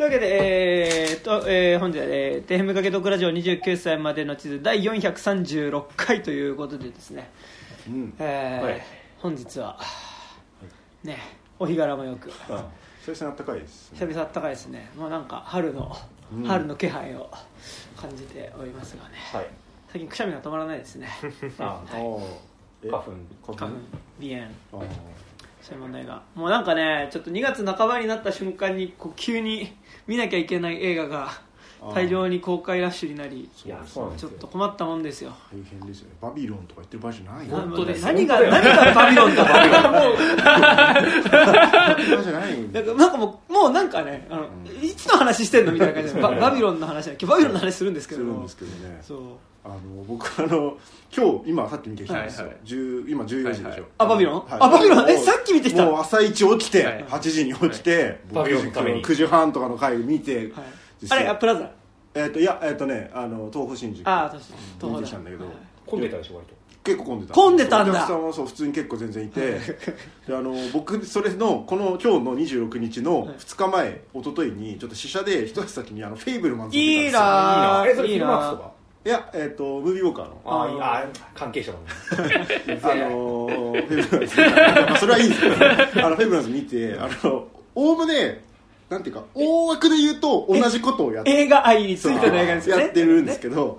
というわけで、本日は、底辺無かけトークラジオ29歳までの地図第436回ということでですね、本日は、ね、お日柄もよく、 久々にあったかいです、 ね、久々あったかいですね。もうなんか春の気配を感じておりますがね、はい、最近くしゃみが止まらないですね。花粉鼻炎、そういう問題がもうなんかね、ちょっと2月半ばになった瞬間にこう急に見なきゃいけない映画が大量に公開ラッシュになり、ちょっと困ったもんですよ。 大変ですよね。バビロンとか言ってる場合じゃないよ。 本当です。何がバビロンだ。なんかもうなんかね、いつの話してんのみたいな感じでバビロンの話だ。バビロンの話するんですけど。そう。 僕今さっき見てきたんですよ。今14時でしょ。 バビロン？バビロン。さっき見てきた。 もう朝一起きて8時に起きて9時半とかの回見て。 あれプラザ。 東宝新宿。 東宝見てきたんだけど。 混んでたでしょ割と。 結構混んでた。 混んでたんだ。 お客さんはそう普通に結構全然いて、で僕それのこの今日の26日の2日前一昨日にちょっと試写で一足先にフェイブルマンズを見たんですよ。 いいな。 それフィルマークスとか。 いやムービーウォーカーの関係者のフェイブルマンズそれはいいんですけど、フェイブルマンズ見ておおむねなんていうか大枠で言うと同じことをやって映画愛についての映画ですよね。 やってるんですけど、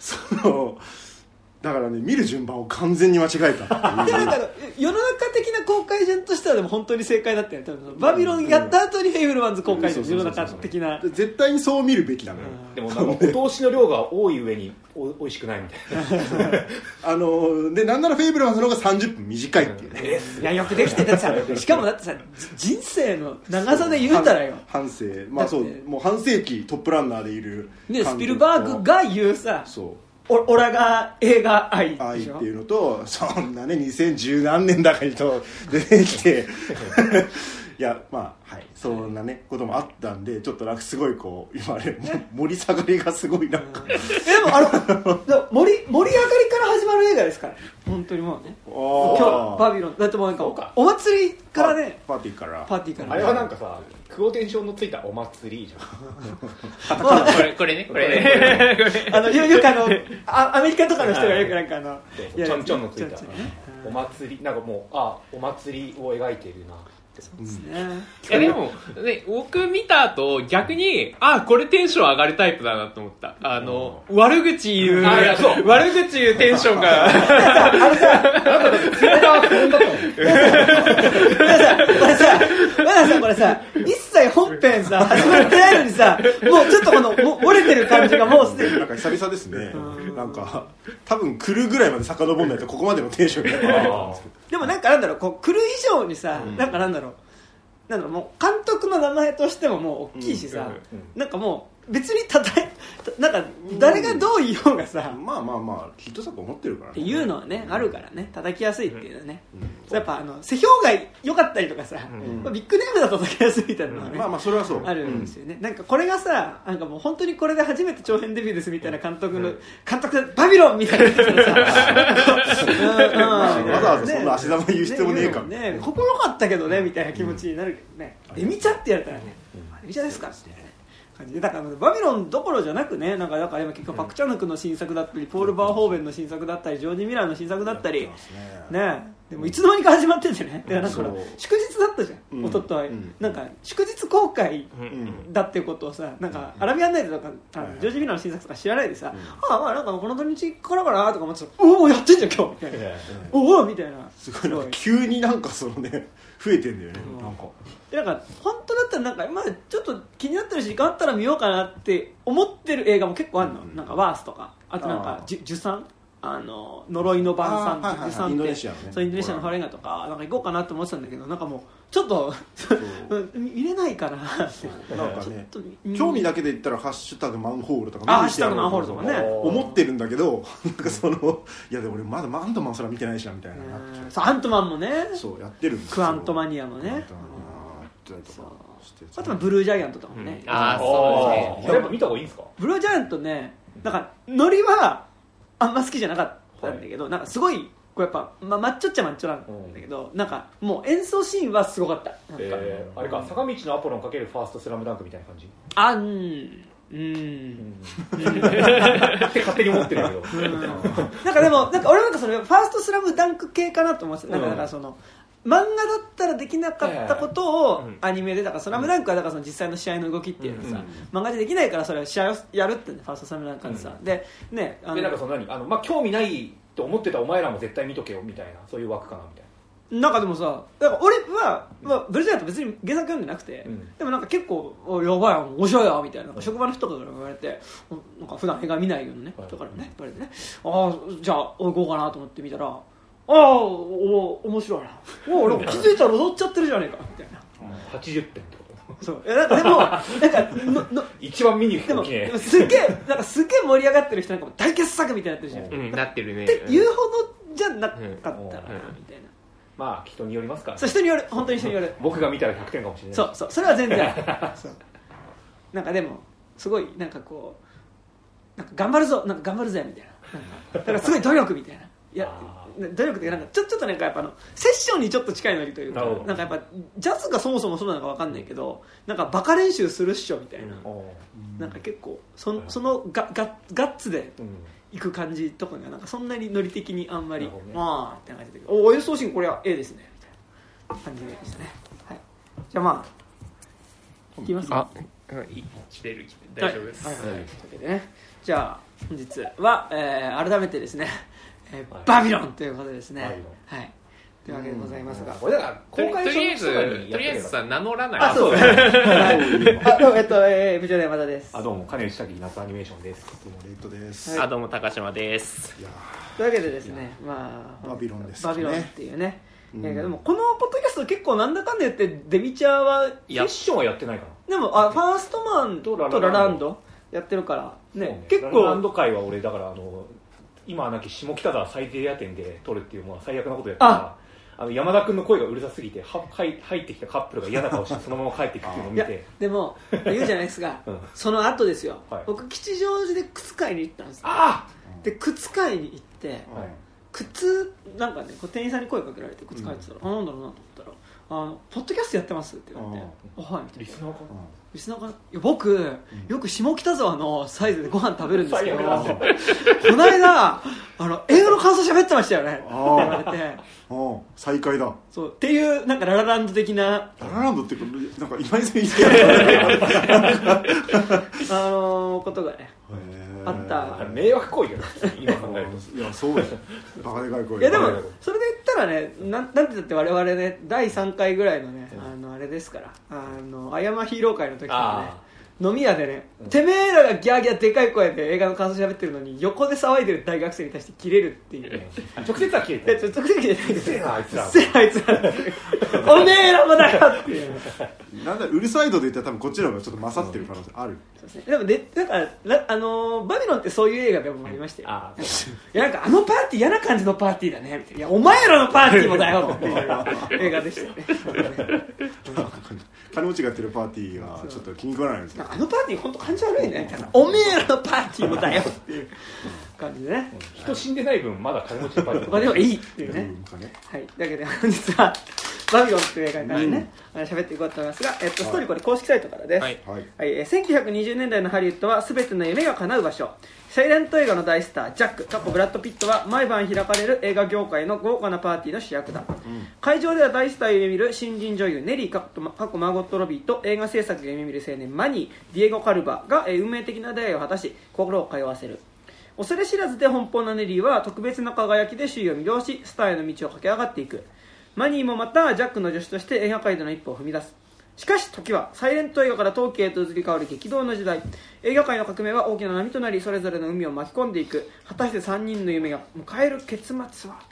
だからね見る順番を完全に間違えたっていう。 でも世の中的な公開順としてはでも本当に正解だったよね。バビロンやった後にフェイブルマンズ公開順、世の中的な。 絶対にそう見るべきなのよ。 でもなんかお通しの量が多い上においしくないみたいな。 でなんならフェイブルマンズの方が30分短いっていうね。 いやよくできててさ、しかもだってさ人生の長さで言うたらよ。 半世、もう半世紀トップランナーでいる。 ね、スピルバーグが言うさ。 そう。 オラが映画愛っていうのと、そんなね2010何年だかにと出てきていやそんなねこともあったんで、ちょっとなんかすごいこう今ね盛り下がりがすごいなんか、 でも盛り上がりから始まる映画ですから本当にもうね。今日バビロンだってもうなんかお祭りからね、 パーティーからあれはなんかさクオテンションのついたお祭りじゃん。 これねよくアメリカとかの人がよくなんかちょんちょんのついたお祭り、なんかもうお祭りを描いているな。 そうですね。 でもね、僕見た後逆にこれテンション上がるタイプだなと思った。悪口言うテンションがこれさ一切本編さ始まってないのにさ、もうちょっとこの漏れてる感じがもうすでになんか久々ですね。なんか多分来るぐらいまで遡んないとここまでのテンションになってないんですけど。 でもなんかなんだろう、こう来る以上にさ、なんかなんだろうもう監督の名前としてももう大きいしさ、なんかもう別になんか誰がどう言おうがさ、 まあヒット作を持ってるからねっていうのはね、あるからね、叩きやすいっていうのはね、やっぱ世評が良かったりとかさ、ビッグネームだと叩きやすいみたいなのはね、 まあそれはそうあるんですよね。なんかこれがさ、なんかもう本当にこれで初めて長編デビューですみたいな監督バビロンみたいなやつがさわざわざそんな足玉言う必要もねえかね、ここ良かったけどねみたいな気持ちになるけどね、エミちゃんってやったらね、エミちゃんですかって感じで、だからバビロンどころじゃなくね、だから今結局パク・チャヌクの新作だったり、ポール・バーホーベンの新作だったり、ジョージ・ミラーの新作だったりね、でもいつの間にか始まっててね、だからなんか祝日だったじゃん、おととい、なんか祝日公開だっていうことをさ、なんかアラビアンナイトとかジョージ・ミラーの新作とか知らないでさ、なんかこの土日からかなとか思ってたら、おおやってんじゃん今日みたいな、おおみたいな、 すごいなんか急になんか増えてんだよね。 なんか本当だったらなんかちょっと気になってるし時間あったら見ようかなって思ってる映画も結構あるの、なんかワースとか、あとなんかジュサン、呪いの晩餐ってジュサンって、インドネシアのファレンガとかなんか行こうかなと思ってたんだけど、なんかもうちょっと見れないかなってなんかね、興味だけで言ったらハッシュタグマンホールとかハッシュタグマンホールとかね思ってるんだけど、なんかいやでも俺まだアントマンすら見てないしなみたいな、 アントマンもね、 そうやってるんですよ、 クアントマニアもね、あとはブルージャイアントとかもね、 そうですね。 やっぱ見た方がいいんですか？ ブルージャイアントね、なんかノリはあんま好きじゃなかったんだけど、なんかすごいこうやっぱ、マッチョっちゃマッチョなんだけど、なんかもう演奏シーンはすごかった。なんかあれか、坂道のアポロンかけるファーストスラムダンクみたいな感じ。って勝手に思ってるけどなんかでもなんか俺なんかそれファーストスラムダンク系かなと思ってた。だからその漫画だったらできなかったことをアニメで、だからスラムダンクはだからその実際の試合の動きっていうのさ、漫画でできないからそれは試合をやるってね、ファーストスラムダンクってさ、でね、 でなんかそのまあ興味ないと思ってたお前らも絶対見とけよみたいな、そういう枠かなみたいな。 なんかでもさ、だから俺は、ブルージャイアント別に原作読んでなくて、でもなんか結構やばいよ面白いよみたいな、職場の人から言われて、なんか普段映画見ないようなね人からね言われてね、じゃあ行こうかなと思って見たら、面白いな、俺気づいたら踊っちゃってるじゃねえかみたいな。 80点ってこと。 そうなんかでもなんか一番見に行く時でもすげえ盛り上がってる人なんかも大傑作みたいになってるじゃん、 なってるねって言うほどじゃなかったなみたいな。 まあ人によりますから、ね、 そう人による、本当に人による。 僕が見たら100点かもしれない。 そうそれは全然そうなんかでもすごいなんかこうなんか頑張るぞみたいな、なんかだからすごい努力みたいな、いや努力ってなんかちょっとなんかやっぱセッションにちょっと近いノリというか、なんかやっぱジャズがそもそもそうなのか分かんないけど、なんかバカ練習するっしょみたいな、なんか結構そのガッツで行く感じとかがなんかそんなにノリ的にあんまり、まあって感じで、演奏シーンこれは A ですねみたいな感じでしたね。はい、じゃあまあいきますか。 来てる大丈夫です。 というわけでね、じゃあ本日は、改めてですね、バビロンということでですね。はい。というわけでございますが、 これだから公開とりあえずさ名乗らない。 そうですね。どうも部長の山田です。 どうも金内滝夏アニメーションです。 どうもレイトです。 どうも高島です。 というわけでですね、まあバビロンですね。 バビロンっていうね。でもこのポッドキャスト結構なんだかんだ言ってデビチャーはセッションはやってないかな。 でもファーストマンとラランドやってるからね、結構ラランド会は俺だから今はなき下北沢サイゼリア店で撮るっていうもう最悪なことやったから山田君の声がうるさすぎて入ってきたカップルが嫌な顔してそのまま帰っていくっていうのを見てでも言うじゃないですか、その後ですよ、僕吉祥寺で靴買いに行ったんですよ。で靴買いに行って、靴なんかねこう店員さんに声かけられて靴買いって言ったら、なんだろうなと思ったらポッドキャストやってますって言われて、はいみたいな。リスナーかな。リスナーかな。いや僕、よく下北沢のサイズでご飯食べるんですけど、この間映画の感想喋ってましたよねって言われて、 再会だ。 そうっていうなんかララランド的な、 ララランドってなんか今泉言ってことがねあった。 迷惑行為だよ今考えると。 いやそうですバカでかい声。 いやでもそれで言ったらね、なんて言ったって我々ね第3回ぐらいのねあれですから、あやまヒーロー会の時とかね、飲み屋でね、てめえらがギャーギャーでかい声で映画の感想喋ってるのに横で騒いでる大学生に対してキレるっていう、ね、 直接はキレて直接キレてないですよ。あいつらおめえらもだよっていうなんだうるさい度で言ったら多分こっちの方がちょっと勝ってる可能性ある。 そうですね。でもね、だからバビロンってそういう映画でもありましたよ。いやなんかパーティー嫌な感じのパーティーだねみたいな。いやお前らのパーティーもだよっていう映画でしたよね。 金持ちがやってるパーティーがちょっと気に食わないんですよ。 パーティー本当感じ悪いねみたいな。おめえらのパーティーもだよっていう感じでね。 人死んでない分まだ金持ちのパーティーでもいいっていうね。はい。だけど本日はバビロンという映画からね喋っていこうと思いますが、ストーリーこれ公式サイトからです。はい。1920年代のハリウッドは全ての夢が叶う場所。サイレント映画の大スタージャックブラッド・ピットは毎晩開かれる映画業界の豪華なパーティーの主役だ、会場では大スターを夢見る新人女優ネリー過去マーゴット・ロビーと映画制作を夢見る青年マニー・ディエゴ・カルバが運命的な出会いを果たし心を通わせる。恐れ知らずで奔放なネリーは特別な輝きで周囲を魅了しスターへの道を駆け上がっていく。マニーもまたジャックの助手として映画界での一歩を踏み出す。しかし時はサイレント映画から陶器へと移り変わる激動の時代。映画界の革命は大きな波となりそれぞれの海を巻き込んでいく。果たして3人の夢が迎える結末は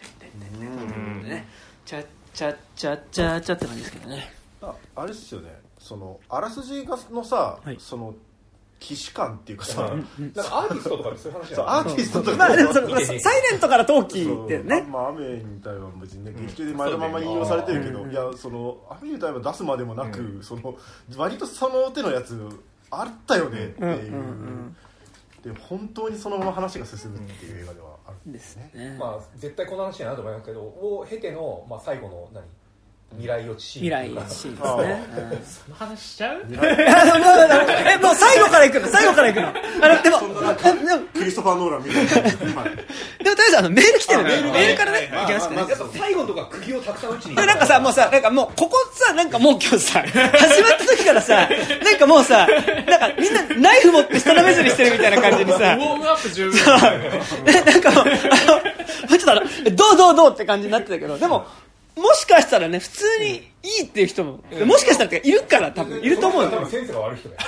チャッチャッチャッチャッチャって感じですけどね。 あれですよね、あらすじのさ、既視感っていうかさ、なんかアーティストとかでそういう話アーティストとかでもサイレントから陶器ってね、 雨に歌えば別にね劇中で前のまま引用されてるけど、いや雨に歌えば出すまでもなく、割とその手のやつあったよねっていうで本当にそのまま話が進むっていう映画ではあるんですね。 まあ絶対この話になると思いますけど、を経てのまあ最後の未来予知シーン。 未来予知シーンですね。 その話しちゃう？ もう最後から行くの。でもクリストファー・ノーランみたいな。 でもとりあえずメール来てるの。メールからね、行きますかね。 やっぱ最後のとこは釘をたくさん打ちに。 なんかさ、もうさ、なんかもうここさ、なんかもう今日さ、始まった時からさ、なんかもうさ、なんかみんなナイフ持って下舐めずりしてるみたいな感じにさ、 ウォームアップ十分。 なんかもうちょっとどうって感じになってたけど、でももしかしたらね、普通にいいっていう人も、もしかしたらいるから多分いると思うよ。 多分センスが悪い人だよ。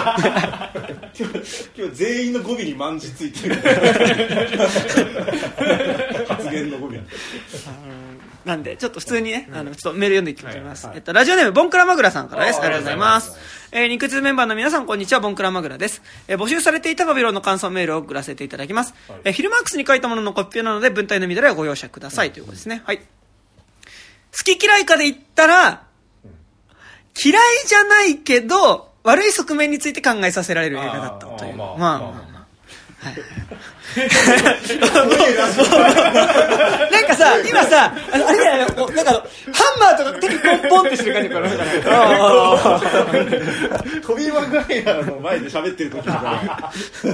今日全員の語尾に万字ついてる。発言の語尾に。 なんでちょっと普通にね、ちょっとメール読んでいきたいと思います。ラジオネームボンクラマグラさんからです。ありがとうございます。肉通メンバーの皆さんこんにちは、ボンクラマグラです。募集されていたバビロンの感想メールを送らせていただきます。フィルマークスに書いたもののコピペなので文体の乱れはご容赦ください、ということですね。はい。好き嫌いかで言ったら、嫌いじゃないけど悪い側面について考えさせられる映画だったという。まあなんかさ、今さ、あれだよ、なんかハンマーとか手にポンってしてる感じからトビー・マグワイアの前で喋ってる時とか、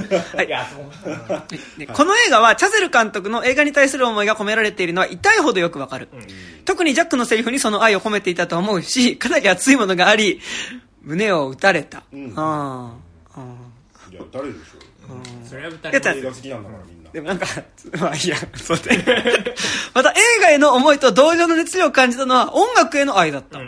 この映画はチャゼル監督の映画に対する思いが込められているのは痛いほどよくわかる。特にジャックのセリフにその愛を込めていたと思うし、かなり熱いものがあり胸を打たれた。いや誰でしょう。 それは歌映画好きなんだからみんな。 でもなんかまあいいや、そうでまた映画への思いと同情の熱量を感じたのは音楽への愛だった。サイ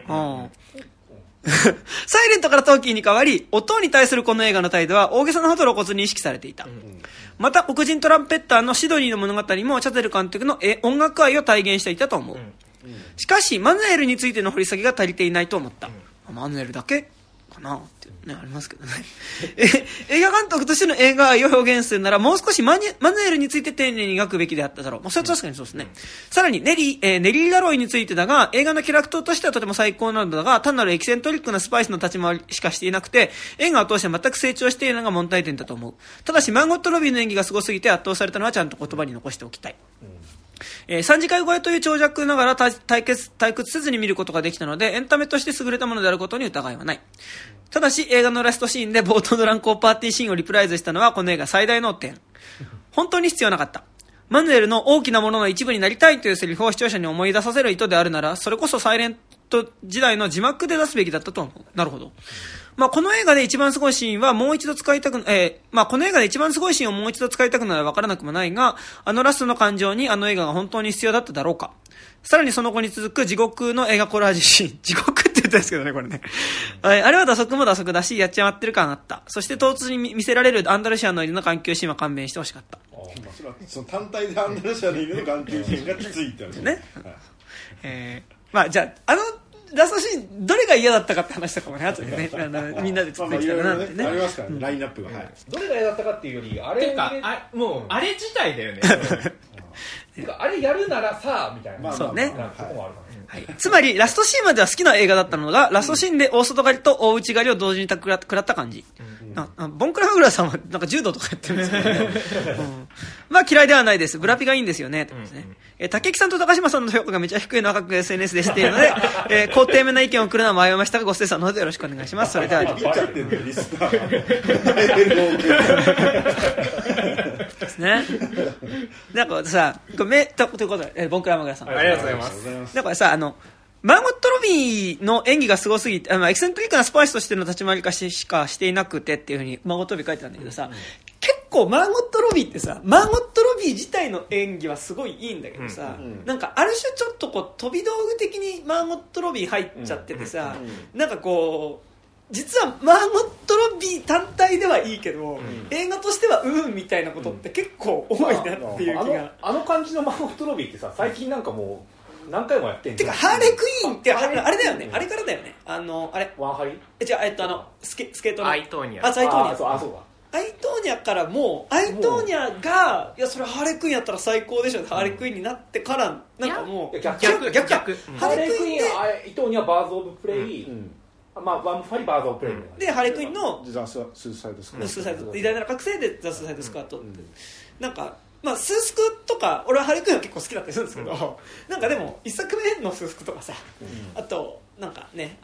レントからトーキーに変わり、音に対するこの映画の態度は大げさなほど露骨に意識されていた。また黒人トランペッターのシドニーの物語もチャゼル監督の音楽愛を体現していたと思う。しかしマヌエルについての掘り下げが足りていないと思った。マヌエルだけかなってね、ありますけどね。映画監督としての映画愛を表現するならもう少しマヌエルについて丁寧に描くべきであっただろう。まあ、それは確かにそうですね。さらにネリー・ガロイについてだが、映画のキャラクターとしてはとても最高なのだが、単なるエキセントリックなスパイスの立ち回りしかしていなくて、映画を通して全く成長していないのが問題点だと思う。ただしマーゴット・ロビーの演技がすごすぎて圧倒されたのはちゃんと言葉に残しておきたい。3時間超えという長尺ながら退屈せずに見ることができたので、エンタメとして優れたものであることに疑いはない。ただし映画のラストシーンで冒頭の乱交パーティーシーンをリプライズしたのはこの映画最大の点。本当に必要なかった。マヌエルの大きなものの一部になりたいというセリフを視聴者に思い出させる意図であるなら、それこそサイレント時代の字幕で出すべきだったと思う。なるほど。まあ、この映画で一番すごいシーンはもう一度使いたく、この映画で一番すごいシーンをもう一度使いたくなら分からなくもないが、あのラストの感情にあの映画が本当に必要だっただろうか。さらにその後に続く地獄の映画コラージュシーン。地獄って言ったんですけどね、これね。あれは打足も打足だし、やっちまってる感あった。そして唐突に見せられるアンダルシアの犬の眼球シーンは勘弁してほしかった。 その単体でアンダルシアの犬の眼球シーンがきついってあるね。 まあ、じゃあ、ラストシーンどれが嫌だったかって話とかもね、後でね、みんなで作ってきたらなってね。 ありますからね、ラインナップが。 どれが嫌だったかっていうより、あれもうあれ自体だよね。 あれやるならさみたいな。 そうね。つまりラストシーンまでは好きな映画だったのが、ラストシーンで大外刈りと大内刈りを同時に食らった感じ。ボンクラフグラさんはなんか柔道とかやってるんですけどね。まあ嫌いではないです。ブラピがいいんですよね。竹木さんと高島さんの評価がめちゃ低いのは各 SNS でしているので、肯定めな意見を送るのは迷いましたが、ご清査の方でよろしくお願いします。それではですね。なんかさ、ということで、ボンクラマグラさん。 ありがとうございます。 なんかさ、マーゴット・ロビーの演技がすごすぎて、エキセントリックなスパイスとしての立ち回りしかしていなくてっていうふうにマーゴット・ロビー書いてたんだけどさ、結構マーゴット・ロビーってさ、マーゴット・ロビー自体の演技はすごいいいんだけどさ、なんかある種ちょっとこう飛び道具的にマーゴット・ロビー入っちゃっててさ、なんかこう実はマーゴット・ロビー単体ではいいけど、映画としてはみたいなことって結構多いなっていう気が。 あの感じのマーゴット・ロビーってさ、最近なんかもう何回もやってんじゃん。 てかハーレークイーンってあれだよね。あれからだよね。あれワンハリ？ じゃスケートのアイトーニャ。 アイトーニャ。 そうか。 アイトーニャからもうアイトーニャがいやそれハーレークイーンやったら最高でしょ。ハーレークイーンになってからなんかもう逆。 ハーレークイーンでアイトーニャバーズオブプレイ。 まあワンファリバーズ・オブ・プレイでハーレークイーンのザ・スーサイドスクワット偉大なる覚醒でザ・スーサイドスクワットって、なんかまあ、スースクとか俺はハーレークイーンは結構好きだったりするんですけど、なんかでも一作目のスースクとかさ、あとなんかね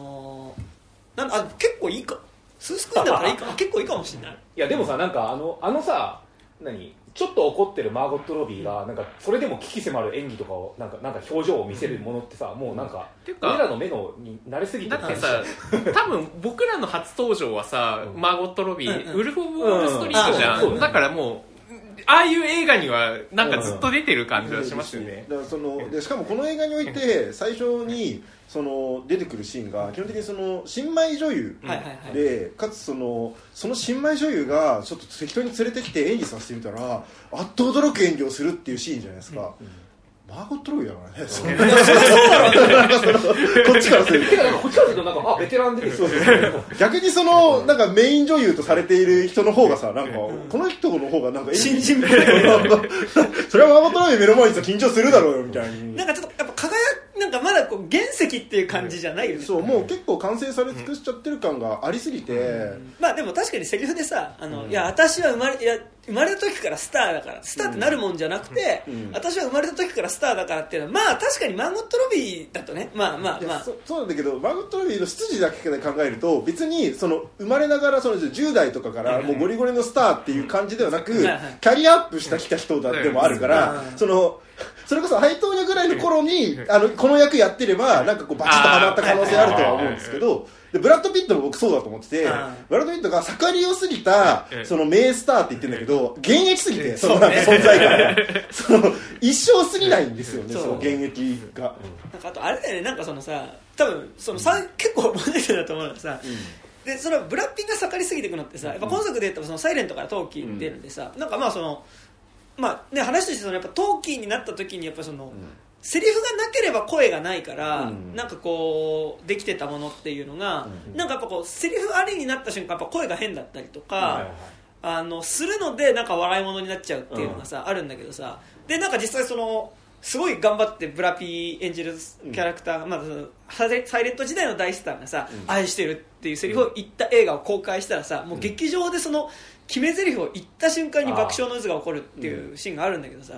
結構いいかスースクイーンだったらいいか結構いいかもしれない。 いやでもさ、なんかあのさちょっと怒ってるマーゴット・ロビーがなんかそれでも危機迫る演技とかをなんか表情を見せるものってさ、もうなんか俺らの目に慣れすぎてだってさ多分僕らの初登場はさ、マーゴット・ロビー、ウルフ・オブ・ウォール・ストリートじゃん、だからもうああいう映画にはなんかずっと出てる感じがしますよね。 だからでしかもこの映画において最初に出てくるシーンが基本的に新米女優で、かつその新米女優がちょっと適当に連れてきて演技させてみたらあっと驚く演技をするっていうシーンじゃないですか。マーゴット・ロビーだからね。こっちからするとなんかベテランで逆になんかメイン女優とされている人の方がさ、なんかこの人の方がなんか新人それはマーゴット・ロビー目の前にさ緊張するだろうよみたいに。 なんかちょっとやっぱなんかまだ原石っていう感じじゃないよね。 そうもう結構完成され尽くしちゃってる感がありすぎて、 まあでも確かにセリフでさいや私は生まれた時からスターだからスターってなるもんじゃなくて、私は生まれた時からスターだからっていうのはまあ確かにマーゴット・ロビーだとねまあそうなんだけどマーゴット・ロビーの出自だけで考えると別に生まれながら10代とかからもうゴリゴリのスターっていう感じではなく、キャリアアップしてきた人だってもあるから、それこそハイトーニャぐらいの頃にこの役やってればなんかこうバチッとハマった可能性あるとは思うんですけど、でブラッド・ピットも僕そうだと思ってて、ブラッド・ピットが盛りを過ぎた名スターって言ってるんだけど現役すぎてなんか存在感が一生過ぎないんですよね、その現役が。 なんかあとあれだよね、なんか多分結構問題点だと思うのがさ、でブラッピンが盛りすぎていくのってさ、やっぱ今作で言ったらサイレントからトーキー出るんでさ、なんか話としてやっぱトーキーになった時にやっぱセリフがなければ声がないから、なんかこうできてたものっていうのが、なんかやっぱこうセリフありになった瞬間やっぱ声が変だったりとか、するのでなんか笑い物になっちゃうっていうのがさ、あるんだけどさ、でなんか実際すごい頑張ってブラピー演じるキャラクター、サイレント時代の大スターがさ、愛してるっていうセリフを言った映画を公開したらさ、もう劇場で決め台詞を言った瞬間に爆笑の渦が起こるっていうシーンがあるんだけどさ、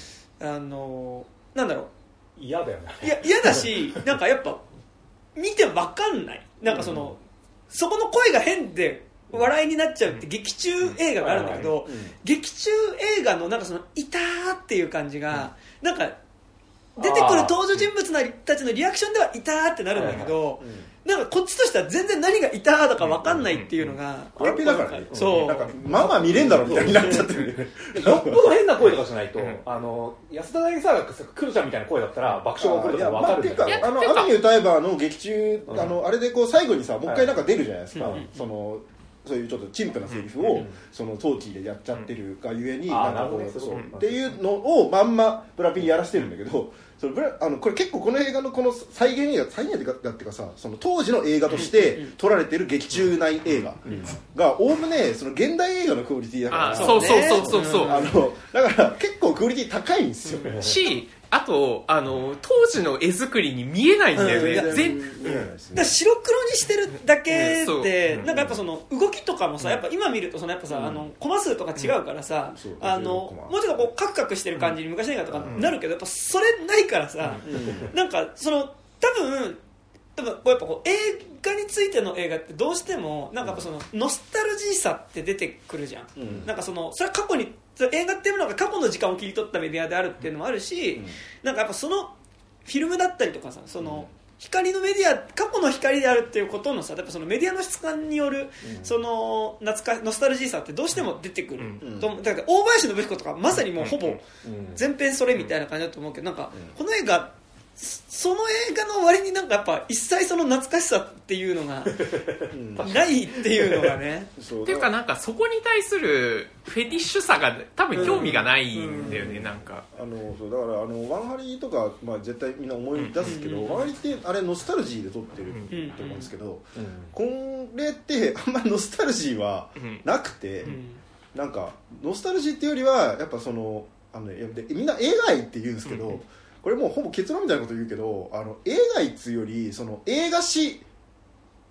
なんだろう、 嫌だよね。 いや嫌だし、なんかやっぱ見て分かんない、なんかそこの声が変で笑いになっちゃうって劇中映画があるんだけど、劇中映画のなんかいたーっていう感じが、なんか出てくる登場人物たちのリアクションではいたーってなるんだけど、なんかこっちとしては全然何がいたーとか分かんないっていうのがブラピだからね、 そうなんかまあまあ見れんだろみたいになっちゃってるよっぽど変な声とかじゃないと、安田大サーがクロちゃんみたいな声だったら爆笑が起こるとか分かるんだけど、 雨に歌えばの劇中あれでこう最後にさもう一回なんか出るじゃないですか、そういうちょっと陳腐なセリフをトーキーでやっちゃってるがゆえになんかこうそうっていうのをまんまブラピにやらせてるんだけど、これ結構この映画のこの再現映画っていうかさ、当時の映画として撮られてる劇中内映画がおおむね現代映画のクオリティだから、 そうだから結構クオリティ高いんですよあと当時の絵作りに見えないんだよね、 だ白黒にしてるだけで、なんかやっぱ動きとかもさ、やっぱ今見るとやっぱさコマ数とか違うからさ、もうちょっとこうカクカクしてる感じに昔の映画とかなるけど、やっぱそれないからさ、なんか多分やっぱこう映画についての映画ってどうしてもなんかやっぱノスタルジーさって出てくるじゃん、なんかそれは過去に映画っていうのが過去の時間を切り取ったメディアであるっていうのもあるし、なんかやっぱフィルムだったりとかさ、光のメディア、過去の光であるっていうことのさ、やっぱメディアの質感によるノスタルジーさってどうしても出てくる、だから大林信彦とかまさにもうほぼ全編それみたいな感じだと思うけど、なんかこの映画その映画の割になんかやっぱ一切懐かしさっていうのがないっていうのがねっていうかなんかそこに対するフェティッシュさが多分興味がないんだよね、なんかそうだからワンハリとか、絶対みんな思い出すけど、ワンハリってあれノスタルジーで撮ってると思うんですけど、これってあんまりノスタルジーはなくて、なんかノスタルジーっていうよりはやっぱみんな映画愛って言うんですけど、これもうほぼ結論みたいなこと言うけど映画一つより映画史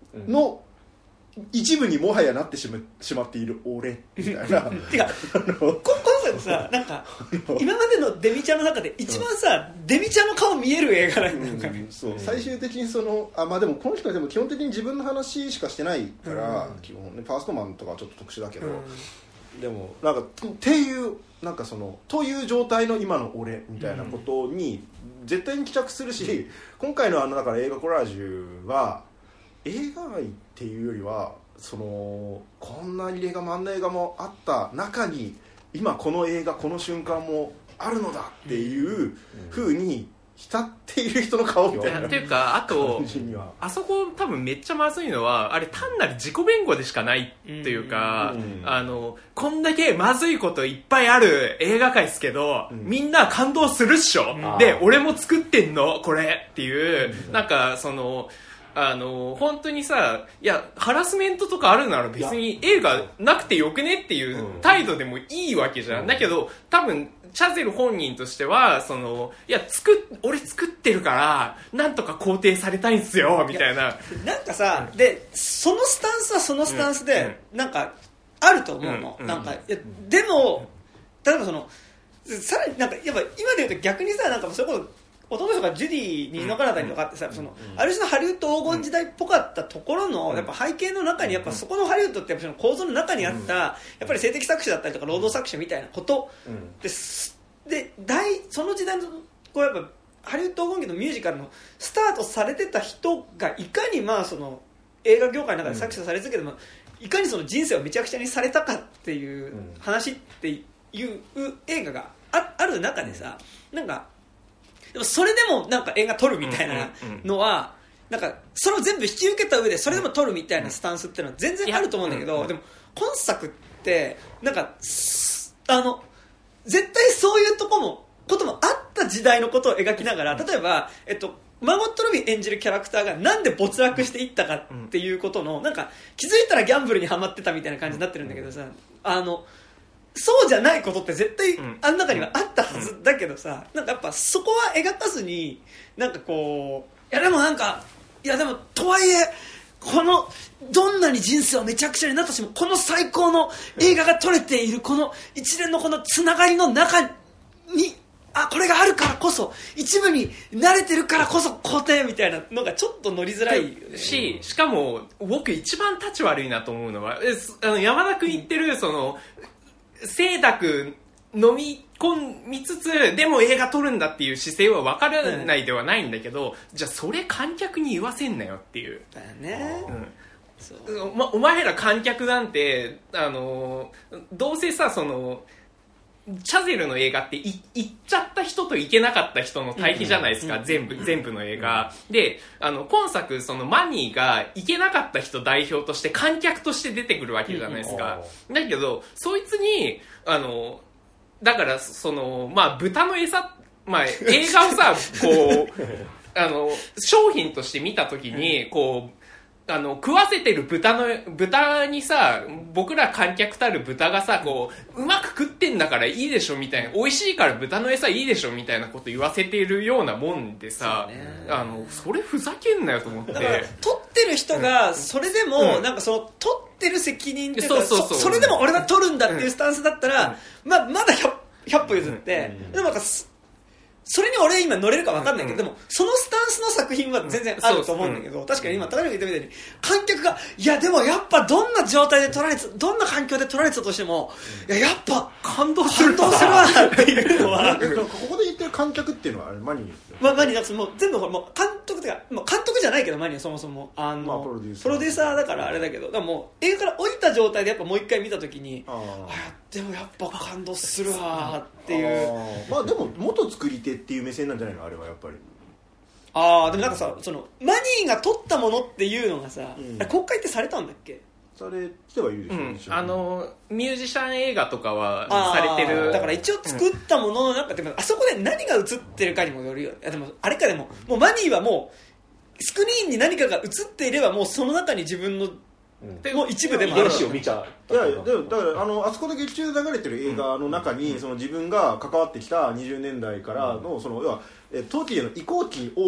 の一部にもはやなってしまっている俺みたいなてか今回さなんか今までのデミちゃんの中で一番さ、デミちゃんの顔見える映画なんだよね、 そう最終的にまあでもこの人はでも基本的に自分の話しかしてないから、基本ねファーストマンとかはちょっと特殊だけど、でもなんかっていうなんかという状態の今の俺みたいなことに絶対に帰着するし、今回のだから映画コラージュは映画愛っていうよりはこんなに映画もあんな映画もあった中に今この映画この瞬間もあるのだっていう風に浸っている人の顔みたいな。 っていうかあとあそこ多分めっちゃまずいのはあれ単なる自己弁護でしかないっていうか、こんだけまずいこといっぱいある映画界ですけど、みんな感動するっしょ、で俺も作ってんのこれっていう、なんか本当にさ、いやハラスメントとかあるなら別に映画なくてよくねっていう態度でもいいわけじゃん、だけど多分チャゼル本人としてはいや俺作ってるからなんとか肯定されたいんすよみたいな、 なんかさ、でそのスタンスはそのスタンスで、なんかあると思うの、なんかいやでも例えばさらになんかやっぱ今で言うと逆にさ、なんかそれこそ男の人がジュディ虹の彼方にとかってさ、ある種のハリウッド黄金時代っぽかったところのやっぱ背景の中にやっぱそこのハリウッドってやっぱその構造の中にあったやっぱり性的搾取だったりとか労働搾取みたいなことでその時代のこうやっぱハリウッド黄金期のミュージカルのスタートされてた人がいかにまあ映画業界の中で搾取され続けてもいかにその人生をめちゃくちゃにされたかっていう話っていう映画がある中でさ、なんかでもそれでもなんか映画撮るみたいなのはなんかそれを全部引き受けた上でそれでも撮るみたいなスタンスっていうのは全然あると思うんだけど、でも今作ってなんか絶対そういうこともあった時代のことを描きながら、例えばマーゴット・ロビー演じるキャラクターがなんで没落していったかっていうことのなんか気づいたらギャンブルにはまってたみたいな感じになってるんだけどさ、そうじゃないことって絶対あの中にはあったはずだけどさ、なんかやっぱそこは描かずになんかこういやでもとはいえこのどんなに人生をめちゃくちゃになったとしてもこの最高の映画が撮れているこの一連のこのつながりの中にこれがあるからこそ一部に慣れてるからこそ肯定みたいなのがちょっと乗りづらいしかも僕一番立ち悪いなと思うのは山田君言ってる清濁飲み込みつつでも映画撮るんだっていう姿勢は分からないではないんだけど、じゃあそれ観客に言わせんなよっていうだよね、 お前ら観客なんてどうせさチャゼルの映画って行っちゃった人と行けなかった人の対比じゃないですか、全部の映画で今作マニーが行けなかった人代表として観客として出てくるわけじゃないですか、だけどそいつにだからまあ豚の餌、まあ、映画をさこう商品として見た時にこう食わせてる豚にさ、僕ら観客たる豚がさ、こう、うまく食ってんだからいいでしょみたいな、美味しいから豚の餌いいでしょみたいなこと言わせてるようなもんでさ、それふざけんなよと思って。 だから撮ってる人が、それでも、なんか撮ってる責任っていうか、それでも俺は撮るんだっていうスタンスだったら、まだ100歩譲って、でもなんか、それに俺今乗れるか分かんないけど、でもそのスタンスの作品は全然あると思うんだけど、確かに今高野が言ったみたいに観客がいやでもやっぱどんな状態で撮られてどんな環境で撮られてたとしてもいややっぱ感動するわっていうのはここで言ってる観客っていうのはあれマニだからもう全部もう監督とか監督じゃないけどマニはそもそもプロデューサーだからあれだけど、だからもう映画から降りた状態でやっぱもう一回見た時にでもやっぱ感動するわっていうまあでも元作り手っていう目線なんじゃないのあれはやっぱり。 でもなんかさマニーが撮ったものっていうのがさ、公開ってされたんだっけ？ されてはいるでしょ、 ミュージシャン映画とかはされてる。 だから一応作ったものの中でもあそこで何が映ってるかにもよるよ。でもあれかでももうマニーはもうスクリーンに何かが映っていればもうその中に自分のもう一部でもある。 遺伝子を見ちゃう。 だからあそこで劇中で流れてる映画の中に、自分が関わってきた20年代からの要はトーキーへの移行期を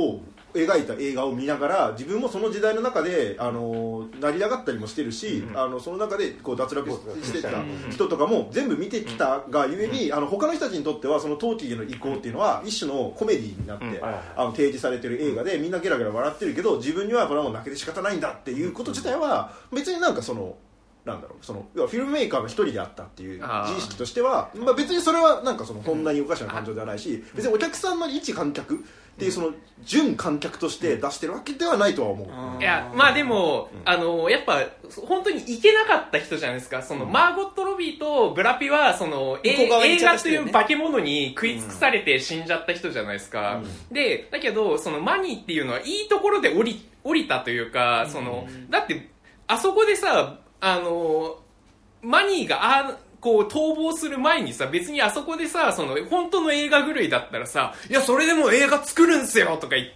描いた映画を見ながら自分もその時代の中で成り上がったりもしてるし、その中でこう脱落してた人とかも全部見てきたがゆえに他の人たちにとってはその陶器への移行っていうのは一種のコメディになって提示されてる映画でみんなゲラゲラ笑ってるけど自分にはこれはもう泣けて仕方ないんだっていうこと自体は別になんかなんだろうフィルムメーカーの一人であったっていう自意識としては、別にそれはなんかそんなにおかしな感情ではないし、別にお客さんの一観客っていう準観客として出してるわけではないとは思う。 いやまあでもやっぱ本当に行けなかった人じゃないですか。マーゴット・ロビーとブラピは映画という化け物に食い尽くされて死んじゃった人じゃないですか。でだけどマニーっていうのはいいところで降りたというか、だってあそこでさマニーがこう逃亡する前にさ、別にあそこでさ本当の映画狂いだったらさ、いやそれでも映画作るんすよとか言って、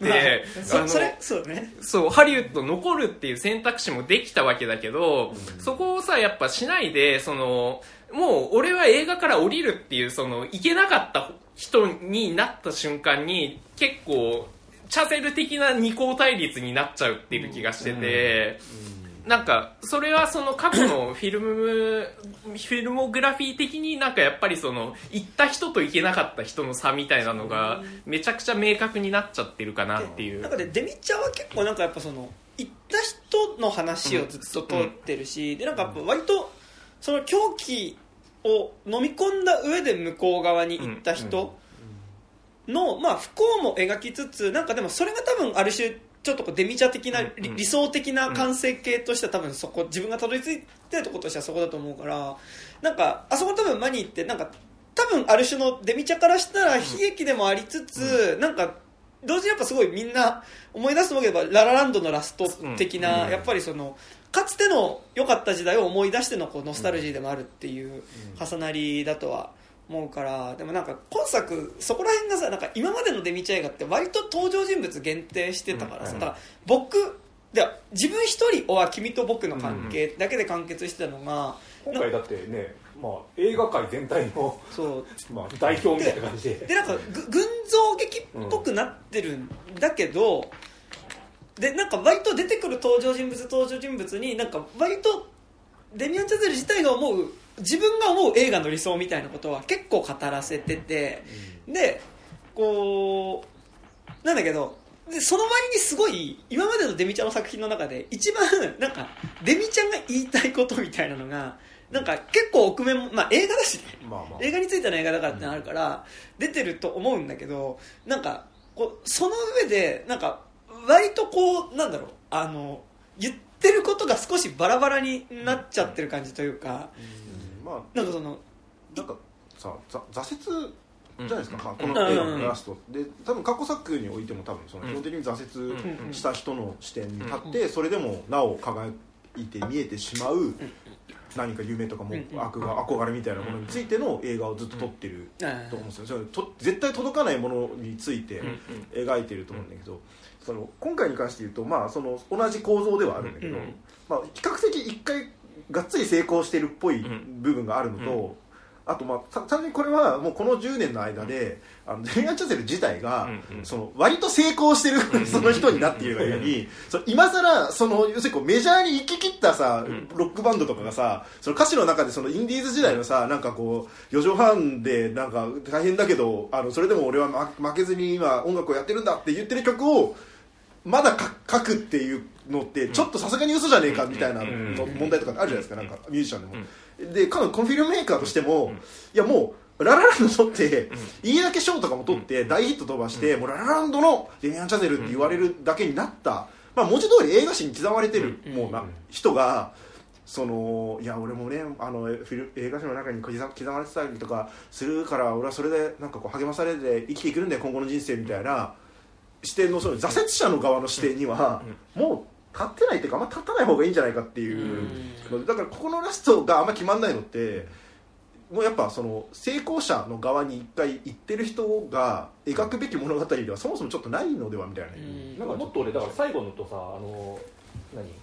そうね、 そうハリウッド残るっていう選択肢もできたわけだけど、そこをさやっぱしないでもう俺は映画から降りるっていう行けなかった人になった瞬間に結構チャゼル的な二項対立になっちゃうっていう気がしてて、なんかそれは過去のフィルモグラフィー的になんかやっぱり行った人と行けなかった人の差みたいなのがめちゃくちゃ明確になっちゃってるかなっていう。 なんかでデミチャは結構なんかやっぱ行った人の話をずっと通ってるし、でなんかやっぱ割と狂気を飲み込んだ上で向こう側に行った人のまあ不幸も描きつつ、なんかでもそれが多分ある種ちょっとデミチャ的な理想的な完成形としては多分そこ自分がたどり着いてるところとしてはそこだと思うから、なんかあそこ多分マニーってなんか多分ある種のデミチャからしたら悲劇でもありつつ、なんか同時にやっぱすごいみんな思い出すと思えばララランドのラスト的な、やっぱりかつての良かった時代を思い出してのノスタルジーでもあるっていう重なりだとは思うから。でもなんか今作そこら辺がさ、なんか今までのデミチャ映画って割と登場人物限定してたからさ、だから僕で自分一人は君と僕の関係だけで完結してたのが、 今回だってね、まあ、映画界全体のそう、まあ、代表みたいな感じでなんか群像劇っぽくなってるんだけど、でなんか割と出てくる登場人物になんか割とデミアン・チャゼル自体が思う自分が思う映画の理想みたいなことは結構語らせてて、でこうなんだけど、でその割にすごい今までのデミちゃんの作品の中で一番なんかデミちゃんが言いたいことみたいなのがなんか結構奥目も、まあ、映画だしね、映画についての映画だからってのあるから出てると思うんだけど、なんかこうその上でなんか割とこうなんだろう言ってることが少しバラバラになっちゃってる感じというか、 まあ、 なんかさ挫折じゃないですか、この映画のラストで多分過去作においても多分基本的に挫折した人の視点に立ってそれでもなお輝いて見えてしまう何か夢とかも憧れみたいなものについての映画をずっと撮ってると思うんですよ。絶対届かないものについて描いてると思うんだけど、今回に関して言うと、まあ、同じ構造ではあるんだけど、まあ、比較的一回がっつり成功してるっぽい部分があるのと、あとまあ単純にこれはもうこの10年の間でデミアン・チャゼル自体が割と成功してるその人になっているがゆえに今さら要するにメジャーに行き切ったさロックバンドとかがさ歌詞の中でインディーズ時代のさなんかこう4畳半でなんか大変だけどそれでも俺は負けずに今音楽をやってるんだって言ってる曲をまだ書くっていうのってちょっとさすがに嘘じゃねえかみたいな問題とかあるじゃないですか、なんかミュージシャンでも。でこのフィルムメーカーとしてもいやもうララランド撮っていいだけ賞とかも撮って大ヒット飛ばしてもうララランドのデミアン・チャゼルって言われるだけになった、まあ、文字通り映画史に刻まれてるもうな人がいや俺もね映画史の中に刻まれてたりとかするから俺はそれでなんかこう励まされて生きていくんだよ今後の人生みたいな視点の挫折者の側の視点にはもう立ってないっていうかあんま立たない方がいいんじゃないかっていうので、だからここのラストがあんま決まんないのってもうやっぱ成功者の側に一回行ってる人が描くべき物語ではそもそもちょっとないのではみたいな、 なんかもっと俺だから最後のとさ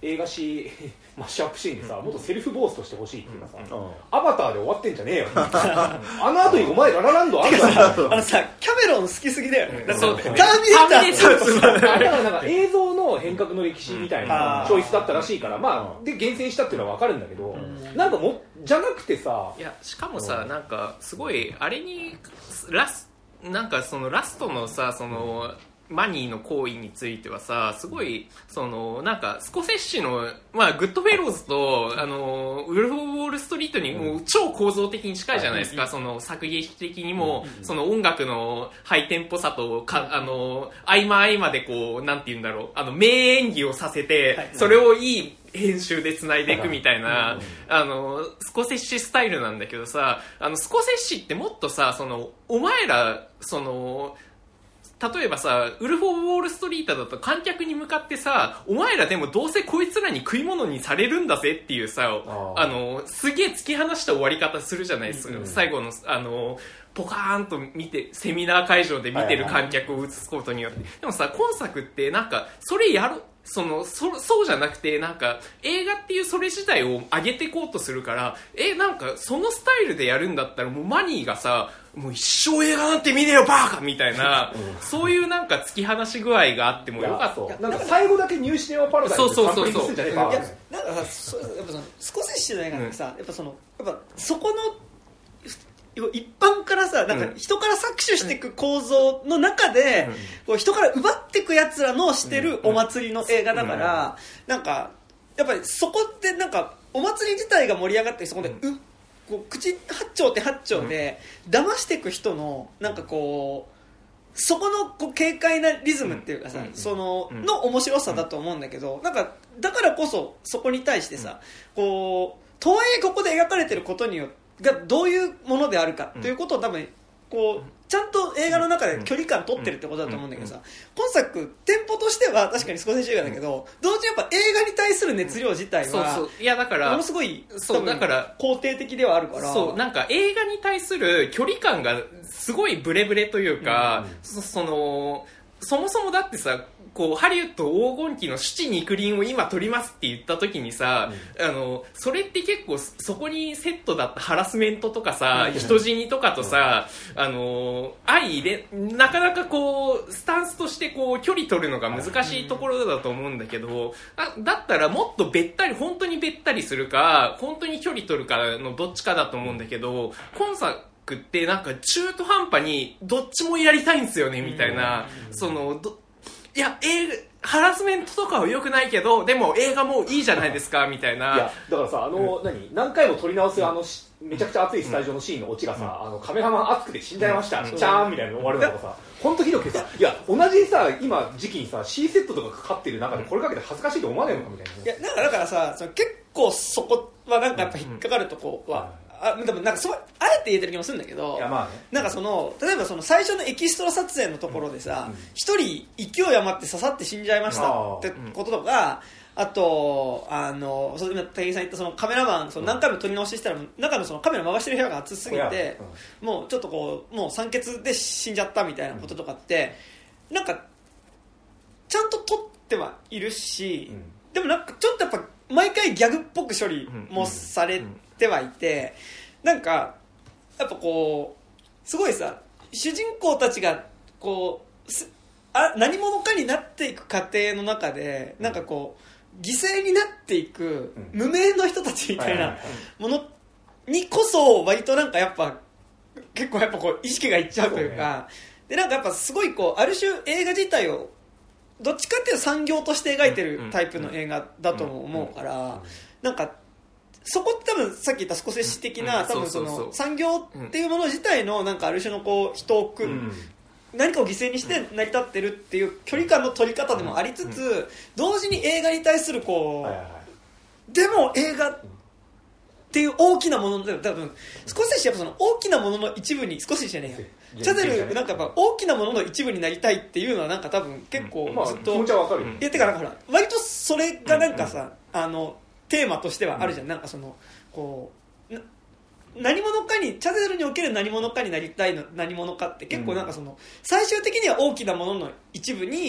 映画史マッシュアップシーンでさ、もっとセルフボーストしてほしいっていうかさ、アバターで終わってんじゃねえよあの後にお前ララランドあるだろさキャメロン好きすぎだよね。 そうだよね。 ターミネーターあれはなんか映像の変革の歴史みたいなチョイスだったらしいから、まあで厳選したっていうのは分かるんだけど、なんかじゃなくてさ、 いやしかもさ、なんかすごいあれになんかそのラストのさ、そのマニーの行為についてはさ、すごいそのなんかスコセッシの、まあ、グッドフェローズとウルフ・オブ・ウォール・ストリートにもう超構造的に近いじゃないですか、その作劇的にも、その音楽のハイテンポさと合間合間でこうなんて言うんだろう、名演技をさせて、それをいい編集で繋いでいくみたいな、スコセッシスタイルなんだけどさ、スコセッシってもっとさ、そのお前らその例えばさ、ウルフ・オブ・ウォール・ストリートだと観客に向かってさ、お前らでもどうせこいつらに食い物にされるんだぜっていうさ、すげえ突き放した終わり方するじゃないですか、最後のポカーンと見てセミナー会場で見てる観客を映すことによって、でもさ今作ってなんかそれやるそうじゃなくて、なんか映画っていうそれ自体を上げていこうとするから、なんかそのスタイルでやるんだったらもうマニーがさ、もう一生映画なんて見ねえよバーカみたいな、そういうなんか突き放し具合があってもよかった。 なんか最後だけニューシネマパラダイスでサンプリングするんじゃねえか。 いやなんかさ、やっぱそのスコセッシの映画ってさ、やっぱそこの一般からさ、なんか人から搾取していく構造の中で、こう人から奪っていくやつらのしてるお祭りの映画だから、なんかやっぱりそこってなんかお祭り自体が盛り上がって、そこでこう口八丁って八丁で騙していく人のなんかこうそこのこう軽快なリズムっていうかさ、その面白さだと思うんだけど、なんかだからこそそこに対してさ、こうとはいえここで描かれてることによってがどういうものであるかということを多分こうちゃんと映画の中で距離感取ってるってことだと思うんだけどさ、今作テンポとしては確かにスコセッシ映画だけど、同時にやっぱ映画に対する熱量自体はいやだからものすごいだから肯定的ではあるから、 そうなんか映画に対する距離感がすごいブレブレというか、そもそもだってさ、こうハリウッド黄金期の七肉林を今撮りますって言った時にさ、それって結構そこにセットだったハラスメントとかさ、人死にとかとさ、相入れなかなかこうスタンスとしてこう距離取るのが難しいところだと思うんだけど、だったらもっとべったり本当にべったりするか本当に距離取るかのどっちかだと思うんだけど、今作ってなんか中途半端にどっちもやりたいんですよねみたいな、いやハラスメントとかは良くないけどでも映画もいいじゃないですかみたいな。 いやだからさ何回も撮り直すめちゃくちゃ熱いスタジオのシーンのオチがさ、カメラマン熱くて死んじゃいました、チャーンみたいなの終わるのとかさ、本当ひどくてさ、いや同じさ今時期にさ C セットとかかかってる中でこれかけて恥ずかしいと思わないのかみたいな。 いやだからさ、結構そこはなんかやっぱ引っかかるとこは、でもなんかあえて言えてる気もするんだけど、なんか例えばその最初のエキストラ撮影のところでさ、一人勢い余って刺さって死んじゃいましたってこととか、あと今武井さん言ったそのカメラマン何回も撮り直ししたら中のそのカメラ回してる部屋が暑すぎて、もうちょっとこうもう酸欠で死んじゃったみたいなこととかって、なんかちゃんと撮ってはいるし、でもなんかちょっとやっぱ毎回ギャグっぽく処理もされてはいて、なんかやっぱこうすごいさ、主人公たちがこう何者かになっていく過程の中でなんかこう犠牲になっていく無名の人たちみたいなものにこそ割となんかやっぱ結構やっぱこう意識がいっちゃうというか、でなんかやっぱすごいこうある種映画自体をどっちかっていうと産業として描いてるタイプの映画だと思うから、なんかそこって多分さっき言ったスコセッシ的な多分その産業っていうもの自体のなんかある種のこう人を置く何かを犠牲にして成り立ってるっていう距離感の取り方でもありつつ、同時に映画に対するこうでも映画っていう大きなもので多分スコセッシやっぱその大きなものの一部にスコセッシじゃねえよチャゼルなんかやっぱ大きなものの一部になりたいっていうのはなんか多分結構ずっと気持ちはわかる。 てかなんかほら割とそれがなんかさテーマとしてはあるじゃん。なんかそのこう何者かにチャゼルにおける何者かになりたいの何者かって結構なんかその最終的には大きなものの一部に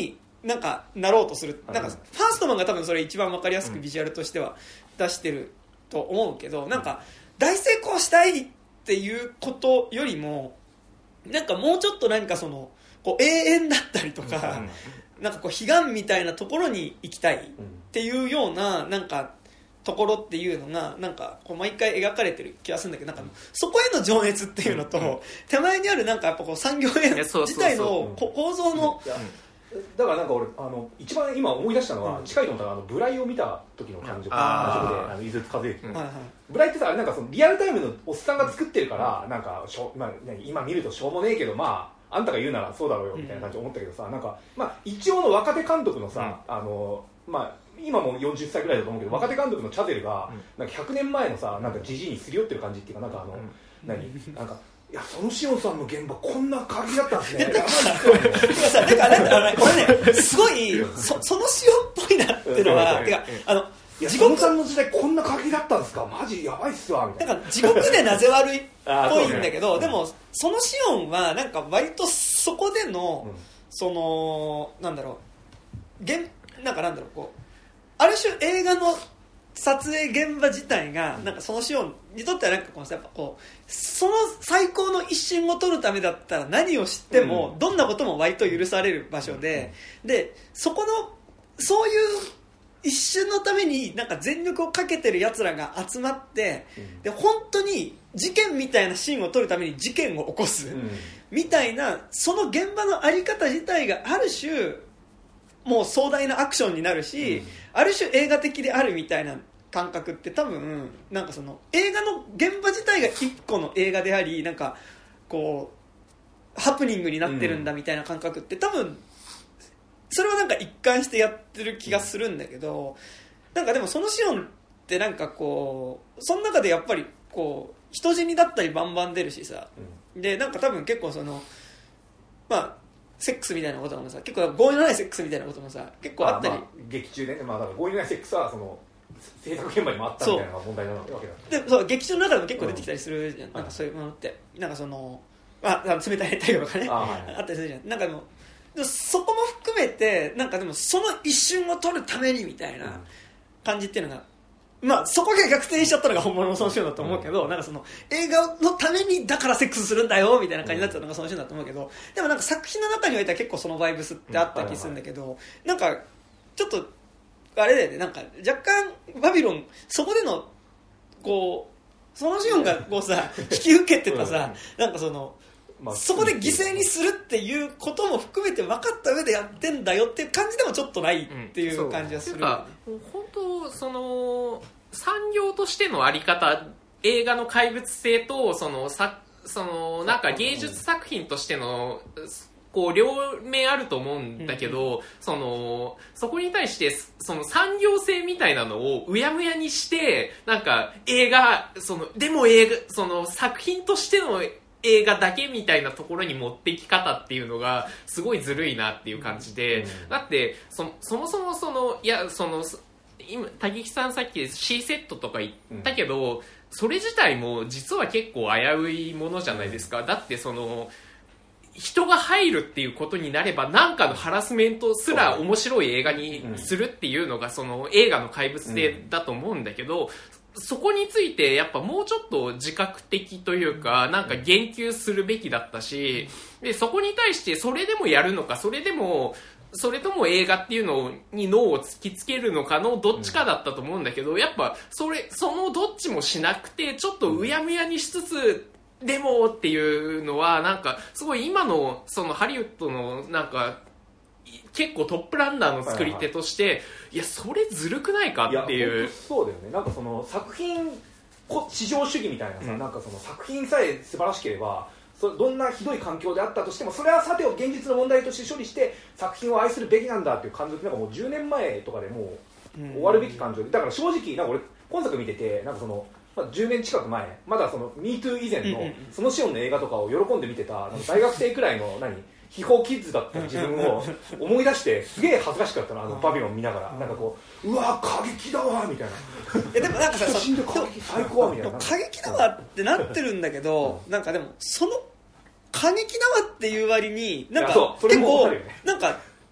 なんかなろうとする、なんかファーストマンが多分それ一番分かりやすくビジュアルとしては出してると思うけど、なんか大成功したいっていうことよりもなんかもうちょっと何かそのこう永遠だったりとか、なんかこう彼岸みたいなところに行きたいっていうようななんかところっていうのがなんかこう毎回描かれてる気がするんだけど、なんかそこへの情熱っていうのと手前にあるなんかやっぱこう産業映画自体の構造の、 だからなんか俺一番今思い出したのは、近いと思ったらブライを見た時の感情で、井筒和之、ブライってさ、なんかそのリアルタイムのおっさんが作ってるから、なんかまあ、今見るとしょうもねえけど、まああんたが言うならそうだろうよみたいな感じで思ったけどさ、なんかまあ一応の若手監督のさ、まあ今も40歳ぐらいだと思うけど、若手監督のチャゼルがなんか100年前のさ、なんかジジイにすり寄ってる感じっていうか、なんかなんかいや、そのしおんさんの現場こんな感じだったんですね。だからこれね、すごいそのしおんっぽいなっていうのは、てか地獄さんの時代こんな鍵だったんですか、マジやばいっすわみたいな。 だから地獄でなぜ悪いっぽいんだけど、でもそのシオンはなんか割とそこでの、そのなんだろう、なんだろう、こうある種映画の撮影現場自体がなんかそのシオンにとってはなんかこうやっぱこうその最高の一瞬を撮るためだったら何をしてもどんなことも割と許される場所で、そこのそういう一瞬のためになんか全力をかけてる奴らが集まって、で本当に事件みたいなシーンを撮るために事件を起こすみたいな、その現場のあり方自体がある種もう壮大なアクションになるし、ある種映画的であるみたいな感覚って多分なんかその映画の現場自体が一個の映画であり、なんかこうハプニングになってるんだみたいな感覚って多分それはなんか一貫してやってる気がするんだけど、なんかでもそのシオンってなんかこうその中でやっぱりこう人死にだったりバンバン出るしさ、でなんか多分結構そのまあセックスみたいなこともさ、結構合意のないセックスみたいなこともさ結構あったり、 劇中で、まあだから合意のないセックスはその制作現場にもあったみたいな問題なわけだ。 でそう劇中の中でも結構出てきたりするじゃん、なんかそういうものってなんかその冷たい太陽とかね あったりするじゃん。なんかでそこも含めてなんかでもその一瞬を撮るためにみたいな感じっていうのが、まあそこが逆転しちゃったのが本物のそのシオンだと思うけど、なんかその映画のためにだからセックスするんだよみたいな感じになっちゃったのがそのシオンだと思うけど、でもなんか作品の中においては結構そのバイブスってあった気するんだけど、なんかちょっとあれだよね、なんか若干バビロンそこでのこうそのシオンがこうさ引き受けてたさ、なんかそのそこで犠牲にするっていうことも含めて分かった上でやってんだよっていう感じでもちょっとないっていう感じがする、 本当その産業としてのあり方、映画の怪物性とそのなんか芸術作品としてのこう両面あると思うんだけど、そこに対してその産業性みたいなのをうやむやにして、なんか映画でもその作品としての映画だけみたいなところに持っていき方っていうのがすごいずるいなっていう感じで、だってそもそも今滝木さんさっき C セットとか言ったけど、それ自体も実は結構危ういものじゃないですか。だって人が入るっていうことになれば何かのハラスメントすら面白い映画にするっていうのがその映画の怪物性だと思うんだけど、そこについてやっぱもうちょっと自覚的というかなんか言及するべきだったし、でそこに対してそれでもやるのか、それとも映画っていうのに脳を突きつけるのかのどっちかだったと思うんだけど、やっぱそのどっちもしなくてちょっとうやむやにしつつでもっていうのはなんかすごい今のそのハリウッドのなんか結構トップランナーの作り手として、いやそれずるくないかっていう。 いやそうだよね。なんかその作品至上主義みたいなさ、なんかその作品さえ素晴らしければどんなひどい環境であったとしてもそれはさてを現実の問題として処理して作品を愛するべきなんだっていう感情ってなんかもう10年前とかでもう終わるべき感情で、だから正直なんか俺今作見ててなんか10年近く前まだMeToo 以前のそのシオンの映画とかを喜んで見てた大学生くらいの秘宝キッズだった自分を思い出してすげえ恥ずかしかったの、バビロン見ながら、なんかこううわ過激だわみたいな、 でもなんかさ過激最高みたいな、 過激だわってなってるんだけど、なんかでもその過激だわっていう割になんか結構なんか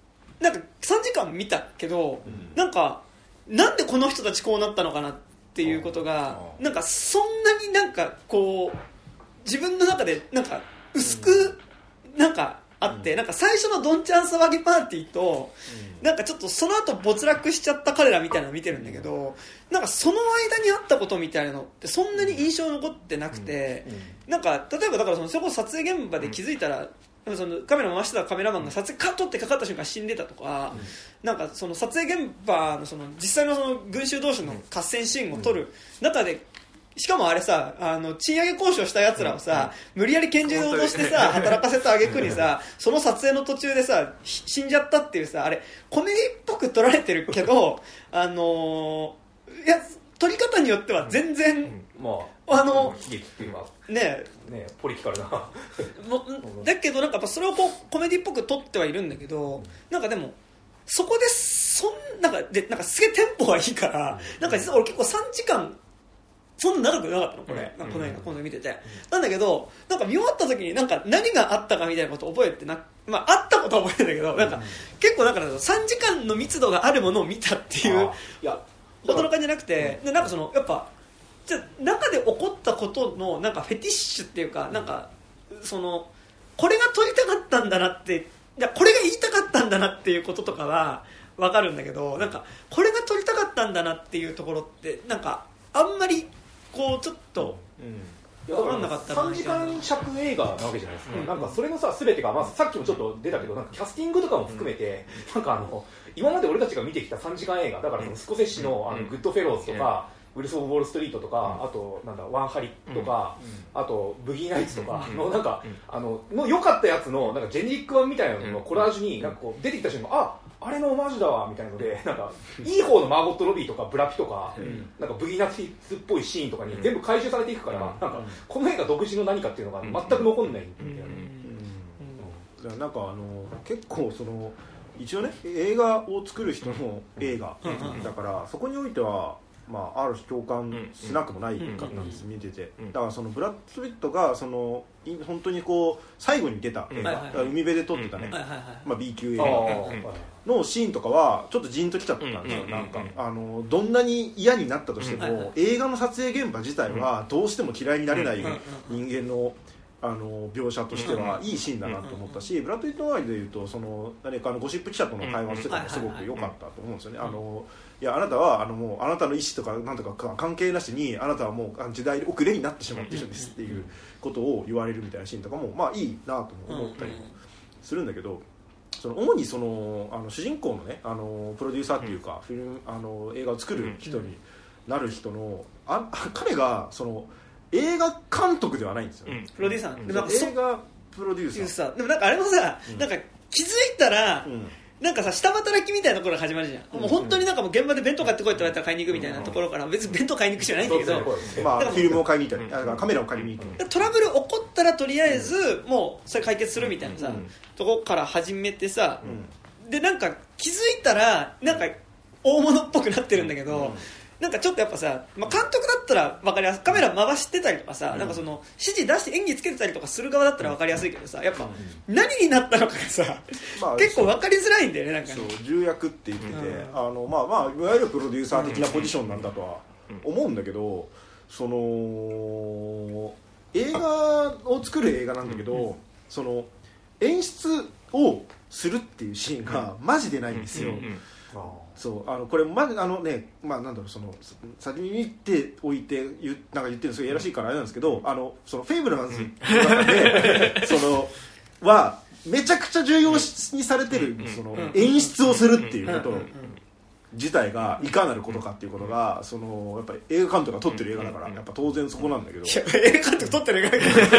なんか3時間見たけど、なんでこの人たちこうなったのかなっていうことがなんかそんなになんかこう自分の中でなんか薄くなんかあって、なんか最初のどんちゃん騒ぎパーティーとなんかちょっとその後没落しちゃった彼らみたいなの見てるんだけど、なんかその間にあったことみたいなのってそんなに印象残ってなくて、なんか例えばだからそれこそ撮影現場で気づいたらそのカメラ回してたカメラマンが撮影カットってかかった瞬間死んでたとか、なんかその撮影現場のその実際のその群衆同士の合戦シーンを撮る中で、しかもあれさ、賃上げ交渉したやつらをさ、無理やり拳銃で脅してさ働かせた挙句にさ、その撮影の途中でさ死んじゃったっていうさ、あれコメディっぽく撮られてるけどいや撮り方によっては全然、 悲劇っていうかねポリティカルなだけどなんかやっぱそれをこうコメディっぽく撮ってはいるんだけど、なんかでもそこでなんかすげえテンポがいいから、なんか実は俺結構3時間そんな長くなかったのこれ、この映画今度見てて、なんだけどなんか見終わった時になんか何があったかみたいなことを覚えてあったことは覚えてんだけど、なんか結構だから3時間の密度があるものを見たっていうほどの感じじゃなくて、でなんかそのやっぱじゃ中で起こったことのなんかフェティッシュっていうか、なんかそのこれが撮りたかったんだなって、いやこれが言いたかったんだなっていうこととかは分かるんだけど、なんかこれが撮りたかったんだなっていうところってなんかあんまりこうちょっと分かんなかったな。 3時間尺映画なわけじゃないですか、なんかそれのさ全てが、さっきもちょっと出たけどなんかキャスティングとかも含めて、なんか今まで俺たちが見てきた3時間映画だから、そのスコセッシのグッドフェローズとか、ウルフ・オブ・ウォール・ストリートとか、あとなんだワンハリとか、あとブギーナイツとかのなんかの良かったやつのなんかジェネリック版みたいなののコラージュになんかこう出てきた瞬間、あれのオマージュだわみたいなので、なんかいい方のマーゴット・ロビーとかブラピとか、なんかブギーナイツっぽいシーンとかに全部回収されていくから、なんかこの映画独自の何かっていうのが全く残んないみたいな。 なんか結構その一応ね映画を作る人の映画だから、そこにおいてはある種共感しなくもないかったんです、見てて。だからそのブラッド・ピットがその本当にこう最後に出た映画、海辺で撮ってたね、B 級映画のシーンとかはちょっとジーンときちゃったんですよ。なんかどんなに嫌になったとしても、映画の撮影現場自体はどうしても嫌いになれない人間の描写としてはいいシーンだなと思ったし、ブラッド・ピット周りでいうとその誰かゴシップ記者との会話をしてたのもすごく良かったと思うんですよね。いやあなたはもうあなたの意思とかなんとか関係なしにあなたはもう時代遅れになってしまっているんですっていうことを言われるみたいなシーンとかもいいなと思ったりするんだけど、その主にその主人公のねプロデューサーっていうか映画を作る人になる人の彼がその映画監督ではないんですよ、 プロデューサーでも映画プロデューサーでもなんかあれもさ、なんか気づいたら、なんかさ下働きみたいなところが始まるじゃん、もう本当になんかもう現場で弁当買ってこいって言われたら買いに行くみたいなところから、別に弁当買いに行くしかないんだけど、 フィルムを買いに行ったりカメラを借りに行ったり、 トラブル起こったらとりあえずもうそれ解決するみたいなさ、とこから始めてさ、でなんか気づいたらなんか大物っぽくなってるんだけど、なんかちょっとやっぱさ、監督だったら分かりやすい、カメラ回してたりとかさ、なんかその指示出して演技つけてたりとかする側だったら分かりやすいけどさ、やっぱ何になったのかがさ、結構分かりづらいんだよね。なんかそう重役って言ってて、いわゆるプロデューサー的なポジションなんだとは思うんだけど、その映画を作る映画なんだけど、その演出をするっていうシーンがマジでないんですよ。そうこれまずなんだろう、その先に見ておいてなんか言ってるのすごいやらしいからあれなんですけど、そのフェイブルマンズの中でそのはめちゃくちゃ重要にされてるその演出をするっていうこと自体がいかなることかっていうことが、そのやっぱり映画監督が撮ってる映画だからやっぱ当然そこなんだけど、 映画監督撮ってる映画だ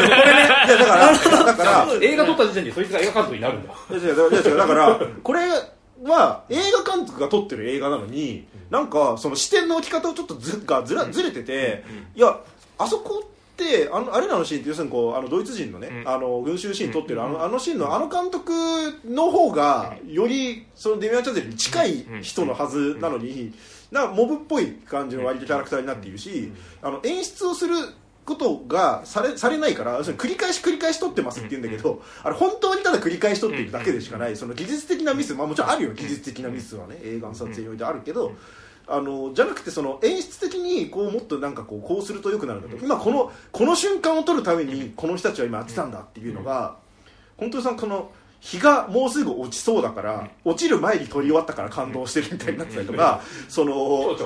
から映画撮った時点でそいつが映画監督になるんだ。 だからこれは映画監督が撮ってる映画なのに、なんかその視点の置き方をちょっとずれてて、いやあそこってあれらのシーンって要するにこうドイツ人のね群衆シーン撮ってるあのシーンの監督の方がよりそのデミアン・チャゼルに近い人のはずなのに、なんかモブっぽい感じの割とキャラクターになっているし、演出をすることがされないから繰り返し撮ってますって言うんだけど、あれ本当にただ繰り返し撮っているだけでしかない、その技術的なミス、まあもちろんあるよ、技術的なミスはね、映画の撮影においてあるけど、じゃなくてその演出的にこうもっとなんかこうすると良くなるんだと、今この瞬間を撮るためにこの人たちは今やってたんだっていうのが、本当にこの日がもうすぐ落ちそうだから落ちる前に撮り終わったから感動してるみたいになってたりとか、その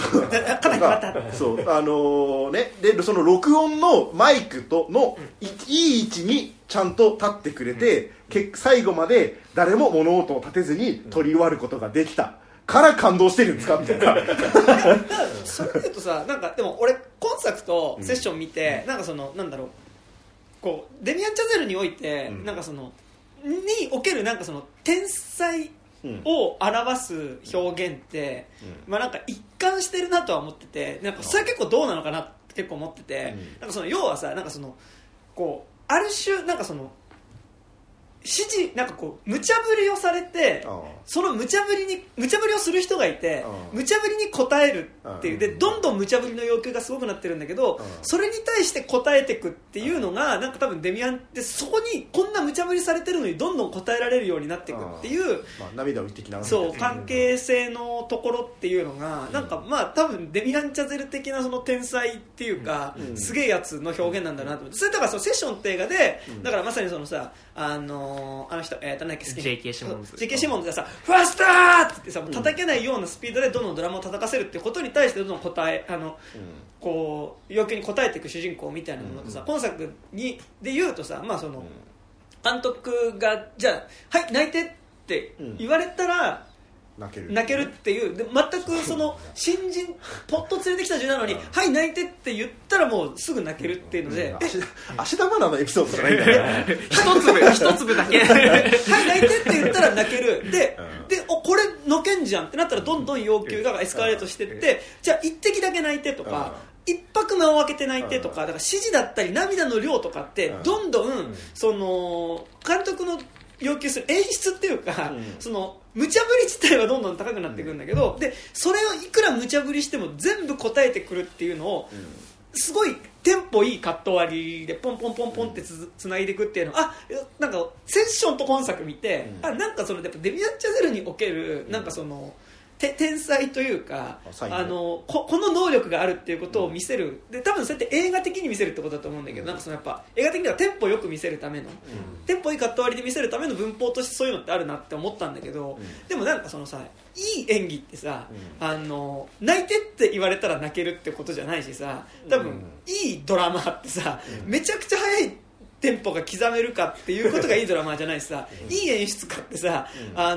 でその録音のマイクとのいい位置にちゃんと立ってくれて、最後まで誰も物音を立てずに撮り終わることができたから感動してるんですかみたいな。 それで言うとさ、なんかでも俺今作とセッション見て、なんかそのなんだろう、こうデミアン・チャゼルにおいて、なんかそのにおけるなんかその天才を表す表現って、まあなんか一貫してるなとは思ってて、なんかそれは結構どうなのかなって結構思ってて、なんかその要はさ、なんかそのこうある種なんかその指示なんかこう無茶ぶりをされて、その無茶ぶりをする人がいて、無茶ぶりに応えるっていうで、どんどん無茶ぶりの要求がすごくなってるんだけど、それに対して応えていくっていうのがなんか多分デミアンってそこにこんな無茶ぶりされてるのにどんどん応えられるようになっていくっていう、 涙を的なそう関係性のところっていうのがなんかまあ多分デミアン・チャゼル的なその天才っていうか、すげえやつの表現なんだなと思って、それだからそのセッションって映画で、だからまさにそのさあの人なんだっけ、好き J.K. シモンズ J.K. シモンズがさファスターって言ってさ、もう叩けないようなスピードでどんどんドラムを叩かせるってことに対してどんどんこう要求に応えていく主人公みたいなものとさ、今作にで言うとさ、まあその監督がじゃあはい泣いてって言われたら泣けるっていうで、全くその新人ポッと連れてきた順なのにはい泣いてって言ったらもうすぐ泣けるっていうので、 芦田愛菜のエピソードじゃないんだよ一粒だけはい泣いてって言ったら泣けるでこれのけんじゃんってなったらどんどん要求がエスカレートしてってじゃあ一滴だけ泣いてとか一拍間を空けて泣いてとか、だから指示だったり涙の量とかってどんどんその監督の要求する演出っていうか、その無茶ぶり自体はどんどん高くなっていくんだけど、でそれをいくら無茶ぶりしても全部答えてくるっていうのを、すごいテンポいいカット割りでポンポンポンポンってつないでいくっていうのなんかセッションと今作見て、なんかそのやっぱデミアン・チャゼルにおけるなんかその天才というかこの能力があるっていうことを見せるで、多分そうやって映画的に見せるってことだと思うんだけど、なんかそのやっぱ映画的にはテンポよく見せるための、テンポいいカット割りで見せるための文法としてそういうのってあるなって思ったんだけど、でもなんかそのさいい演技ってさ、泣いてって言われたら泣けるってことじゃないしさ、多分いいドラマってさ、めちゃくちゃ速いテンポが刻めるかっていうことがいいドラマーじゃないしさ、いい演出家ってさ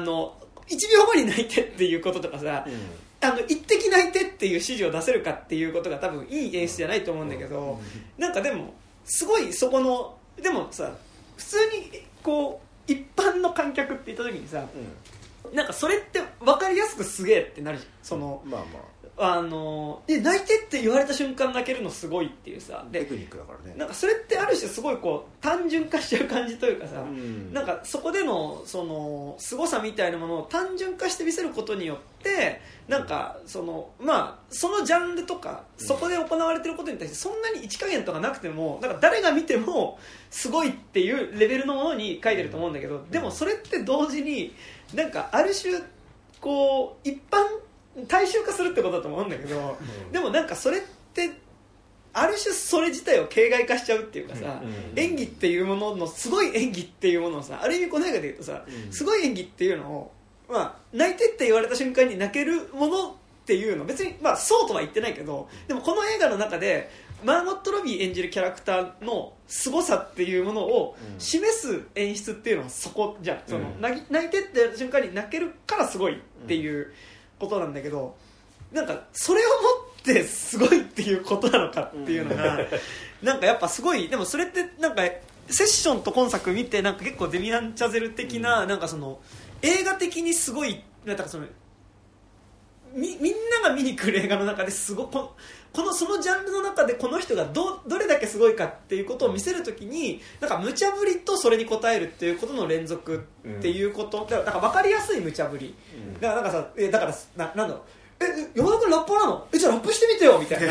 1秒後に泣いてっていうこととかさ、一滴泣いてっていう指示を出せるかっていうことが多分いい演出じゃないと思うんだけど、なんかでもすごいそこのでもさ普通にこう一般の観客って言った時にさ、なんかそれって分かりやすくすげえってなるじゃん。その泣いてって言われた瞬間泣けるのすごいっていうさ、でテクニックだからね、 なんかそれってある種すごいこう単純化しちゃう感じというかさ、なんかそこでのその凄さみたいなものを単純化して見せることによってなんかそのまあそのジャンルとかそこで行われてることに対してそんなに一加減とかなくてもなんか誰が見てもすごいっていうレベルのものに書いてると思うんだけど、でもそれって同時になんかある種こう一般大衆化するってことだと思うんだけど、でもなんかそれってある種それ自体を形骸化しちゃうっていうかさ、演技っていうもののすごい演技っていうものをさ、ある意味この映画で言うとさ、すごい演技っていうのを、まあ、泣いてって言われた瞬間に泣けるものっていうの別に、まあ、そうとは言ってないけど、でもこの映画の中でマーゴット・ロビー演じるキャラクターの凄さっていうものを示す演出っていうのはそこじゃん。その泣いてって言われた瞬間に泣けるからすごいっていうことなんだけど、なんかそれをもってすごいっていうことなのかっていうのがなんかやっぱすごい。でもそれってなんかセッションと今作見てなんか結構デミアン・チャゼル的ななんかその映画的にすごいなんかそのみんなが見に来る映画の中ですごそのジャンルの中でこの人がどれだけすごいかっていうことを見せるときになんか無茶ぶりとそれに応えるっていうことの連続っていうこと、だから分かりやすい無茶ぶり、だからなんかさだからなんだろう山田君ラッパーなの？じゃあラップしてみてよみたいな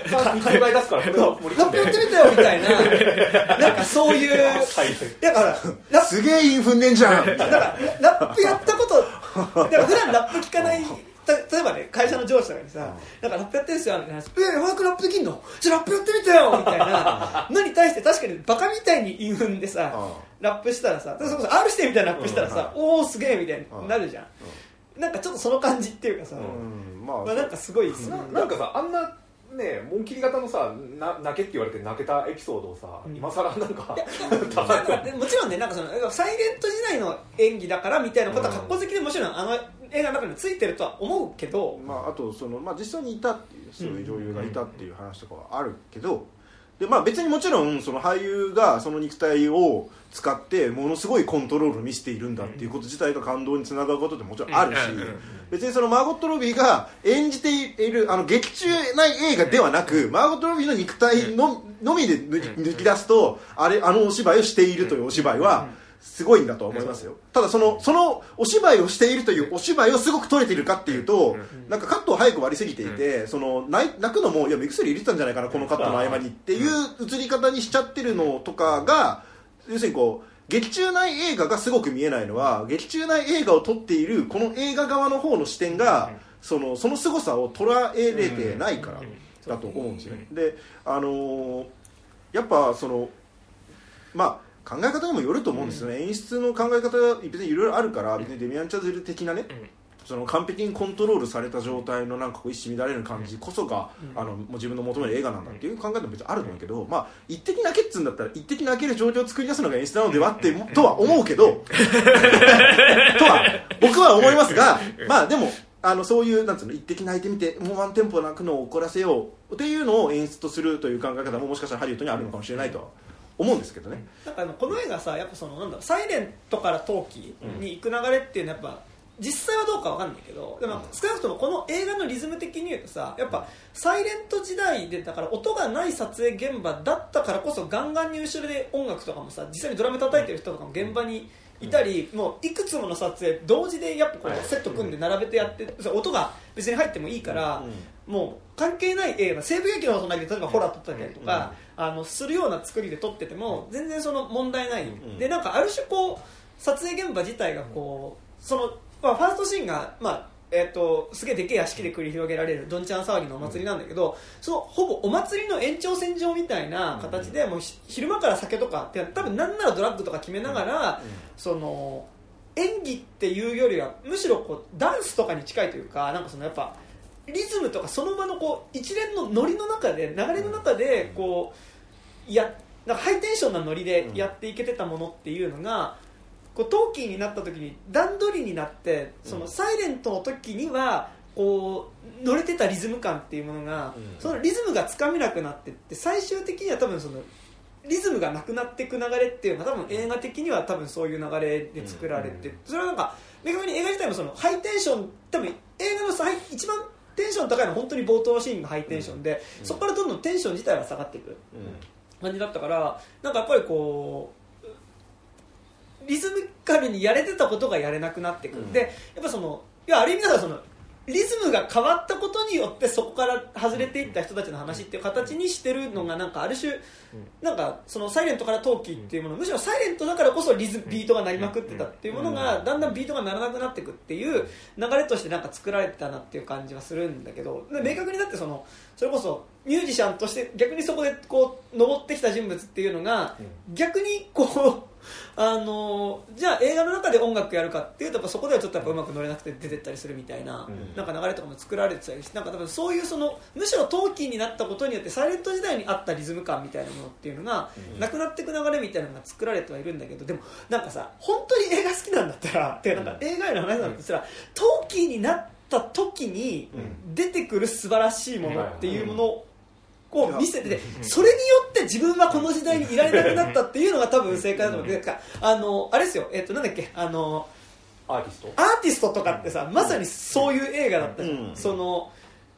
2倍出すからこれはラップやってみてよみたいななんかそういうだからすげえインフンねんじゃん。 だからラップやったことだから普段ラップ聞かない例えばね会社の上司とかにさなんかラップやってるんですよみたいな山田君ラップできんの？じゃあラップやってみてよみたいなのに対して確かにバカみたいにインフンでさラップしたらさそれこそ R してみたいなラップしたらさおーすげえみたいになるじゃん。なんかちょっとその感じっていうかさまあなんかすごいなんかさあんなね紋切り型のさ泣けって言われて泣けたエピソードをさ、今更なんかもちろんねなんかそのサイレント時代の演技だからみたいなことは格好好きでもちろんあの映画の中についてるとは思うけど、 あとその、実際にいたっていうそういう女優がいたっていう話とかはあるけど、で別にもちろんその俳優がその肉体を使ってものすごいコントロールを見せているんだっていうこと自体が感動につながることってもちろんあるし、別にそのマーゴット・ロビーが演じている劇中ない映画ではなく、マーゴット・ロビーの肉体のみで抜き出すとあのお芝居をしているというお芝居はすごいんだと思いますよ。ただそのお芝居をしているというお芝居をすごく撮れているかっていうと、なんかカットを早く割りすぎていて、その泣くのもいや目薬入れてたんじゃないかなこのカットの合間にっていう映り方にしちゃってるのとかが、要するにこう劇中内映画がすごく見えないのは、劇中内映画を撮っているこの映画側の方の視点がその凄さを捉えれてないからだと思うんですよね。でやっぱその考え方にもよると思うんですよね。演出の考え方は別にいろいろあるから、別にデミアン・チャゼル的なね、その完璧にコントロールされた状態のなんかこう一糸乱れる感じこそが、もう自分の求める映画なんだっていう考え方も別にあると思うけど、一滴泣けっつうんだったら一滴泣ける状況を作り出すのが演出なのではってとは思うけどとは僕は思いますが、でもそういうなんつうの一滴泣いてみてもうワンテンポ泣くのを怒らせようっていうのを演出とするという考え方ももしかしたらハリウッドにあるのかもしれないとは思うんですけどね。 なんかこの映画さやっぱそのなんだろうサイレントから陶器に行く流れっていうのはやっぱ実際はどうかわかんないけど、でも少なくともこの映画のリズム的に言うとさやっぱサイレント時代でだから音がない撮影現場だったからこそガンガンに後ろで音楽とかもさ実際にドラム叩いてる人とかも現場にいたり、もういくつもの撮影同時でやっぱこうセット組んで並べてやって音が別に入ってもいいから、もう関係ない映画西部劇の音だけで例えばホラー撮ったりとか、するような作りで撮ってても全然その問題ない、でなんかある種こう撮影現場自体がこうその、ファーストシーンがすげえでけえ屋敷で繰り広げられるどんちゃん騒ぎのお祭りなんだけど、そのほぼお祭りの延長線上みたいな形でもう昼間から酒とかって多分なんならドラッグとか決めながら、その演技っていうよりはむしろこうダンスとかに近いというか、なんかそのやっぱリズムとかその場のこう一連のノリの中で流れの中でこうなんかハイテンションなノリでやっていけてたものっていうのがこうトーキーになった時に段取りになって、そのサイレントの時にはこう乗れてたリズム感っていうものが、そのリズムがつかめなくなってって最終的には多分そのリズムがなくなっていく流れっていうのが多分映画的には多分そういう流れで作られて、それはなんか明確に映画自体もそのハイテンション多分映画の一番テンション高いのは本当に冒頭シーンがハイテンションで、そこからどんどんテンション自体は下がっていく感じだったから、なんかやっぱりこうリズミカルにやれてたことがやれなくなってくる、でやっぱそのある意味だからそのリズムが変わったことによってそこから外れていった人たちの話っていう形にしてるのがなんかある種なんかそのサイレントから陶器っていうもの、むしろサイレントだからこそビートが鳴りまくってたっていうものがだんだんビートが鳴らなくなっていくっていう流れとしてなんか作られてたなっていう感じはするんだけど、明確にだってそれこそミュージシャンとして逆にそこでこう登ってきた人物っていうのが逆にこうじゃあ映画の中で音楽やるかっていうとやっぱそこではちょっとやっぱうまく乗れなくて出てったりするみたいな、なんか流れとかも作られてたりして、なんか多分そういうむしろ陶器になったことによってサイレント時代にあったリズム感みたいなものっていうのがなくなっていく流れみたいなのが作られてはいるんだけど、でもなんかさ本当に映画好きなんだったらってなんか映画への話なんだったら陶器になった時に出てくる素晴らしいものっていうものをを見せてて、それによって自分はこの時代にいられなくなったっていうのが多分正解だと思う。あれですよ、なんだっけ、アーティストとかってさ、まさにそういう映画だったじゃん。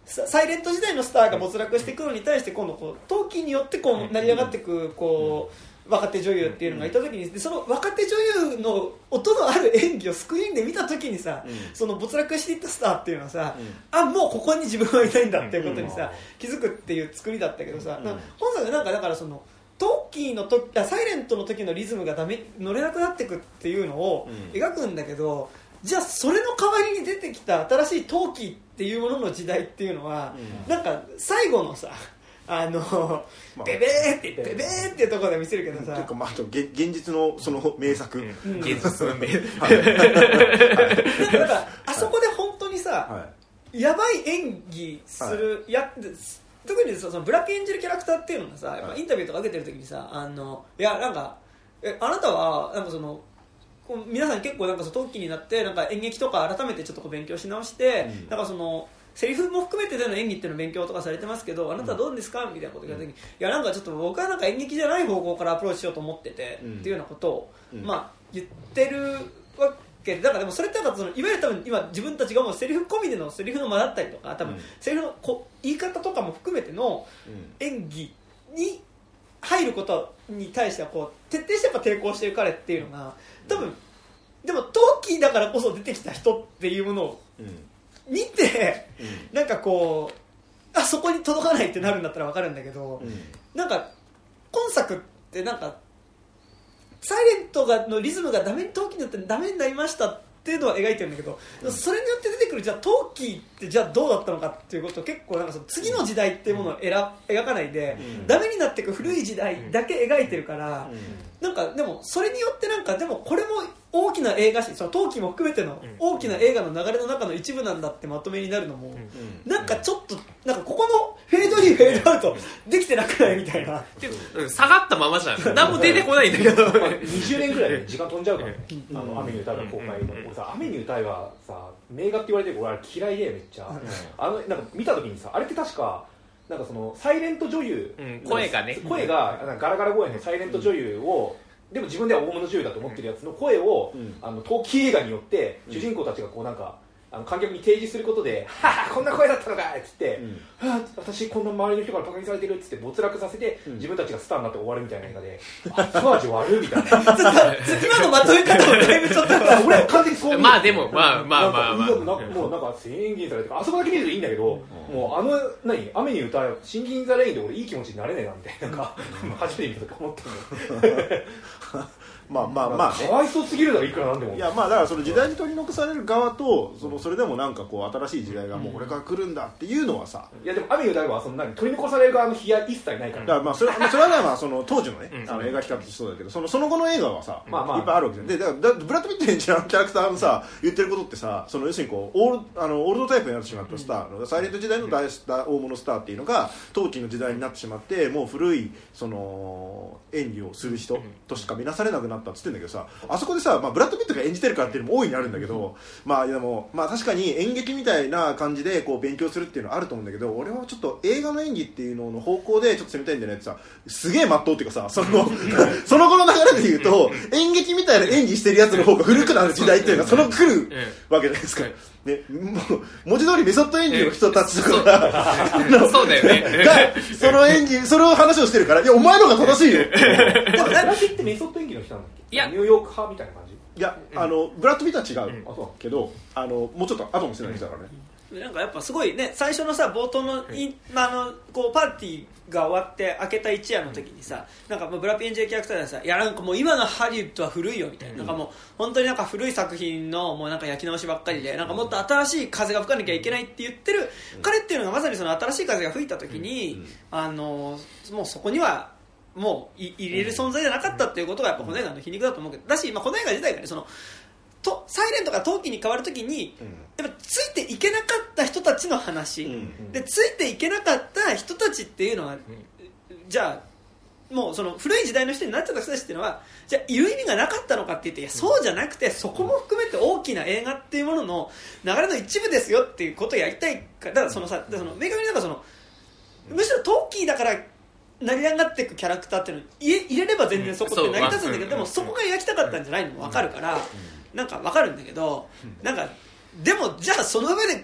サイレント時代のスターが没落していくのに対して今度こう陶器によってこう成り上がっていくこう若手女優っていうのがいた時にでその若手女優の音のある演技をスクリーンで見た時にさ、その没落していったスターっていうのはさ、あもうここに自分はいないんだっていうことにさ、気づくっていう作りだったけどさ、今作なんかだからそのトーキーの時サイレントの時のリズムが乗れなくなっていくっていうのを描くんだけど、じゃあそれの代わりに出てきた新しいトーキーっていうものの時代っていうのは、なんか最後のさベベーってベベーっていうところで見せるけどさ、 というかまあ現実のその名作、 現実の名作だからあそこで本当にさ、やばい演技する、特にそのブラピ演じるキャラクターっていうのがさ、インタビューとか受けてる時にさいやなんかあなたはなんかその皆さん結構なんか陶器になってなんか演劇とか改めてちょっとこう勉強し直して、なんかそのセリフも含めてでの演技っていうのを勉強とかされてますけど、あなたはどうですかみたいなことを言われた時に、いやなんかちょっと僕はなんか演劇じゃない方向からアプローチしようと思ってて、っていうようなことを、まあ言ってるわけで、だからでもそれってなんかそのいわゆる多分今自分たちがもうセリフ込みでのセリフの間だったりとか、多分セリフの言い方とかも含めての演技に入ることに対してはこう徹底してやっぱ抵抗してる彼っていうのが多分、でも陶器だからこそ出てきた人っていうものを見て、なんかこうそこに届かないってなるんだったら分かるんだけど、なんか今作ってなんかサイレントのリズムが陶器によってダメになりましたっていうのは描いてるんだけど、それによって出てくるじゃあ陶器ってじゃあどうだったのかっていうことを結構なんかその次の時代っていうものを描かないで、ダメになっていく古い時代だけ描いてるから、なんかでもそれによってなんかでもこれも大きな映画史、その陶器も含めての大きな映画の流れの中の一部なんだってまとめになるのも、なんかちょっとなんかここのフェードインフェードアウトできてなくないみたいな、 下がったままじゃん、何も出てこないんだけど 20年ぐらい時間飛んじゃうからね、雨に歌うが公開の、俺さ雨に歌うがさ名画って言われてる俺あれ嫌いでめっちゃ、なんか見た時にさあれって確かなんかそのサイレント女優、 声がガラガラ声のサイレント女優を、でも自分では大物女優だと思ってるやつの声を、陶器映画によって主人公たちがこうなんか観客に提示することで、はぁこんな声だったのかっつって、私こんな周りの人からバカにされてるっつって没落させて、自分たちがスターになって終わるみたいな映画で、後味悪いみたいな今のまとめ方もだいぶちょっと俺完全にそうまあでもまあもうなんか宣言されてあそこだけ見るといいんだけど、もう雨に歌うシンギン・ザ・レインで俺いい気持ちになれねえなみたいな、なんか初めて見たとか思ってるまあかわいそうすぎるだろいくらなんでも。 いやまあだからその時代に取り残される側とそれでもなんかこう新しい時代がもうこれから来るんだっていうのはさ、 いやでも雨に歌えばその取り残される側の悲哀一切ないから。 だからまあそれはまあその当時のね描き方とそうだけど、その後の映画はさいっぱいあるわけで、だからブラッド・ピット演じるキャラクターのさ言ってることってさ、その要するにこうオールドタイプになってしまったスター、サイレント時代の大物スターっていうのが陶器の時代になってしまって、もう古いその演技をする人としか見なされなくなったっつってんだけどさ、あそこでさ、ブラッド・ピットが演じてるからっていうのも大いにあるんだけど、でも確かに演劇みたいな感じでこう勉強するっていうのはあると思うんだけど、俺はちょっと映画の演技っていうのの方向でちょっと攻めたいんだよねってさ、すげえまっとうっていうかさ、その後の流れで言うと演劇みたいな演技してるやつの方が古くなる時代っていうのが来るわけじゃないですか。ね、文字通りメソッド演技の人たちとかがそうだよねその演技、それを話をしてるから、いやお前の方が正しいよでもブラピってメソッド演技の人なんだっけ？ いやニューヨーク派みたいな感じ？ いやブラッド・ピットは違うけど、もうちょっと後の世代の人だからね。 なんかやっぱすごいね、最初のさ冒頭のこうパーティーが終わって開けた一夜の時にさ、なんかもうブラピ演じるキャラクターでさ、いやなんかもう今のハリウッドは古いよみたいな、なんかもう本当になんか古い作品のもうなんか焼き直しばっかりで、なんかもっと新しい風が吹かなきゃいけないって言ってる彼っていうのがまさにその新しい風が吹いた時に、もうそこにはもう入れる存在じゃなかったっていうことがやっぱこの映画の皮肉だと思うけど、だし、この映画自体がね、サイレントが陶器に変わるときに、やっぱついていけなかった人たちの話、でついていけなかった人たちっていうのは、じゃあもうその古い時代の人になっちゃった人たちっていうのはじゃあいる意味がなかったのかって言って、いやそうじゃなくて、そこも含めて大きな映画っていうものの流れの一部ですよっていうことをやりたいから、だからその明確になんかむしろ陶器だから成り上がっていくキャラクターっていうのを入れれば全然そこって成り立つんだけど、でもそこが描きたかったんじゃないのも分かるから、なんか分かるんだけど、なんかでもじゃあその上で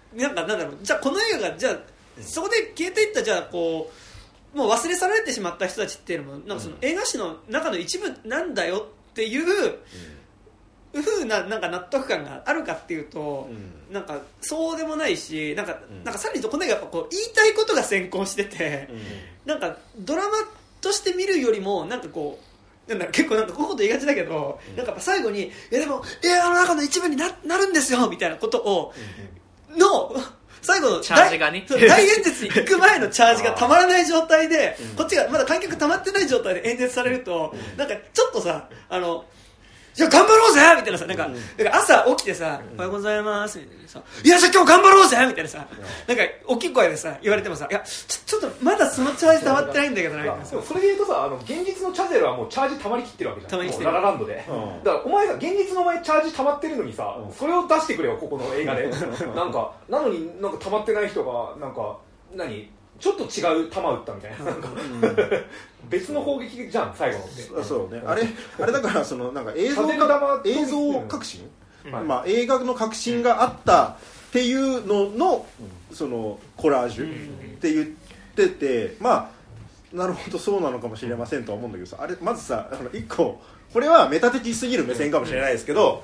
なんだろう、じゃあこの映画がじゃあそこで消えていった、じゃあこうもう忘れ去られてしまった人たちっていうのもなんかその映画史の中の一部なんだよっていう風ななんか納得感があるかっていうと、なんかそうでもないし、なんかさらにこの映画やっぱこう言いたいことが先行してて、なんかドラマとして見るよりもなんかこうなんだ結構なんかこういうこと言いがちだけど、なんかやっぱ最後にいやでも映画の中の一部に なるんですよみたいなことをの最後のチャージがね大演説に行く前のチャージがたまらない状態で、こっちがまだ観客たまってない状態で演説されると、なんかちょっとさじゃあ頑張ろうぜみたいなさ、なんか朝起きてさ、おはようございますみたいなさ、いやじゃあ今日頑張ろうぜみたいなさ、なんか大きい声でさ言われてもさ、いやちょっとまだそのチャージ溜まってないんだけどなみたいな。 でもそれで言うとさ、現実のチャゼルはもうチャージ溜まりきってるわけじゃん。 溜まりきってるララランドで、だからお前が現実のお前チャージ溜まってるのにさ、それを出してくれよここの映画でなんかなのになんか溜まってない人がなんかちょっと違う球打ったみたいな、なんか別の砲撃じゃん最後のって。 そうね、あれだからそのなんか映像革新、まあ映画の革新があったっていうののそのコラージュって言ってて、まあなるほどそうなのかもしれませんとは思うんだけどさ、あれまずさ一個これはメタ的すぎる目線かもしれないですけど、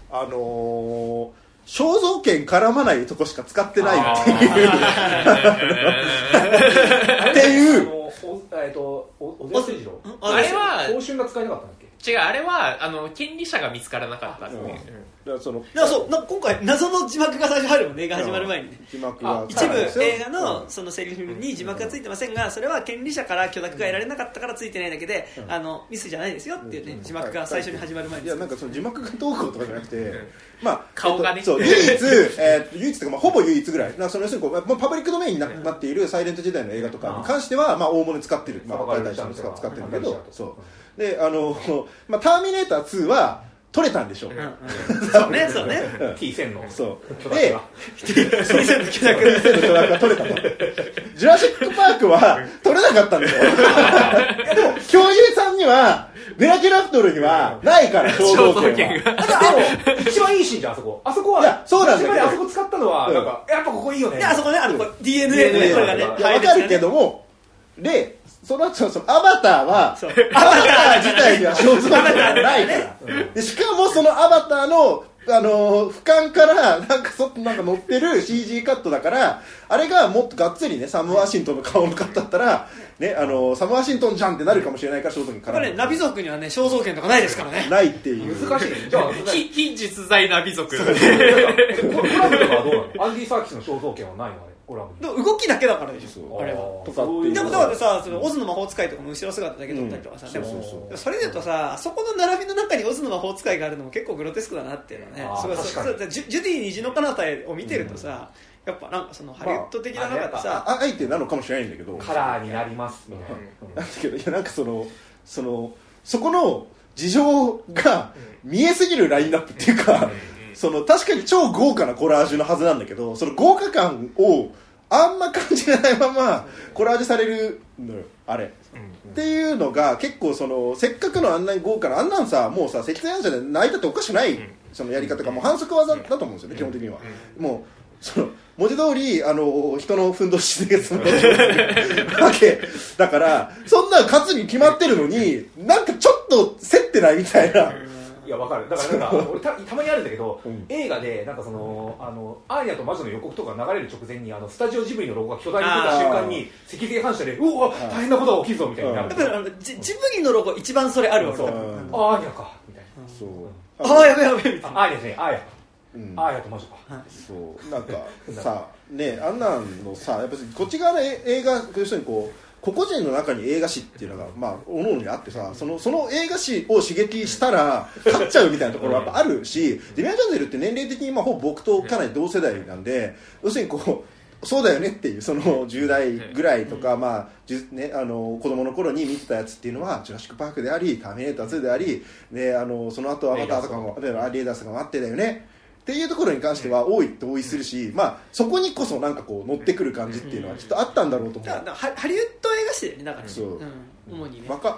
肖像権絡まないとこしか使ってないっていうっていう小田誠二郎あれは報酬が使えなかったんだっけ。 違う、あれは権利者が見つからなかったんですね。 だからそうなんか今回謎の字幕が最初入るもんね、映画始まる前にね。 字幕が一部映画のそのセリフに字幕がついてませんが、それは権利者から許諾が得られなかったからついてないだけで、ミスじゃないですよっていうね、字幕が最初に始まる前に。 いやなんかその字幕がどうこうとかじゃなくて、まあ顔がね、 そう唯一というかまあほぼ唯一ぐらい、なんかその要するにこうパブリックドメインになっているサイレント時代の映画とかに関してはまあ大物に使ってる、まあ大体使ってるんだけど、そうでまあターミネーター2は取れたんでしょう。 そうね、そうね。 T1000 のそうで T1000 の許諾が取れたと。ジュラシックパークは取れなかったんですよ。でも恐竜さんにはベラキュラプトルにはないから肖像権が。 一番いいシーンじゃんあそこ。あそこは。 いやそうなんだけど。 あそこ使ったのはなんかやっぱここいいよね。 であそこねDNA のこれがね。 わかるけどもで。その後アバターはアバター自体には肖像権がないからでしかもそのアバターの俯瞰からなんか乗ってる CG カットだからあれがもっとがっつりねサム・ワシントンの顔のカットだったらねサム・ワシントンじゃんってなるかもしれないから肖像権からナビ族にはね肖像権とかないですからね。 ないっていう難しい。じゃあ非実在ナビ族。 コラムとかはどうなの？アンディ・サーキスの肖像権はないの？ でも動きだけだからでしょあれは。 とかっていうでもだからさ、オズの魔法使いとかも後ろ姿だけ撮ったりとかさ、でもそれで言うとさ、あそこの並びの中にオズの魔法使いがあるのも結構グロテスクだなっていうのはね。ジュディ虹の彼方へを見てるとさ、やっぱなんかそのハリウッド的な中でさ、 あえてなのかもしれないんだけど、 カラーになりますみたいな。 なんだけどいやなんかそこの事情が見えすぎるラインナップっていうか、確かに超豪華なコラージュのはずなんだけど、その豪華感をあんま感じないままコラージュされるのよあれ、っていうのが結構せっかくのあんなに豪華なあんなんさもうさ積載暗者で泣いたっておかしくない、そのやり方がもう反則技だと思うんですよね、基本的には。もう文字通り人のふんどしで済むわけだからそんな勝つに決まってるのになんかちょっと競ってないみたいな。 いやわかる。だからなんか俺たまにあるんだけど、映画でなんかアーニャと魔女の予告とか流れる直前にスタジオジブリのロゴが巨大に出た瞬間に赤外反射でうわ大変なことが起きるぞみたいになる。 だからジブリのロゴ一番それあるわけ。 アーニャかみたいな。 そうやべみたいな。 アーニャじゃねえアーヤ。アーヤと魔女か。 そうなんかさねあんなんのさやっぱこっち側の映画というに個々人の中に映画史っていうのがまあ各々にあってさ、その映画史を刺激したら勝っちゃうみたいなところはやっぱあるし、デミアン・チャゼルって年齢的にまあほぼ僕とかなり同世代なんで、要するにそうだよねっていう10代ぐらいとか、まあね、子供の頃に見てたやつっていうのはジュラシック・パークでありターミネーター2であり、ね、その後アバターとかもレーダースとかもあってだよねっていうところに関しては多いって同意するし、まあ、そこにこそなんか乗ってくる感じっていうのはきっとあったんだろうと思う。 ハリウッド映画史だよねだからね。 そう、 主にね。 バカ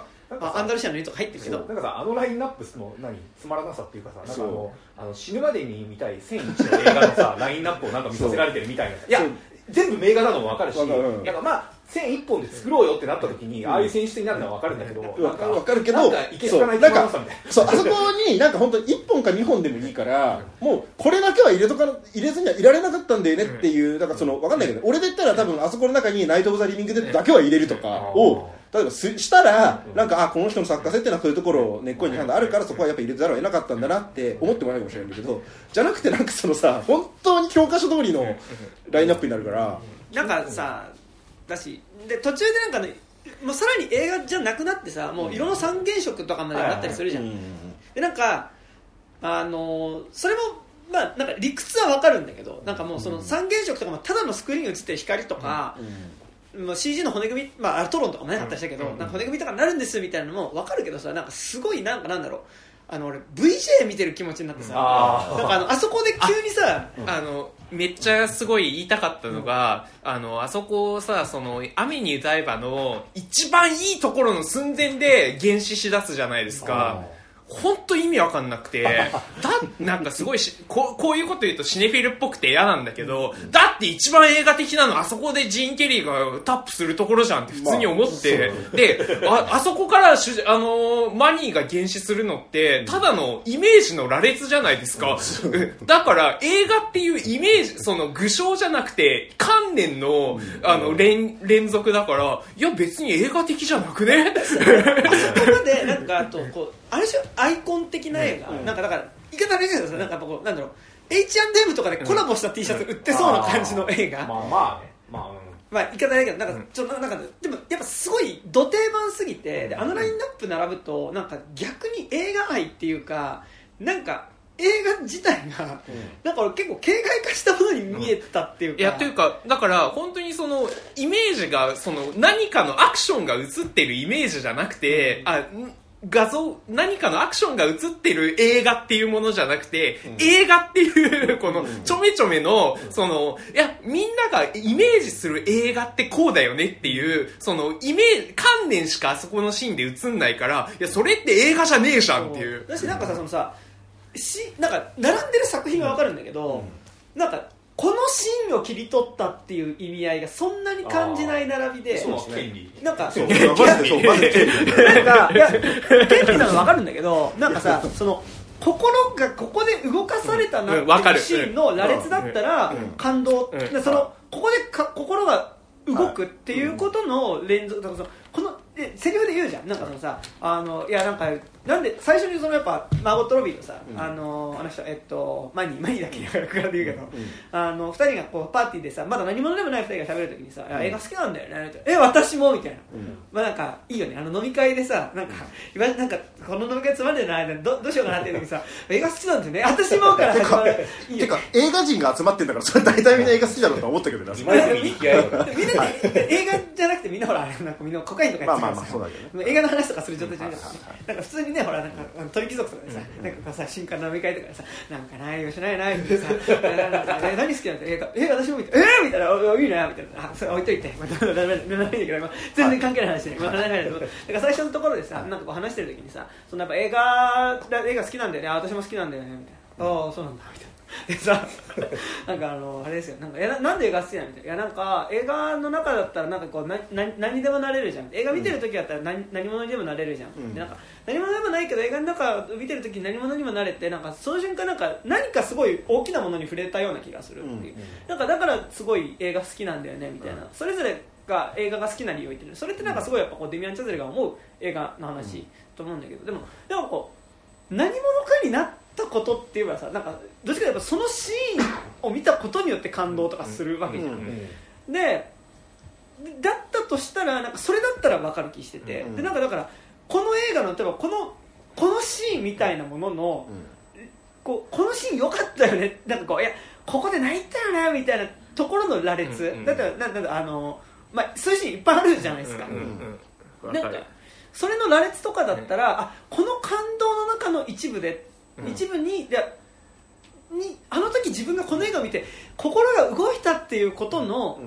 アンダルシアの犬とか入ってるけど、 なんかさあのラインナップのつまらなさっていうかさ、なんか死ぬまでに見たい1001の映画のさラインナップをなんか見させられてるみたいな、いや全部名画なのも分かるし、なんかまあ1001本で作ろうよってなった時に、ああいう選出になるのは分かるんだけど、 分かるけど、 なんかいけすかないつまらなさみたいな、 そうあそこになんか本当に1本か2本でもいいから、もうこれだけは入れずにはいられなかったんだよねっていう、だからその分かんないけど、俺で言ったら多分あそこの中にナイト・オブ・ザ・リビング・デッドだけは入れるとかを例えばしたら、なんかこの人の作家性っていうのはそういうところ根っこにあるから、そこはやっぱ入れざるを得なかったんだなって思ってもらえるかもしれないんだけど、じゃなくてなんかそのさ本当に教科書通りのラインナップになるから、なんかさだしで途中でなんかね、もうさらに映画じゃなくなってさ、もう色の三原色とかまでなったりするじゃん。でなんかそれもまあなんか理屈はわかるんだけど、なんかもうその三原色とかもただのスクリーンに映ってる光とか、CG の骨組み、まあトロンとかもねあったりしたけど、なんか骨組みとかになるんですみたいなのもわかるけどさ、なんかすごいなんかなんだろう。俺 VJ 見てる気持ちになってさ、なんかあそこで急にさ、 めっちゃすごい言いたかったのが、あそこさ、その雨に歌えばの一番いいところの寸前で原始しだすじゃないですか。本当意味わかんなくて、なんかすごいこういうこと言うとシネフィルっぽくて嫌なんだけど、だって一番映画的なのあそこでジーン・ケリーがタップするところじゃんって普通に思って、であそこからマニーが原始するのってただのイメージの羅列じゃないですか。だから映画っていうイメージ、その具象じゃなくて観念の連続だから、いや別に映画的じゃなくね。 あそこまでなんかあれでしょ、アイコン的な映画、なんかだから言い方悪いけどさ、なんかこうなんだろう、 H&M とかでコラボした T シャツ売ってそうな感じの映画、まあ言い方悪いけど、なんかちょっとなんかでもやっぱすごいド定番すぎて、でラインナップ並ぶとなんか逆に映画愛っていうか、なんか映画自体がなんか結構形骸化したものに見えたっていうか、 いやというかだから本当にそのイメージがその何かのアクションが映ってるイメージじゃなくて、画像、何かのアクションが映ってる映画っていうものじゃなくて、映画っていうこのちょめちょめのその、いやみんながイメージする映画ってこうだよねっていうその観念しかあそこのシーンで映んないから、いやそれって映画じゃねえじゃんっていう。 だしなんかさ、そのさなんか並んでる作品はわかるんだけど、なんかこのシーンを切り取ったっていう意味合いがそんなに感じない並びで、なんか権利なの分かるんだけど、なんかさ、その心がここで動かされたなっていうシーンの羅列だったら感動、そのここで心が動くっていうことの連続、このセリフで言うじゃん、なんかそのさ、いやなんで最初にそのやっぱマーゴット・ロビーのさ、あの人マニーだっけ役柄で言うけど、2人がこうパーティーでさ、まだ何者でもない2人が喋るときにさ、映画好きなんだよねって、私もみたいな、まあなんかいいよね、飲み会でさ、なんかこの飲み会つまんでないどうしようかなっていうときにさ、映画好きなんだよね、私もから始まる。 てか映画人が集まってんだから、それ大体みんな映画好きだろうと思ったけどな。 みんな映画じゃなくてみんなほらなんかみんなコカインとかやってるからさ、映画の話とかする状態じゃないから、なんか普通にね、ほらなんか鳥貴族とかでさ、なんかさ新刊の飲み会とかでさ、なんかないよしないないってさ、何好きなんだよ、映画私も見てみたいな、いいなみたいな、それ置いといて、全然関係ない話ね、だから最初のところでさ、なんかこう話してる時にさ、そのやっぱ映画好きなんだよね、私も好きなんだよねみたいな、ああそうなんだみたいな。でさ、なんかあれですよ、なんかなんで映画好きなのみたいな、いやなんか映画の中だったらなんかこう何でもなれるじゃん、映画見てる時だったら何者にでもなれるじゃん、でなんか何者でもないけど映画の中見てる時に何者にもなれて、なんかその瞬間なんか何かすごい大きなものに触れたような気がするっていう、なんかだからすごい映画好きなんだよねみたいな、それぞれが映画が好きな理由を言ってる、それってなんかすごいやっぱこうデミアン・チャゼルが思う映画の話と思うんだけど、でもこう何者かになったことっていうのはさ、なんかどっちかというとそのシーンを見たことによって感動とかするわけじゃん、でだったとしたらなんかそれだったら分かる気してて、でなんかだからこの映画の例えばこのシーンみたいなものの、このシーン良かったよね、なんかこういやここで泣いたよなみたいなところの羅列、だってまあそういうシーンいっぱいあるじゃないですか、なんかそれの羅列とかだったら、この感動の中の一部にあの時自分がこの映画を見て心が動いたっていうことの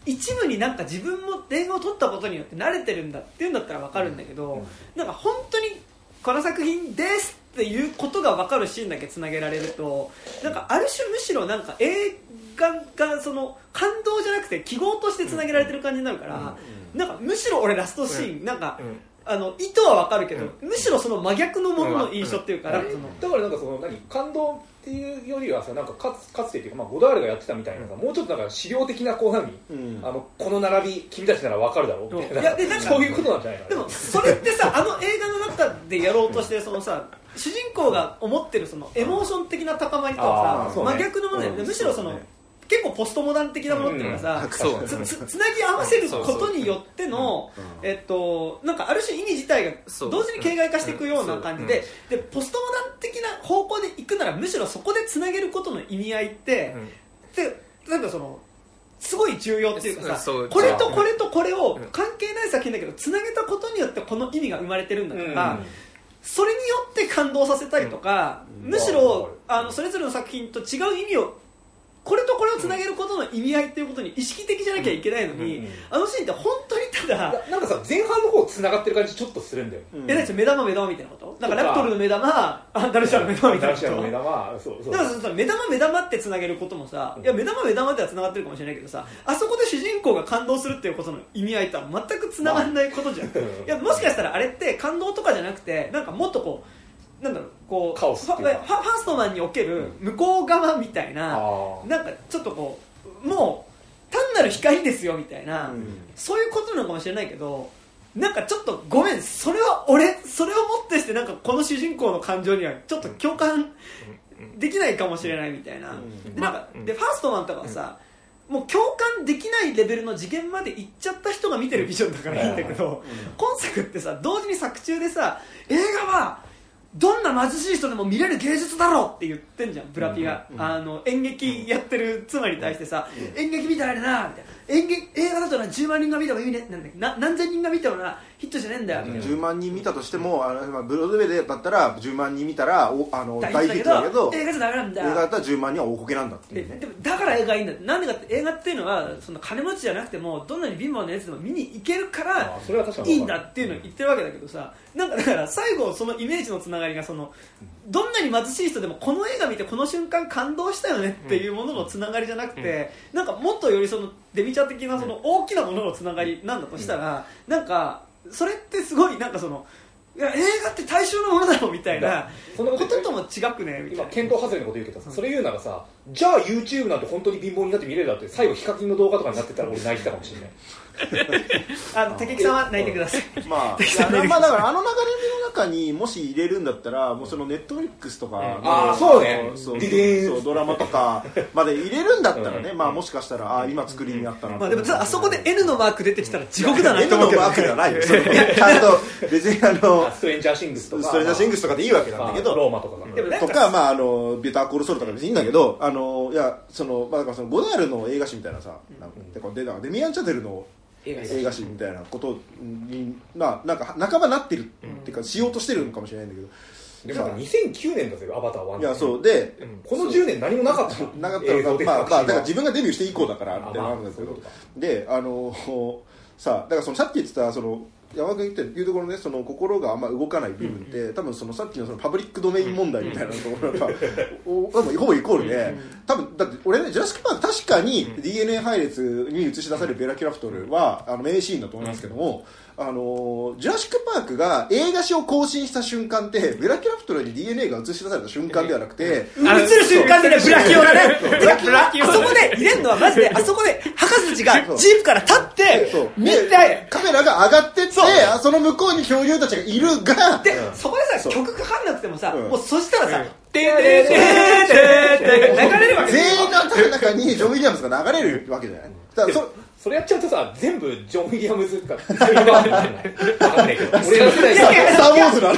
一部になんか自分も映画を撮ったことによって慣れてるんだっていうんだったら分かるんだけど、なんか本当にこの作品ですっていうことが分かるシーンだけつなげられると、なんかある種むしろなんか映画がその感動じゃなくて記号としてつなげられてる感じになるから、なんかむしろ俺ラストシーンなんか、意図は分かるけど、むしろその真逆のものの印象っていうか、 だからなんかその感動っていうよりはさ、なんかかつてっていうか、まあ、ゴダールがやってたみたいなさ、もうちょっとなんか資料的なこうこの並び君たちなら分かるだろうみたいな、いやでなんかそういうことなんじゃないかな。 でもそれってさ映画の中でやろうとしてそのさ主人公が思ってるそのエモーション的な高まりとはさ、真逆のもので、むしろその結構ポストモダン的なものっていうのがさ、つなぎ合わせることによってのなんかある種意味自体が同時に形骸化していくような感じで、ポストモダン的な方向でいくならむしろそこでつなげることの意味合いって、例えばそのすごい重要っていうかさ、これとこれとこれを関係ない作品だけどつなげたことによってこの意味が生まれてるんだとか、それによって感動させたりとか、むしろそれぞれの作品と違う意味をこれとこれをつなげることの意味合いっていうことに意識的じゃなきゃいけないのに、あのシーンって本当にただなんかさ前半の方つながってる感じちょっとするんだよ。 なんか目玉みたいなこと、なんかラプトルの目玉、ダルシアの目玉みたいなこと、 ダルシアの目玉、そうだからさ目玉ってつなげることもさ、いや目玉ではつながってるかもしれないけどさ、あそこで主人公が感動するっていうことの意味合いとは全くつながらないことじゃん。いやもしかしたらあれって感動とかじゃなくて、なんかもっとこうなんだろう、こうファーストマンにおける向こう側みたいな、なんかちょっとこうもう単なる光ですよみたいな、そういうことなのかもしれないけど、なんかちょっとごめん、それをもってしてなんかこの主人公の感情にはちょっと共感できないかもしれないみたいな。でなんかでファーストマンとかはさ、もう共感できないレベルの次元まで行っちゃった人が見てるビジョンだからいいんだけど、今作ってさ同時に作中でさ、映画はどんな貧しい人でも見れる芸術だろうって言ってんじゃんブラピが、演劇やってる妻に対してさ、演劇見たらあれなみたいな、映画だとな10万人が見ても意味ねなんだっけ、何千人が見てもなヒットじゃねえんだよ、 10万人見たとしてもブロードウェイでだったら10万人見たら大ヒットだけど、 映画じゃダメなんだ、 映画だったら10万人は大こけなんだっていう、ね、 でもだから映画いいんだって。なんでかって映画っていうのはその金持ちじゃなくてもどんなに貧乏なやつでも見に行けるからいいんだっていうのを言ってるわけだけどさ、なんかだから最後そのイメージのつながりがそのどんなに貧しい人でもこの映画見てこの瞬間感動したよねっていうもののつながりじゃなくて、なんかもっとよりそのデミチャ的なその大きなもののつながりなんだとしたら、なんかそれってすごいなんかそのいや映画って対象のものだろうみたいなこととも違くねみたいな。 今検討外れのこと言うけどさ、それ言うならさ、じゃあ YouTube なんて本当に貧乏になって見れるだって最後ヒカキンの動画とかになってたら俺泣いてたかもしれない。 竹木さんは泣いてください。 まあだから流れの中にもし入れるんだったらもうそのネットフリックスとかそうね、 そうドラマとかまで入れるんだったらね、まあもしかしたら今作りにあったな。 まあでもあそこで N のマーク出てきたら地獄だなと思うけど。 N のマークではないよ。ちゃんと別にストレンジャーシングスとかストレンジャーシングスとかでいいわけなんだけど、 ローマとかとかまあビューターコールソウルとか別にいいんだけど、いやそのまあだからそのゴダールの映画史みたいなさ、デミアン・チャゼルの映画史みたいなことになんか半ばなってるっていうかしようとしてるのかもしれないんだけど、 でも2009年だぜアバター1。 いやそうで、 この10年何もなかったなかったのがまあだから自分がデビューして以降だからってなるんですけど、でさだからそのさっき言ってたその山田君言ってるところね、その心があんま動かない部分って、多分そのさっきのそのパブリックドメイン問題みたいなところが多分ほぼイコールで、多分だって俺ねジュラシックパーク確かに DNA 配列に映し出されるベラ・キュラフトルは名シーンだと思いますけども、ジュラシックパークが映画史を更新した瞬間ってベラ・キュラフトルに DNA が映し出された瞬間ではなくて、 映る瞬間でねブラキオがねあそこで入れるのはマジであそこで博士たちがジープから立って見てカメラが上がってってその向こうに恐竜たちがいるがでそこでさ曲かかんなくてもさ、もうそしたらさ流れるわけ。 全員の頭の中にジョン・ウィリアムズが流れるわけじゃない。だからそれやっちゃうとさ全部ジョン・ウィリアムズか分かんないけど俺ら世代スター・ウォーズの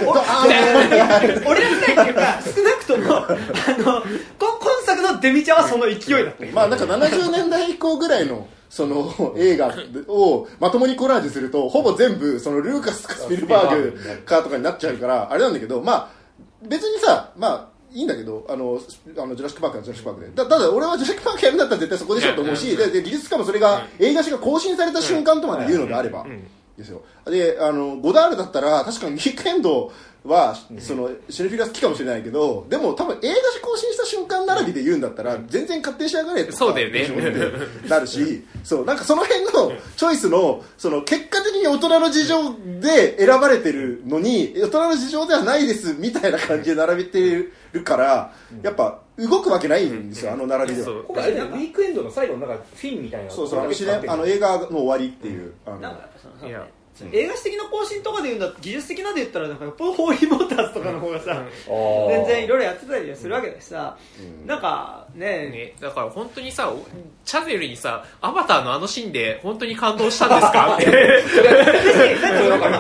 俺ら世代っていうか少なくとも今作のデミチャはその勢いだった。 まあなんか70年代以降ぐらいのその映画をまともにコラージュするとほぼ全部そのルーカスかスピルバーグかとかになっちゃうからあれなんだけど、まあ別にさまあいいんだけどジュラシックパークはジュラシックパークでただ俺はジュラシックパークやるんだったら絶対そこでしょと思うし、で技術家もそれが映画史が更新された瞬間とまで言うのであればですよ。でゴダールだったら確かにウィークエンドはそのシネフィラス好きかもしれないけど、でも多分映画史更新した瞬間並びで言うんだったら全然勝手にしやがれとかそうだよねってなるし、そうなんかその辺のチョイスのその結果的に大人の事情で選ばれてるのに大人の事情ではないですみたいな感じで並べてるからやっぱ動くわけないんですよ、あの並びでは。 今回ウィークエンドの最後のなんかフィンみたいなそう映画の終わりっていうなんかやっぱそのいや映画史的な更新とかで言うんだ技術的なで言ったらなんかよっぽどホーリーモーターズとかの方がさ、全然いろいろやってたりするわけだしさ、なんかねだから本当にさチャゼルにさアバターのあのシーンで本当に感動したんですかってアバタ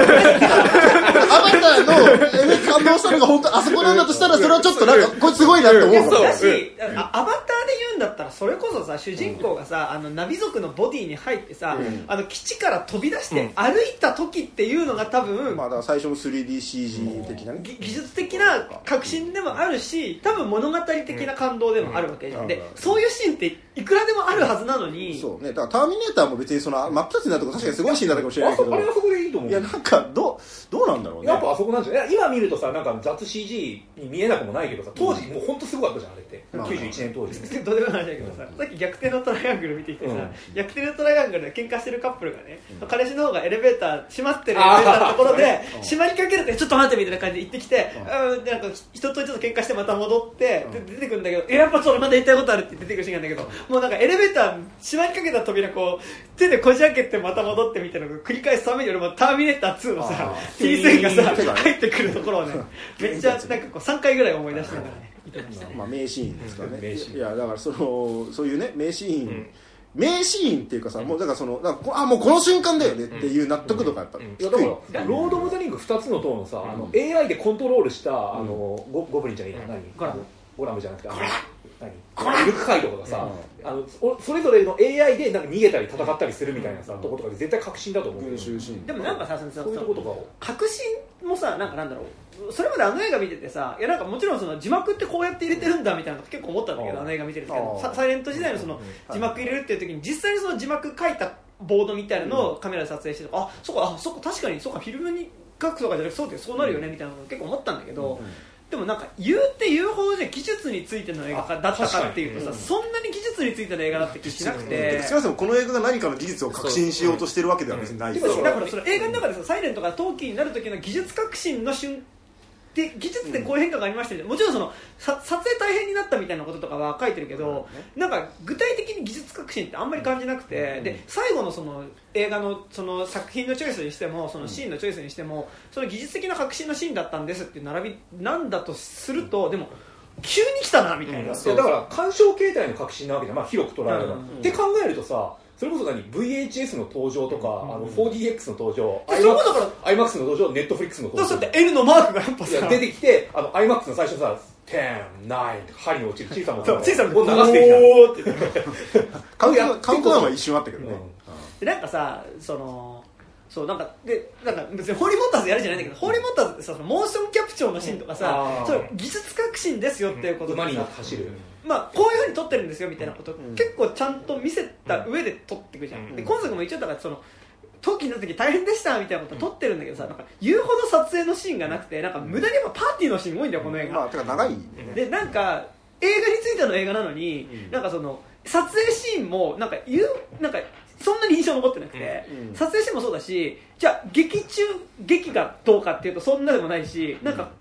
ーの感動したのが本当あそこなんだとしたらそれはちょっとなんかこれすごいなって思うだし、アバターで言うんだったらそれこそさ主人公がさナビ族のボディに入ってさ、基地から飛び出して歩いた時っていうのが多分、 まあ、だから最初の 3DCG 的なね技術的な革新でもあるし多分物語的な感動でもあるわけじゃん、でそういうシーンっていくらでもあるはずなのに、 そうね、だからターミネーターも別にその真っ二つになるとこ確かにすごいシーンだったかもしれないけどあれはそこでいいと思う。 いやなんかどうなんだろうね。 やっぱあそこなんじゃない。今見るとさなんか雑 CG に見えなくもないけどさ当時もう本当すごかったじゃんあれって、91年当時どうでもないんだけどさ、さっき逆転のトライアングル見てきてさ、逆転のトライアングルで喧嘩してるカップルがね、彼氏の方がエレベーター閉まってるエレベーターのところで閉まりかけるってちょっと待ってみたいな感じで行ってきて、でなんか人とちょっと喧嘩してまた戻ってで出てくるんだけど、やっぱそれまだ言いたいことあるって出てくるシーンなんだけど、もうなんかエレベーター閉まりかけた扉こう手でこじ開けてまた戻ってみたいなのを繰り返すために俺もターミネーター2のさ T 線がさ入ってくるところをねめっちゃなんかこう3回ぐらい思い出しながらね見てましたね。 まあ名シーンですからね。 名シーンいやだからそういうね名シーン、名シーンっていうかさ、もうだからもうこの瞬間だよねっていう納得度がやっぱ低い。 いやだからロード・オブ・ザ・リング2つの塔のさ、AI でコントロールしたゴブリンじゃねえや、ゴラムじゃなくてイルクカイとかがさ、それぞれの AI でなんか逃げたり戦ったりするみたいなさ、とことかで絶対革新だと思う。 でもなんかさそういうとことかを革新もさなんだろう、それまであの映画見ててさ、いやなんかもちろんその字幕ってこうやって入れてるんだみたいなの結構思ったんだけど、あの映画見てるんですけど、サイレント時代のその字幕入れるっていう時に実際にその字幕書いたボードみたいなのをカメラで撮影してとか、そこ確かにそうかフィルムに書くとかじゃなくてそうなるよねみたいなの結構思ったんだけど、でもなんか言うほどじゃ技術についての映画だったかっていうとさ、そんなに技術についての映画だって気しなくて、 すみませんこの映画が何かの技術を革新しようとしてるわけでは別にないです。 だからその映画の中でさサイレントが陶器になる時の技術革新ので技術でこういう変化がありましたよね、もちろんその撮影大変になったみたいなこととかは書いてるけど、なんか具体的に技術革新ってあんまり感じなくて、で最後のその映画のその作品のチョイスにしてもそのシーンのチョイスにしてもその技術的な革新のシーンだったんですっていう並びなんだとすると、でも急に来たなみたいな、 だから鑑賞形態の革新なわけじゃん、広く捉えれば、って考えるとさそれこそVHS の登場とか、4DX の登場、IMAX の登場、Netflix の登場、 そうって L のマークがやっぱさ出てきてIMAX の最初さ10、9って針に落ちる小さなものを流小さなしてきた。 カウントダウンは一瞬あったけどね。 でなんかさそうなんか別にホーリーモーターズやるじゃないんだけど、ホーリーモーターズってさモーションキャプチャーのシーンとかさ、それ技術革新ですよっていうことで馬に乗って走る、 まあこういう風に撮ってるんですよみたいなこと、結構ちゃんと見せた上で撮っていくじゃん。で今作も一応だからその陶器になった時大変でしたみたいなこと撮ってるんだけどさ、なんか言うほど撮影のシーンがなくて、なんか無駄にやっぱパーティーのシーン多いんだよこの映画。 まあてか長いでなんか映画についての映画なのに、なんかその撮影シーンもなんかそんなに印象残ってなくて、撮影シーンもそうだし、じゃあ劇がどうかっていうとそんなでもないし、なんだ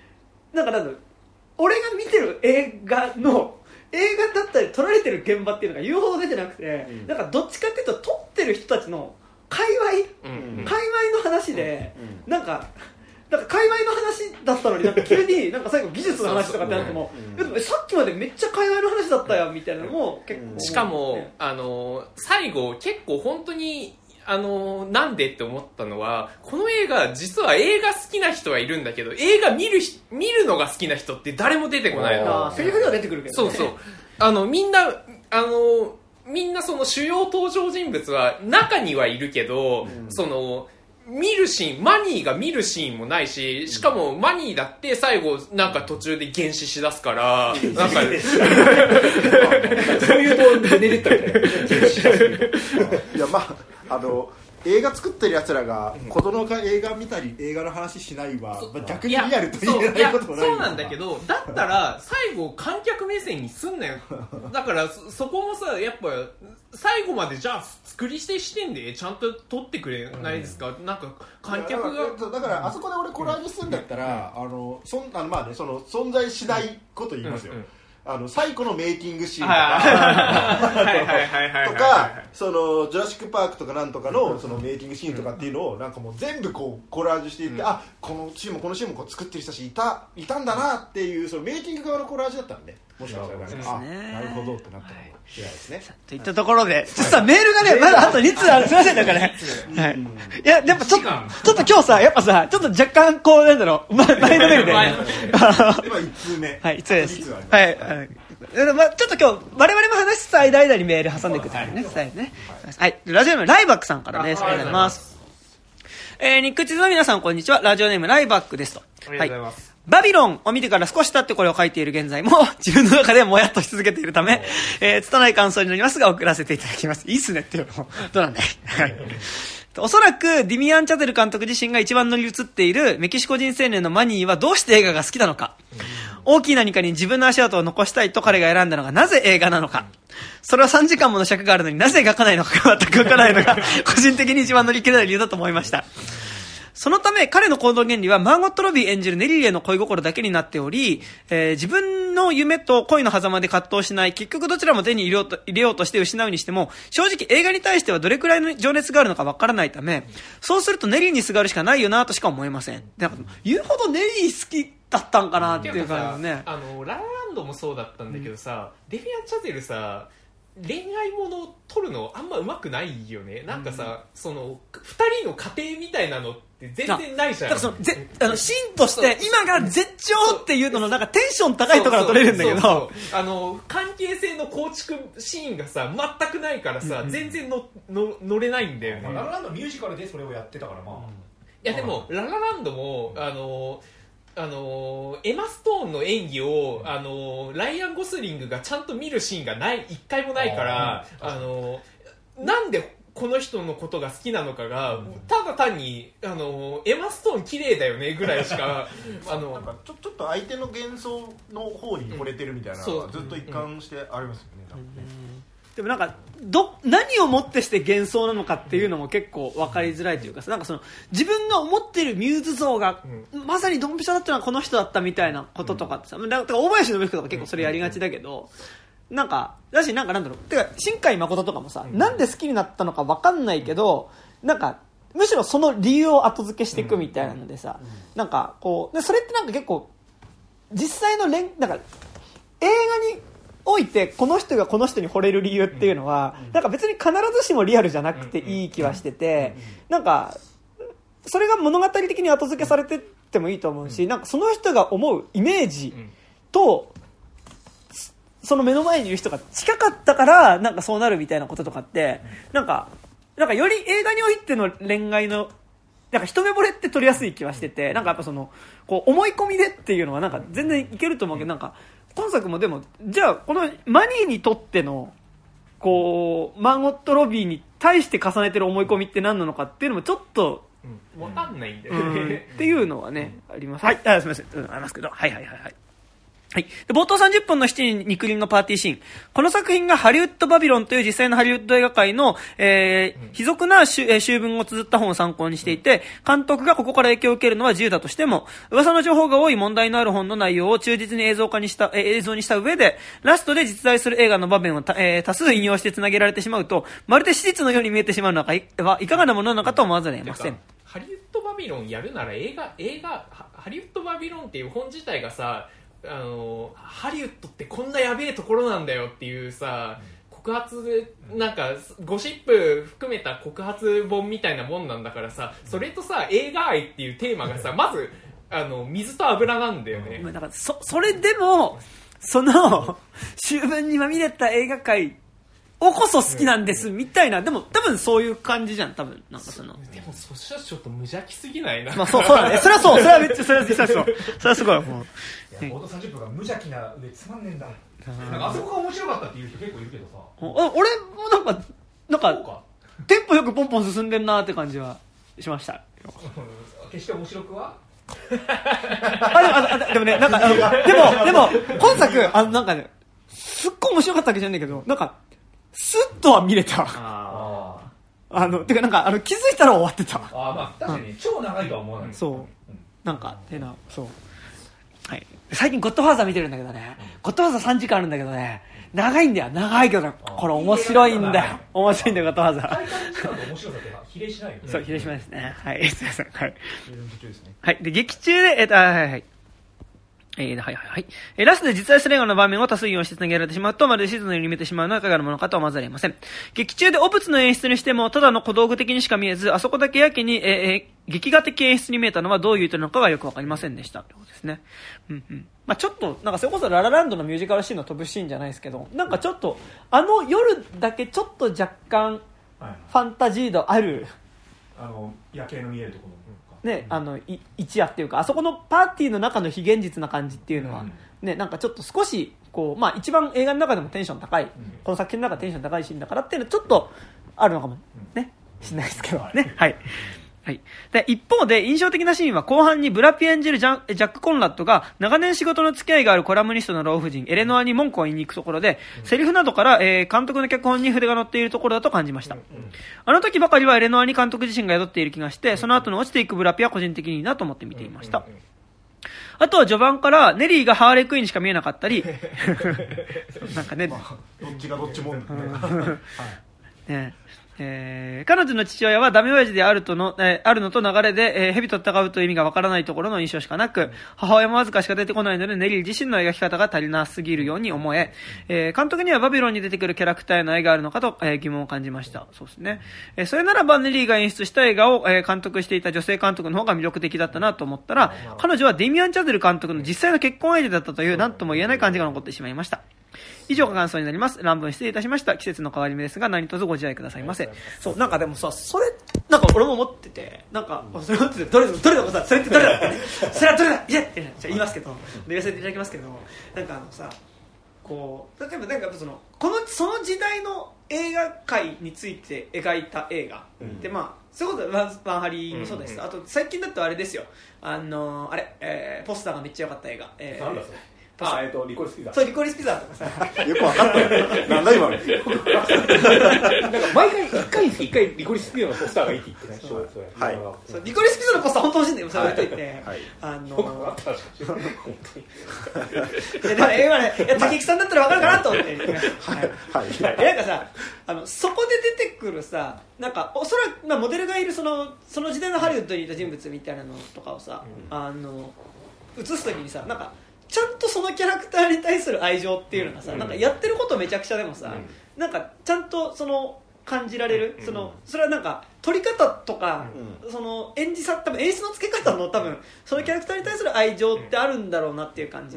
俺が見てる映画だったり撮られてる現場っていうのが言うほど出てなくて、なんかどっちかっていうと撮ってる人たちの界隈の話で、なんか界隈の話だったのになんか急になんか最後技術の話とかってなっても、さっきまでめっちゃ界隈の話だったよみたいなのも結構、 しかも、最後結構本当になんでって思ったのは、この映画実は映画好きな人はいるんだけど映画見るのが好きな人って誰も出てこないの。 セリフでは出てくるけどね。 そうみんなその主要登場人物は中にはいるけど、その見るシーン、マニーが見るシーンもないし、しかもマニーだって最後なんか途中で原始しだすから、なんかそういうとベネデッタみたいな原始しだすみたいな。 いやまあ映画作ってるやつらが子供が映画見たり映画の話しないは、まあ、逆にリアルと言えないこともない。 そうなんだけど、だったら最後観客目線にすんなよ。だからそこもさ、やっぱ最後までじゃあ作り捨てしてんでちゃんと撮ってくれないですか、なんか観客がだからあそこで俺コラージュするんだったら、まあね、その存在しないこと言いますよ、最古のメイキングシーンとかそのジュラシックパークとかなんとかのそのメイキングシーンとかっていうのをなんかもう全部こうコラージュしていって、あ、このシーンもこのシーンもこう作ってる人たちいたんだなっていう、そのメイキング側のコラージュだったんで、もしかしたらなるほどってなったかもしれないですね。 といったところで、実はメールがね、まだあと2通ある。すいません、なんかね。はい。いや、やっぱちょっと今日さ、やっぱさ、ちょっと若干こう、なんだろう、前のめりで。今 1通目。 はい、1通です。はい。まあちょっと今日、我々も話す間にメール挟んでいくというね、スタイルね。はい。ラジオネーム、ライバックさんからです。ありがとうございます。ニックチズの皆さん、こんにちは。ラジオネーム、ライバックですと。 ありがとうございます。 バビロンを見てから少し経ってこれを書いている現在も自分の中でもやっとし続けているため、拙い感想になりますが送らせていただきます。いいっすねっていうのもどうなんだい。はい。おそらくディミアン・チャゼル監督自身が一番乗り移っているメキシコ人青年のマニーはどうして映画が好きなのか、大きい何かに自分の足跡を残したいと彼が選んだのがなぜ映画なのか、それは3時間もの尺があるのになぜ描かないのか全く描かないのが個人的に一番乗り切れない理由だと思いました。そのため彼の行動原理はマーゴット・ロビー演じるネリーへの恋心だけになっており、自分の夢と恋の狭間で葛藤しない、結局どちらも手に入れようとして失うにしても、正直映画に対してはどれくらいの情熱があるのかわからないため、そうするとネリーにすがるしかないよなとしか思えません。なんか言うほどネリー好きだったんかなっていう感じね。 ララランドもそうだったんだけどさ、デミアン・チャゼルさ、恋愛ものを撮るのあんま上手くないよね。なんかさ、その2人の家庭みたいなのって全然ないじゃん。 だからシーンとして今が絶頂っていうののなんかテンション高いところから撮れるんだけど、 関係性の構築シーンがさ全くないからさ、全然乗れないんだよね。 ララランドミュージカルでそれをやってたからまあ。 いやでもララランドもエマ・ストーンの演技をライアン・ゴスリングがちゃんと見るシーンが一回もないから、なんでこの人のことが好きなのかが、ただ単にエマ・ストーン綺麗だよねぐらいしかなんかちょっと相手の幻想の方に惚れてるみたいなのはずっと一貫してありますよね、多分ね。 でもなんか何をもってして幻想なのかっていうのも結構分かりづらいというかさ、なんかその自分の思ってるミューズ像がまさにドンピシャだったのはこの人だったみたいなこととかってさ、だから大林信彦とか結構それやりがちだけど、なんかだし、なんかなんだろう、てか新海誠とかもさ、なんで好きになったのか分かんないけど、なんかむしろその理由を後付けしていくみたいなのでさ、なんかこうでそれってなんか結構実際のなんか映画においてこの人がこの人に惚れる理由っていうのは、なんか別に必ずしもリアルじゃなくていい気はしてて、なんかそれが物語的に後付けされてってもいいと思うし、なんかその人が思うイメージとその目の前にいる人が近かったからなんかそうなるみたいなこととかって、なんかより映画においての恋愛のなんか一目惚れって取りやすい気はしてて、なんかやっぱそのこう思い込みでっていうのはなんか全然いけると思うけど、なんか今作もでもじゃあこのマニーにとってのこうマーゴット・ロビーに対して重ねてる思い込みって何なのかっていうのもちょっと分かんないんだよね、 っていうのはね、あります。はい、すみません、ありますけど、はい。はい。で冒頭30分の7人肉林のパーティーシーン。この作品がハリウッドバビロンという実際のハリウッド映画界の、卑俗な習文を綴った本を参考にしていて、監督がここから影響を受けるのは自由だとしても、噂の情報が多い問題のある本の内容を忠実に映像にした上で、ラストで実在する映画の場面を多数引用して繋げられてしまうと、まるで史実のように見えてしまうのはいかがなものなのかと思わざるを得ません。 ハリウッドバビロンやるならハリウッドバビロンっていう本自体がさ、ハリウッドってこんなやべえところなんだよっていうさ、告発なんかゴシップ含めた告発本みたいなもんなんだからさ、それとさ映画愛っていうテーマがさ、まず水と油なんだよね。 だからそれでもその醜聞にまみれた映画界おこそ好きなんですみたいな、でも多分そういう感じじゃん、多分なんかその。 でもそしたらちょっと無邪気すぎないな。 まあそうだね。それはそう、それはめっちゃそれはそう、それはすごいもう。 いや冒頭30分が無邪気な上つまんねえんだ。なんかあそこが面白かったっていう人結構いるけどさ。 俺もなんかテンポよくポンポン進んでんなーって感じはしました。 決して面白くは。 でもね、なんかでも今作なんかね、すっごい面白かったわけじゃないんだけど、なんかスッとは見れた。てかなんか気づいたら終わってた。 まあ確かに超長いとは思わない。 そうなんかっていうのはそう。はい。最近ゴッドファーザー見てるんだけどね、ゴッドファーザー3時間あるんだけどね、長いんだよ、長いけどね、これ面白いんだよ、面白いんだよゴッドファーザー。 体感時間と面白さって比例しないよね。 そう、比例しますね。はい、すみません。はい。 ですね。 はい。で、劇中で、ラストで実在する映画の場面を多数引用してつなげられてしまうと、まるでシーズンのように見えてしまうのはいかがなものかと思わざるを得ません。劇中で汚物の演出にしても、ただの小道具的にしか見えず、あそこだけやけに、劇画的演出に見えたのはどういう意図なのかがよくわかりませんでした。ということですね。まあちょっと、なんかそれこそララランドのミュージカルシーンの飛ぶシーンじゃないですけど、なんかちょっと、夜だけちょっと若干、ファンタジー度ある、 夜景の見えるところね、一夜っていうか、あそこのパーティーの中の非現実な感じっていうのは、ね、なんかちょっと少しこう、まあ一番映画の中でもテンション高い、この作品の中でテンション高いシーンだからっていうのはちょっとあるのかもね、しないですけどね。はい。はい。で、一方で印象的なシーンは後半にブラピ演じるジャック・コンラッドが長年仕事の付き合いがあるコラムニストの老婦人エレノアに文句を言いに行くところで、セリフなどから、監督の脚本に筆が乗っているところだと感じました。あの時ばかりはエレノアに監督自身が宿っている気がして、その後の落ちていくブラピは個人的にいいなと思って見ていました。あとは序盤からネリーがハーレークイーンにしか見えなかったりなんかね、 どっちがどっちもね、彼女の父親はダメ親父であるのと流れで、蛇と戦うという意味がわからないところの印象しかなく、母親もわずかしか出てこないのでネリー自身の描き方が足りなすぎるように思え、監督にはバビロンに出てくるキャラクターへの愛があるのかと、疑問を感じました。そうですね。それならばネリーが演出した映画を、監督していた女性監督の方が魅力的だったなと思ったら、彼女はデミアン・チャゼル監督の実際の結婚相手だったという何とも言えない感じが残ってしまいました。以上が感想になります。乱文失礼いたしました。季節の変わり目ですが何卒ご自愛くださいませ。そう、なんかでもさ、それなんか俺も思ってて、なんかそれ持っててどれだかさ、それってどれだってね、それはどれだ、いやってね、じゃ言いますけど、言わせていただきますけど、なんかさ、こう例えばなんかその時代の映画界について描いた映画、でまあそういうことワンハリもそうです、あと最近だとあれですよ、ポスターがめっちゃ良かった映画、 なんだそれ。リコリスピザ。 そう、リコリスピザとかさよく分かったよなんだ今のなんか毎回一回リコリスピザのポスターがいいって言ってない。 はい。 そうリコリスピザのポスター本当欲しいんだよ、それ置いといて、だから今ね、竹木さんだったら分かるかなと思って、なんかさ、そこで出てくるさ、なんかおそらく、まあ、モデルがいるその時代のハリウッドにいた人物みたいなのとかをさ、映すときにさ、なんかちゃんとそのキャラクターに対する愛情っていうのがさ、なんかやってることめちゃくちゃでもさ、なんかちゃんとその感じられる、それはなんか撮り方とか、その多分演出の付け方の多分そのキャラクターに対する愛情ってあるんだろうなっていう感じって、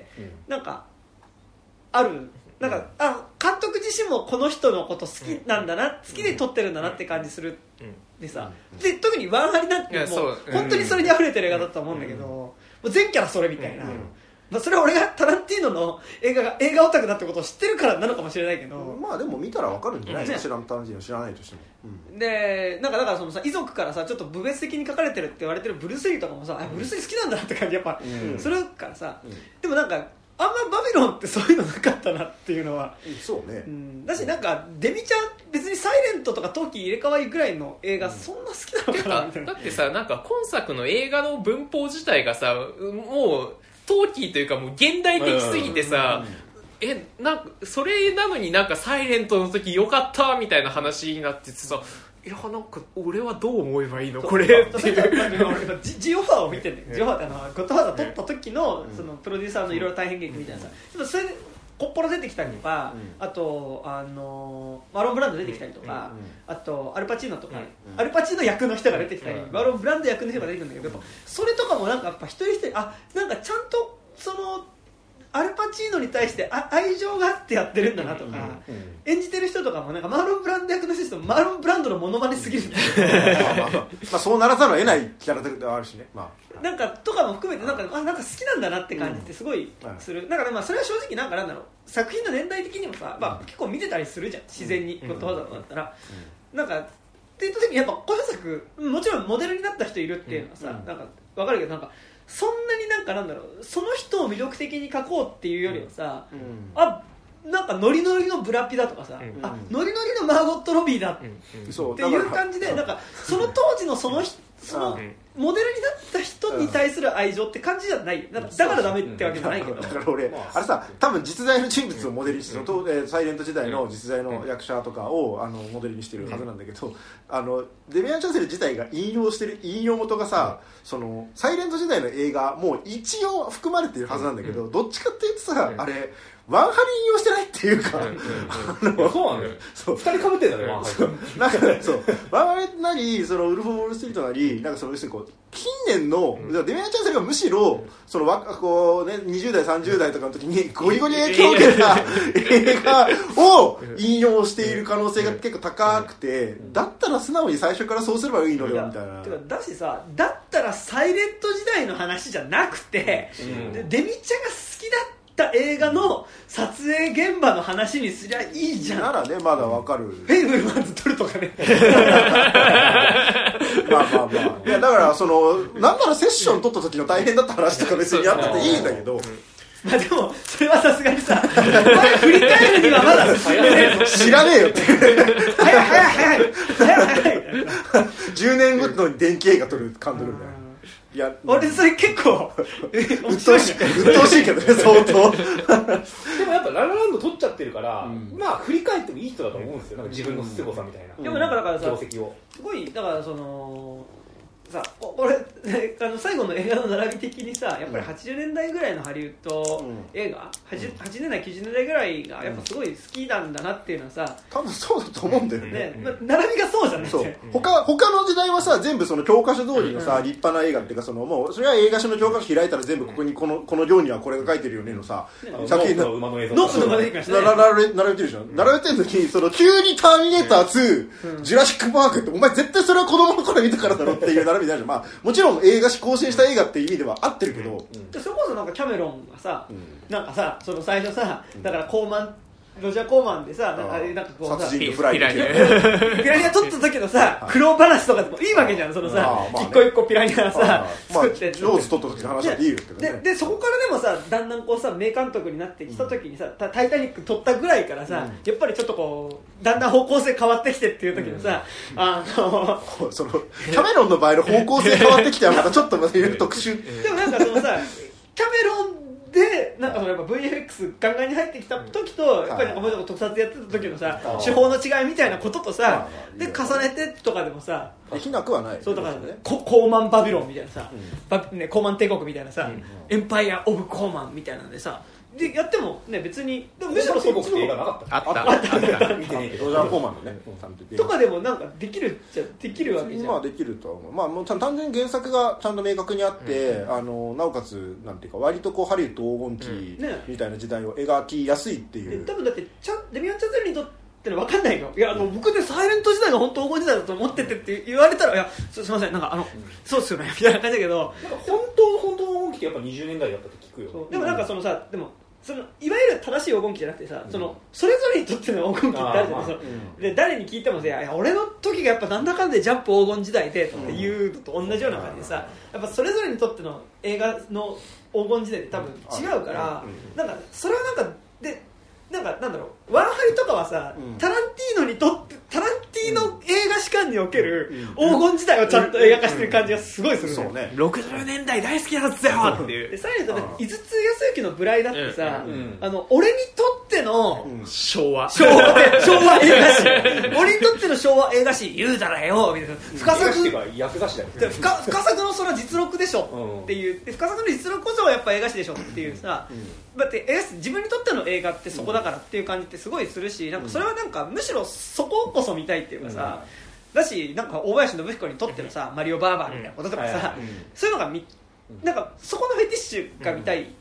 なんかある。なんか監督自身もこの人のこと好きなんだな、好きで撮ってるんだなって感じするでさ、で特にワンハリなんてもう本当にそれに溢れてる映画だと思うんだけど、もう全キャラそれみたいな、まあ、それは俺がタランティーノの映画オタクだってことを知ってるからなのかもしれないけど、 まあでも見たら分かるんじゃないですか、タランティーノ知らないとしても、 でなんかだからそのさ、遺族からさちょっと部別的に書かれてるって言われてるブルース・リーとかもさ、ブルース・リー好きなんだなって感じやっぱするからさ、でもなんかあんまバビロンってそういうのなかったなっていうのはそうね、 だしなんかデミちゃん別にサイレントとか冬季入れ替わりぐらいの映画そんな好きなのかなみたいな、 だってさ、なんか今作の映画の文法自体がさ、もうトーキーというかもう現代的すぎてさ、なんかそれなのになんかサイレントの時良かったみたいな話になっててさ、いやなんか俺はどう思えばいいのこれっていう。 ジオファーを見てね、ジオファーってゴッドファーザー撮った時のそのプロデューサーのいろいろ大変劇みたいなさ、ちょっとそれでコッポラ出てきたりとか、あとマロンブランド出てきたりとか、あとアルパチーノとか、アルパチーノ役の人が出てきたり、マロンブランド役の人が出てくるんだけど、それとかもなんかやっぱ一人一人なんかちゃんとそのアルパチーノに対して愛情があってやってるんだなとか、演じてる人とかもなんかマーロン・ブランド役の人とマーロン・ブランドのモノマネすぎるんだよまあそうならざるを得ないキャラではあるしね、まあ、 なんかとかも含めてなんか好きなんだなって感じってすごいする、だからまあそれは正直なんだろう、作品の年代的にもさ、まあ、結構見てたりするじゃん自然に、ゴッドファーザーだったら、なんかって言った時にやっぱこの作もちろんモデルになった人いるっていうのはさ、なんか分かるけどなんかそんなになんだろうその人を魅力的に描こうっていうよりはさ、なんかノリノリのブラピだとかさ、ノリノリのマーゴット・ロビーだっていう感じで、なんかその当時のそのモデルになった人に対する愛情って感じじゃないよ。だからダメってわけじゃないけど、 だから俺あれさ、多分実在の人物をモデルにしてるサイレント時代の実在の役者とかをモデルにしてるはずなんだけど、デミアン・チャゼル自体が引用してる引用元がさ、そのサイレント時代の映画もう一応含まれてるはずなんだけど、どっちかっていうとさ、あれワンハリ引用してないっていうか、 そうなんだよ。2人被ってんだね、ワンハリ。 なんかそうワンハリなりそのウルフ・ウォール・ストリートなり、なんかその要するにこう近年のデミアン・チャゼルがむしろそのこう、ね、20代30代とかの時にゴリゴリ影響を受けた映画を引用している可能性が結構高くて、だったら素直に最初からそうすればいいのではみたいな。 だしさ、だったらサイレント時代の話じゃなくて、デミちゃんが好きだった映画の撮影現場の話にすりゃいいじゃん。 ならね、まだわかる。 フェイブルマンズ撮るとかねまあいやだからそのなんならセッション撮った時の大変だった話とか別にあったっていいんだけど、 まあでもそれはさすがにさ、お前振り返るにはまだ知らねえよって早い 10年ごとに電気映画撮る監督みたいな。いや俺それ結構鬱陶しいけどね相当でもやっぱララランド撮っちゃってるから、まあ振り返ってもいい人だと思うんですよ、なんか自分の凄さみたいな、 でもなんかだからさ、 業績をすごいだからそのさ、これ最後の映画の並び的にさ、やっぱり80年代ぐらいのハリウッド映画、80年代90年代ぐらいがやっぱすごい好きなんだなっていうのはさ、 多分そうだと思うんだよね。 並びがそうじゃない。 そう他の時代はさ全部その教科書通りのさ、立派な映画っていうか、そのもうそれは映画史の教科書開いたら全部ここにこの行にはこれが書いてるよねのさ、 作品の馬の映像ノープの馬の映画並べてるじゃん。並べてるのにその急にターミネーター2、ジュラシックパークってお前絶対それは子供の頃見たからだろっていう並びになるじゃん。まあもちろん映画史更新した映画っていう意味では合ってるけど、 それこそなんかキャメロンがさ、なんかさ、その最初さ、だからロジャー・コーマンでさ、なんかこうさ、 殺人とフライピラニア撮った時のさ、苦労話とかでもいいわけじゃん、そのさ、一個一個ピラニアさ、作ってジョーズ撮った時の話だっていいよけどね。 でそこからでもさ、だんだんこうさ、名監督になってきた時にさ、タイタニック撮ったぐらいからさ、やっぱりちょっとこうだんだん方向性変わってきてっていう時のさ、 そのキャメロンの場合の方向性変わってきてはまたちょっと特殊。 でもなんかそのさ、キャメロンでなんかそのやっぱ VFX ガンガンに入ってきた時と、やっぱりなんかもうちょっと特撮やってた時のさ、手法の違いみたいなこととさ、で重ねてとかでもさ、 できなくはない。 そうだからね、コーマンバビロンみたいなさ、コーマン帝国みたいなさ、エンパイア・オブ・コーマンみたいなんでさ、でやってもね別に、でもむしろそっちの映画なかった。 あった見てねえけど、 ロジャー・コーマンのねとかでもなんかできるっちゃできるわけじゃん。 まあできるとは思う。まあもう単純に原作がちゃんと明確にあって、なおかつなんていうか割とこうハリウッド黄金期みたいな時代を描きやすいっていう。 多分だってデミアン・チャゼルにとって分かんないよ。いや僕でサイレント時代が本当黄金時代だと思っててって言われたら、いやすいません、なんかそうっすよねみたいな感じだけど、 なんか本当の黄金期ってやっぱ20年代だったって聞くよ。 でもなんかそのさ、でもそのいわゆる正しい黄金期じゃなくてさ、それぞれにとっての黄金期ってあるじゃないですか。で誰に聞いてもさ、いや俺の時がやっぱなんだかんだでジャンプ黄金時代でっていうのと同じような感じでさ、やっぱそれぞれにとっての映画の黄金時代って多分違うから、なんかそれはなんかでなんだろう、ワンハリとかはさ、タランティーノにとってタランティーノ映画史観における黄金時代をちゃんと映画化してる感じがすごいする。 そうね、 60年代大好きだっすよっていう。 でさらに言うと井筒康之のブライだってさ、俺にとっての昭和映画史俺にとっての昭和映画史言うたらよみたいな、 深作っていうか役雑誌だよ。 深作のその実録でしょっていう、深作の実録こそやっぱ映画史でしょっていうさ、だって自分にとっての映画ってそこだからっていう感じってすごいするし、なんかそれはなんかむしろそここそ見たいっていうかさ、だしなんか大林信彦にとってのさ、マリオバーバーみたいなこととかさ、そういうのがなんかそこのフェティッシュが見たい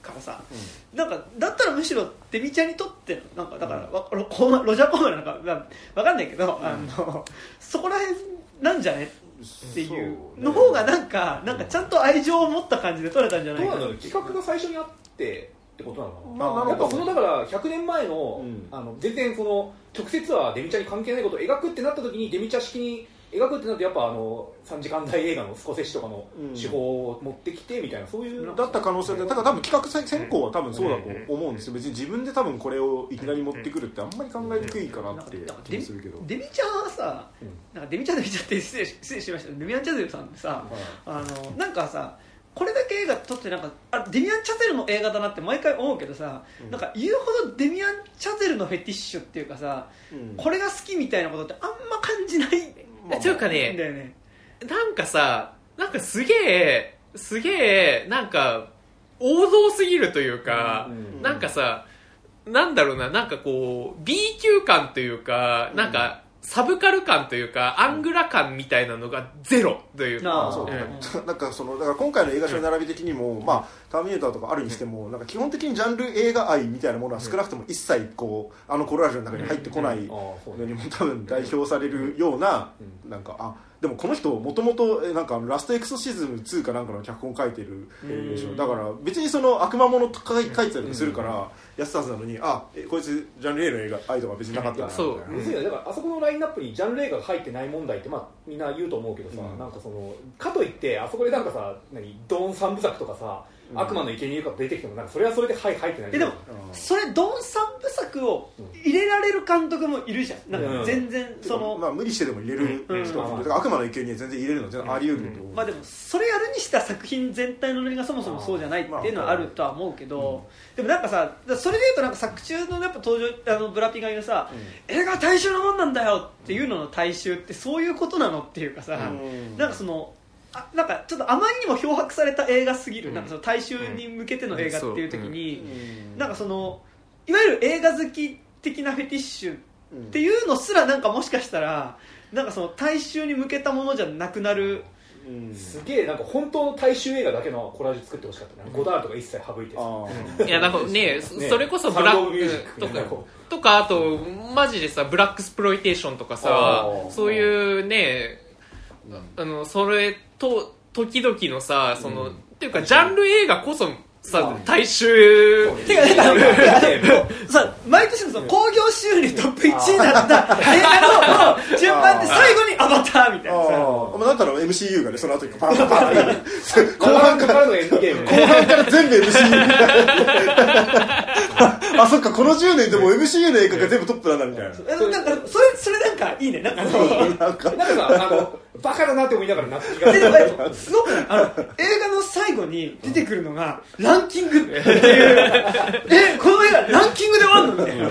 からさ、なんかだったらむしろデミちゃんにとってなんかだからロジャー・コーマンなんかわかんないけど、そこら辺なんじゃねっていうの方がなんかちゃんと愛情を持った感じで撮れたんじゃないかな。 企画が最初にあってってことなのかな。 まあ、 やっぱそのだから100年前の、全然その直接はデミちゃんに関係ないことを描くってなった時にデミちゃん式に描くってなるとやっぱ3時間台映画のスコセッシとかの手法を持ってきてみたいな、そういうだった可能性で、だから多分企画選考は多分そうだと思うんですよ。別に自分で多分これをいきなり持ってくるってあんまり考えにくいかなって気もするけど、 デミちゃんはさ、なんかデミちゃんって失礼しました。デミアン・チャゼルさんってさ、なんかさこれだけ映画撮ってなんかデミアン・チャゼルの映画だなって毎回思うけどさ、なんか言うほどデミアン・チャゼルのフェティッシュっていうかさ、これが好きみたいなことってあんま感じないというかね、なんかさ、なんかすげえなんか王道すぎるというか、なんかさ、なんだろうな、なんかこう B 級感というか、なんかサブカル感というかアングラ感みたいなのがゼロというか、 なんかだから今回の映画賞並び的にも、まあターミネーターとかあるにしても、なんか基本的にジャンル映画愛みたいなものは少なくとも一切こうコラージュの中に入ってこないのにも多分代表されるような、なんかでもこの人もともとなんかラストエクソシズム2かなんかの脚本書いてるでしょ。だから別にその悪魔物とか書いてたりするからやってたはずなのに、こいつジャンル映画の映画愛とか別になかったなみたいな。 むずいよ。だからあそこのラインナップにジャンル映画が入ってない問題ってまあみんな言うと思うけどさ、なんかそのかといってあそこでなんかさドーン三部作とかさ、悪魔の生贄が出てきてもなんかそれはそれで入ってない。 でもそれドン三部作を入れられる監督もいるじゃん。なんか全然そのまあ無理してでも入れる人もいる。だから悪魔の生贄全然入れるの全然あり得るけど、 まあでもそれやるにした作品全体のノリがそもそもそうじゃないっていうのはあるとは思うけど、でもなんかさ、それでいうとなんか作中のやっぱ登場ブラピが言うさ、映画は大衆のもんなんだよっていうのの大衆ってそういうことなのっていうかさ、なんかそのなんかちょっとあまりにも漂白された映画すぎる、なんかその大衆に向けての映画っていう時に、なんかそのいわゆる映画好き的なフェティッシュっていうのすらなんかもしかしたらなんかその大衆に向けたものじゃなくなる。 すげえなんか本当の大衆映画だけのコラージュ作ってほしかったね。ゴダールとか一切省いてさ。 いやなんかね、それこそブラックとかあとマジでさブラックスプロイテーションとかさ、そういうね、それと時々のさ、そのっていうかジャンル映画こそさ大衆てかさ、毎年のその興行収入トップ1位になった映画の順番で最後にアバターみたいなさ、 だったら MCU がねその後にパンパンパン後半からのエンドゲーム後半から全部 MCU そっかこの10年でも MCU の映画が全部トップなんだみたいな。 なんかそれなんかいいね。なんかさバカだなって思いながらなって気がする。 すごく映画の最後に出てくるのがランキングっていうこの映画ランキングで終わるのみたいな。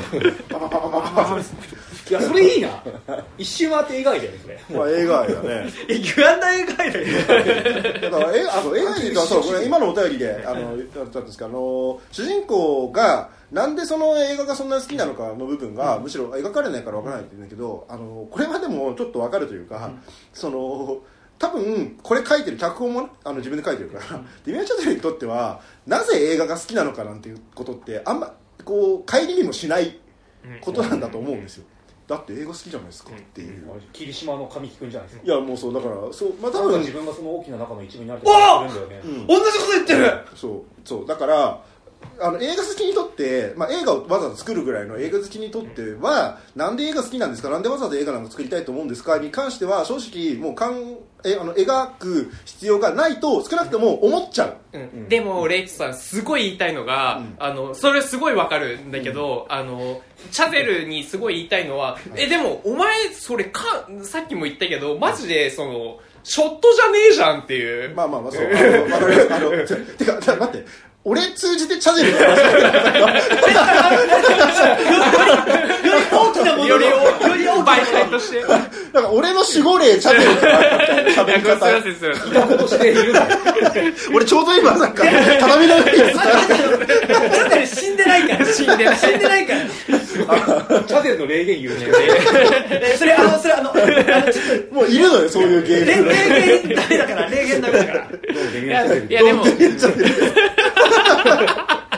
いやそれいいな。一周回って映画愛だよねそれ。 まあ映画愛だね。 ギュアンダ映画愛だよ。 だから映画愛で言うとそうこれ今のお便りで言ったんですけど、主人公がなんでその映画がそんなに好きなのかの部分がむしろ描かれないから分からないって言うんだけど、これはでもちょっと分かるというか、その多分これ書いてる脚本も、ね、自分で書いてるからデミアン・チャゼルにとってはなぜ映画が好きなのかなんていうことってあんまこう顧みもしないことなんだと思うんですよ。だって映画好きじゃないですかっていう、 霧島の神木君じゃないですか。 いやもうそうだからそう、まあ、 多分自分がその大きな中の一部になると思うんだよね。 同じこと言ってる。 そうだから映画好きにとって、まあ、映画をわざわざ作るぐらいの映画好きにとってはなんで映画好きなんですか、なんでわざわざ映画なんか作りたいと思うんですかに関しては正直もう描く必要がないと少なくとも思っちゃう、 でもレイチさんすごい言いたいのが、それすごいわかるんだけど、チャゼルにすごい言いたいのは、でもお前それさっきも言ったけどマジでそのショットじゃねえじゃんっていう。 まあそうわかりますてか待って俺通じてチャゼルの話より大きなものより大きな媒介としてだから俺の守護霊チャゼルの喋り方いたことしているの俺ちょうど今なんか畳の上にチャゼル死んでないから死んでないからチャゼルの霊言言うねそれちょっともういるのよそういうゲーム霊言ダメだから霊言ダメだからいやでも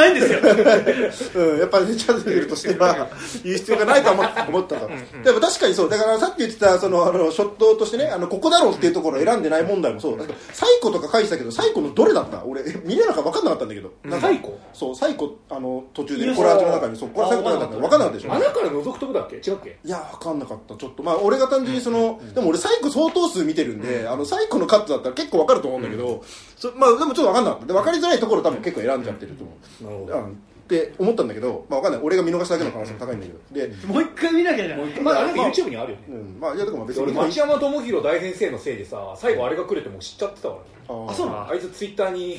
ないんですよやっぱりチャンネルとしては言う必要がないと思ったと。でも確かにそうだから、さっき言ってたそのショットとしてね、ここだろうっていうところを選んでない問題もそうだけど、サイコとか書いてたけど、サイコのどれだった？俺見れなかった、分かんなかったんだけど。 サイコ？ そう、サイコ途中でコラージュの中にそこからサイコどれだったか分かんなかったでしょ。 穴から覗くとこだっけ？違うっけ？ いや分かんなかった。ちょっとまあ俺が単純にでも俺サイコ相当数見てるんで、サイコのカットだったら結構分かると思うんだけど、まあでもちょっと分かんなかった。で分かりづらいところ多分結構選んじゃってると思う。なるほど。って思ったんだけど、まあ、わかんない、俺が見逃しただけの可能性も高いんだけど、でもう一回見なきゃじゃない。 まあ、YouTube にあるよね。 まあ、いや、だから別に俺町山智博大先生のせいでさ、最後あれが来るってもう知っちゃってたからね。 あ、そうなの？ あいつツイッターに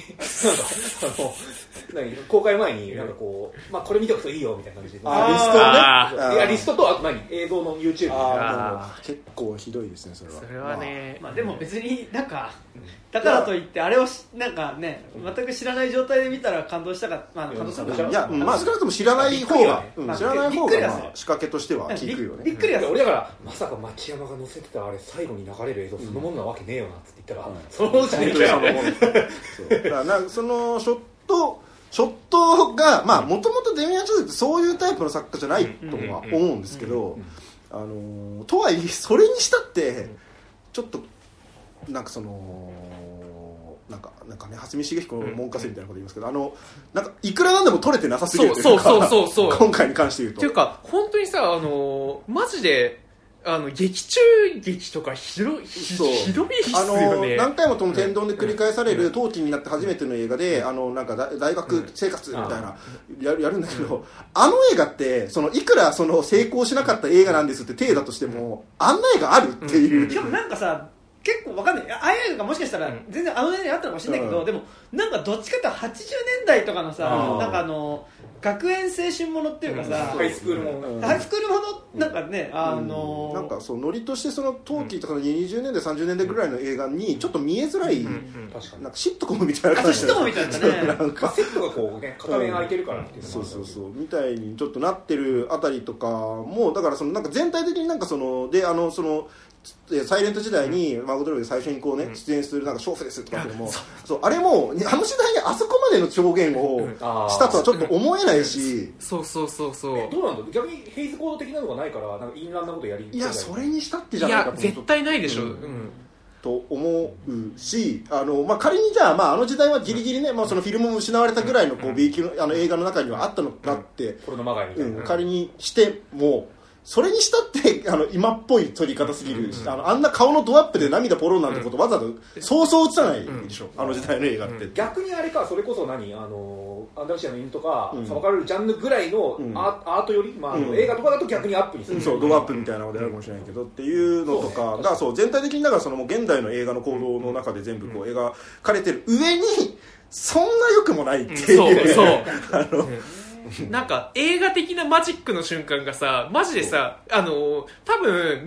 公開前になんかこう、まあこれ見ておくといいよみたいな感じで、 リストをね、 いやリストとあと映像の YouTube 結構ひどいですね、それは。 それはね、 まあでも別になんかだからといってあれをなんかね、全く知らない状態で見たら感動したか、まあ感動するかも。 いや、まあ少なくとも知らない方が知らない方が仕掛けとしては効くよね。 びっくりはする。 俺だからまさか町山が載せてたあれ最後に流れる映像そのものなわけねえよなって言ったら、そのものじゃねえかよ。 だからそのショットがまあもともとデミアン・チャゼルってそういうタイプの作家じゃないとは思うんですけど、とはいえそれにしたってちょっとなんかなんかね、蓮見茂彦の門下生みたいなこと言いますけど、なんかいくらなんでも取れてなさすぎるというか、今回に関して言うと。 っていうか本当にさ、マジで劇中劇とかひどいっすよね。 何回もとも天丼で繰り返される陶器になって初めての映画で、なんか大学生活みたいなやるんだけど、あの映画っていくら成功しなかった映画なんですって体だとしても、あんな映画あるっていう。 でもなんかさ、結構わかんない、ああいう映画がもしかしたら全然年にあったのかもしれないけど、でもなんかどっちかって80年代とかのさ、なんか学園青春ものっていうかさ、 ハイスクールもの、 ハイスクールものなんかね、 なんかノリとして陶器とかの20年代30年代ぐらいの映画にちょっと見えづらい、なんかシットコムみたいな感じで、 シットコムみたいなね、 なんかセットがこうね片面空いてるからっていうのそうみたいにちょっとなってるあたりとかも、だからなんか全体的になんかでサイレント時代にマーゴトロビーで最初にこうね出演するなんか娼婦ですとかっていうのも、あれも時代にあそこまでの表現をしたとはちょっと思えないし、 そうどうなんだ、逆にヘイズコード的なのがないからなんかインランなことやり、 いやそれにしたってじゃないかと、 いや絶対ないでしょ、 と思うし、まあ、仮にじゃあ、あの時代はギリギリね、まあ、そのフィルムも失われたぐらいのこう B 級の映画の中にはあったのかって、 これのまがいみたいな、 仮にしてもそれにしたって今っぽい撮り方すぎる、あんな顔のドアップで涙ポロンなんてことわざわざそうそう映さないでしょ、あの時代の映画って。 逆にあれか、それこそアンダルシアの犬とか裁かれるジャンルぐらいのアートより、映画とかだと逆にアップにする、 そうドアップみたいなのであるかもしれないけどっていうのとかが全体的にだからもう現代の映画の行動の中で全部こう描かれてる上にそんな良くもないっていうなんか映画的なマジックの瞬間がさ、マジでさ、多分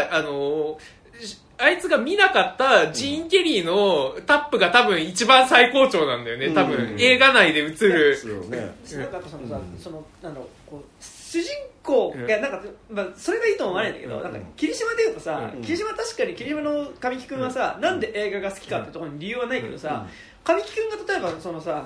あいつが見なかったジーン・ケリーのタップが多分一番最高潮なんだよね、多分映画内で映る。 なんか主人公がなんか、それがいいと思わないんだけど、なんか霧島でいうとさ、霧島確かに霧島の神木君はさ、なんで映画が好きかってところに理由はないけどさ、神木君が例えば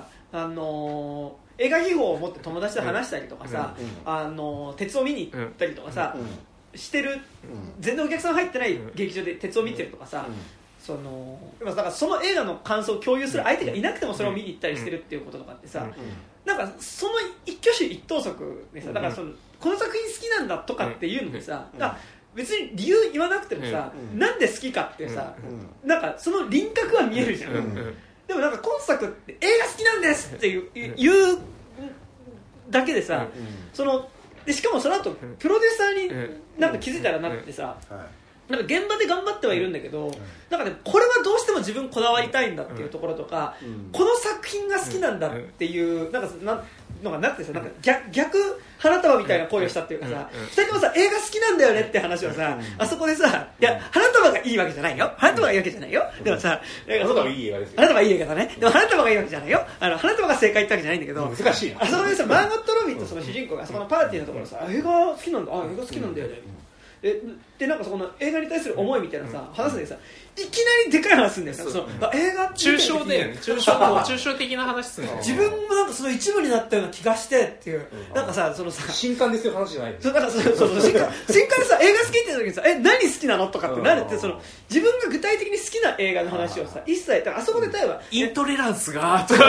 映画秘宝を持って友達と話したりとかさ、鉄を見に行ったりとかさ、してる、全然お客さん入ってない劇場で鉄を見てるとかさ、だからその映画の感想を共有する相手がいなくてもそれを見に行ったりしてるっていうこととかってさ、なんかその一挙手一投足でさ、だからこの作品好きなんだとかっていうのでさ、別に理由言わなくてもさ、なんで好きかってさ、なんかその輪郭は見えるじゃん。でもなんか今作って映画好きなんですっていうだけでさ、でしかもその後プロデューサーになんか気づいたらなってさ、なんか現場で頑張ってはいるんだけど、なんかね、これはどうしても自分こだわりたいんだっていうところとか、この作品が好きなんだっていうなんかのがなってさ、なんか逆花束みたいな声をしたっていうかさ、2人ともさ映画好きなんだよねって話をさ、あそこでさ、いや花束がいいわけじゃないよ、花束がいいわけじゃないよ、でもさ花束いい映画ですよ、 花束いい映画だね、でも花束がいいわけじゃないよ、花束が正解ってわけじゃないんだけど、 難しいな。 あそこでさマーゴット・ロビーとその主人公があそこのパーティーのところさ、映画好きなんだ、映画好きなんだよね、でなんかそこの映画に対する思いみたいなさ、話すのにさ、 いきなりでかい話するんだよ。その映画抽象だよね。抽象的な話するんだよ。 自分もなんかその一部になったような気がしてっていう、なんかさ、そのさ、 新刊ですよ話じゃないそうなんか新刊でさ、映画好きって言った時にさ、何好きなのとかってなるって、その自分が具体的に好きな映画の話をさ、一切、だからあそこで例えばイントレランスがと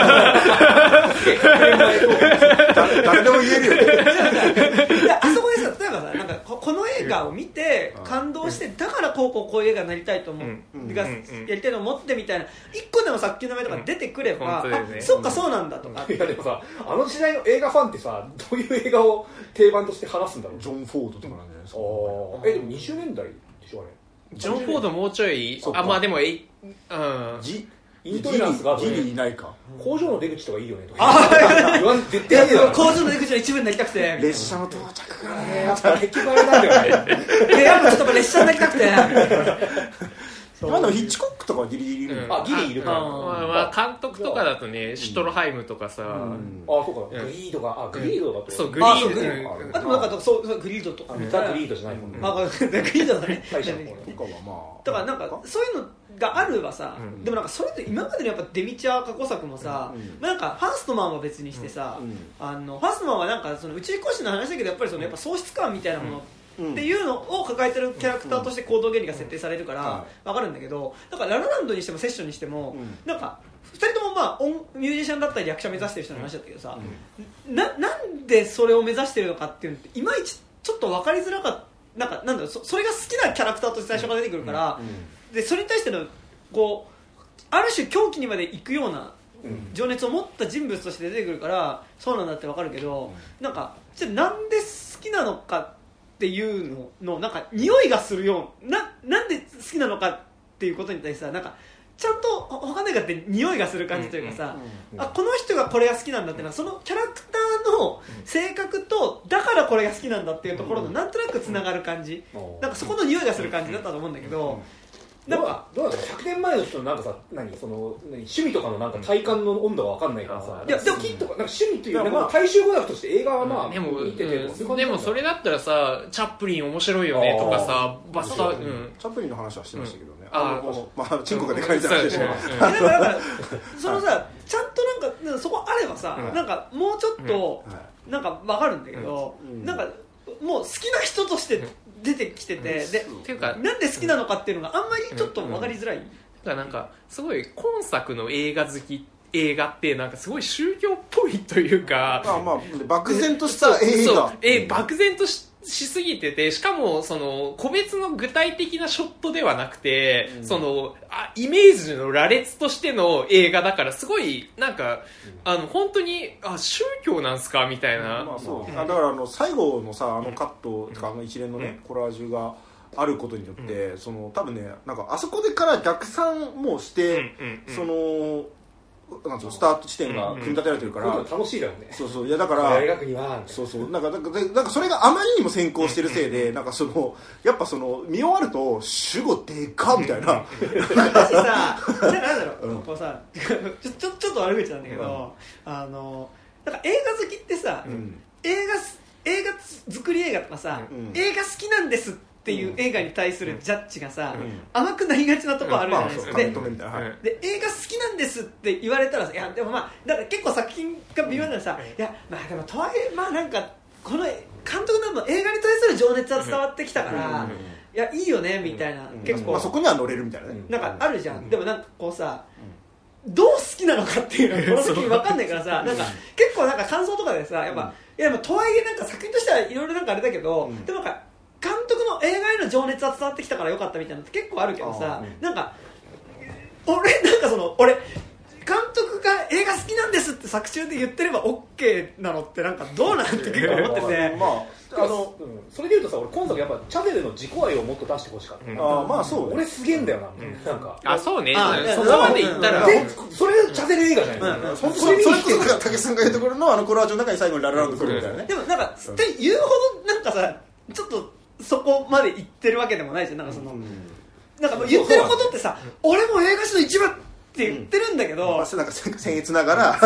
誰でも言えるよであそこでさ、例えばさ、なんかこの映画を見て感動して、だからこういう映画になりたいと思う、やりたいと思ってみたいな一個でも作品の名前とか出てくれば、そっかそうなんだとか。 いやでもさ、あの時代の映画ファンってさ、どういう映画を定番として話すんだろう。 ジョン・フォードとかなんじゃないですか。 でも20年代でしょあれ。 ジョン・フォードもうちょい、まあでもイントレランスがギリいないか。 工場の出口とかいいよねとか言わん絶対言うよ。 工場の出口の一部になりたくて、 列車の到着がね、 やっぱ結局あれなんだよね。 やっぱちょっと列車になりたくてまあでもヒッチコックとかはギリギリいる。 ギリいるから。 まあ監督とかだとね、シュトロハイムとかさ、 そうか、グリードが、グリードだと。 そう、グリード。 あとなんかそうグリードとか。 ザ・グリードじゃないもんね。 グリードだね。 最初のとかはまあ。 だからなんかそういうのがあるはさ、でもなんかそれって今までのやっぱデミチャー過去作もさ、なんかファーストマンは別にしてさ、ファーストマンはなんかその宇宙飛行士の話だけど、やっぱりそのやっぱ喪失感みたいなものっていうのを抱えてるキャラクターとして行動原理が設定されるから分かるんだけど、だからララランドにしてもセッションにしても、なんか2人ともまあミュージシャンだったり役者目指してる人の話だったけどさ、なんでそれを目指してるのかっていうのっていまいちちょっと分かりづらかった。なんだろう、それが好きなキャラクターとして最初から出てくるから、でそれに対してのこうある種狂気にまで行くような情熱を持った人物として出てくるからそうなんだって分かるけど、なんかじゃあなんで好きなのかっていうのなんか匂いがするようなんで好きなのかっていうことに対してさ、なんかちゃんと分かんないかって匂いがする感じというかさ、この人がこれが好きなんだってのはそのキャラクターの性格とだからこれが好きなんだっていうところのなんとなくつながる感じ、なんかそこの匂いがする感じだったと思うんだけど、なんかどうなんだろう、100年前の人のなんかさ、趣味とかのなんか体感の温度が分かんないからさ、 いやでも好きとかなんか趣味というか大衆語学として映画はまあでも見てて、 でもそれだったらさ、チャップリン面白いよねとかさ、バスタチャップリンの話はしてましたけどね。 まあチンコがでかいじゃないでしょ。 だからそのさ、ちゃんとなんかそこあればさ、なんかもうちょっとなんか分かるんだけど、なんかもう好きな人として出てきてて、でっていうかなんで好きなのかっていうのがあんまりちょっと分かりづらい。 なんかすごい今作の映画ってなんかすごい宗教っぽいというか、 まあ漠然とした映画、 漠然としすぎてて、しかもその個別の具体的なショットではなくて、そのイメージの羅列としての映画だから、すごいなんか本当に宗教なんすかみたいな。 まあそうだから最後のさカットとか一連のねコラージュがあることによって、その多分ね、なんかあそこでから逆算もして、そのなんつうのスタート地点が組み立てられてるから、 楽しいだよね。 そういやだから大学にはそうなんかそれがあまりにも先行してるせいで、なんかそのやっぱその見終わると主語でかみたいな。 私さ、なんだろう、こうさちょっと悪口なんだけど、なんか映画好きってさ、映画作り映画とかさ、映画好きなんですっていう映画に対するジャッジがさ、甘くなりがちなところあるじゃないですか。で映画好きなんですって言われたらさ、いやでもまあだから結構作品が微妙ならさ、いやまあでもとはいえまあなんかこの監督の映画に対する情熱は伝わってきたから、いやいいよねみたいな、結構そこには乗れるみたいなね、 なんかあるじゃん。でもなんかこうさ、どう好きなのかっていうのがこの時分かんないからさ、なんか結構なんか感想とかでさ、やっぱいやとはいえなんか作品としてはいろいろなんかあれだけど、でもなんか監督の映画への情熱は伝わってきたからよかったみたいなのって結構あるけどさ、なんか俺監督が映画好きなんですって作中で言ってれば OK なのってなんかどうなんて結構思っててそれでいうとさ、俺今作やっぱチャゼルの自己愛をもっと出してほしかった。 まあそう俺すげえんだよな、なんかそうね、そこまで言ったらそれチャゼル映画じゃないですか。 それこそ武さんが言うところのコラージュの中に最後にララランド来るみたいなね。 でもなんかって言うほどなんかさ、ちょっとそこまで言ってるわけでもないじゃん。なんかそのなんか言ってることってさ、俺も映画史の一部って言ってるんだけど、 なんか僭越ながら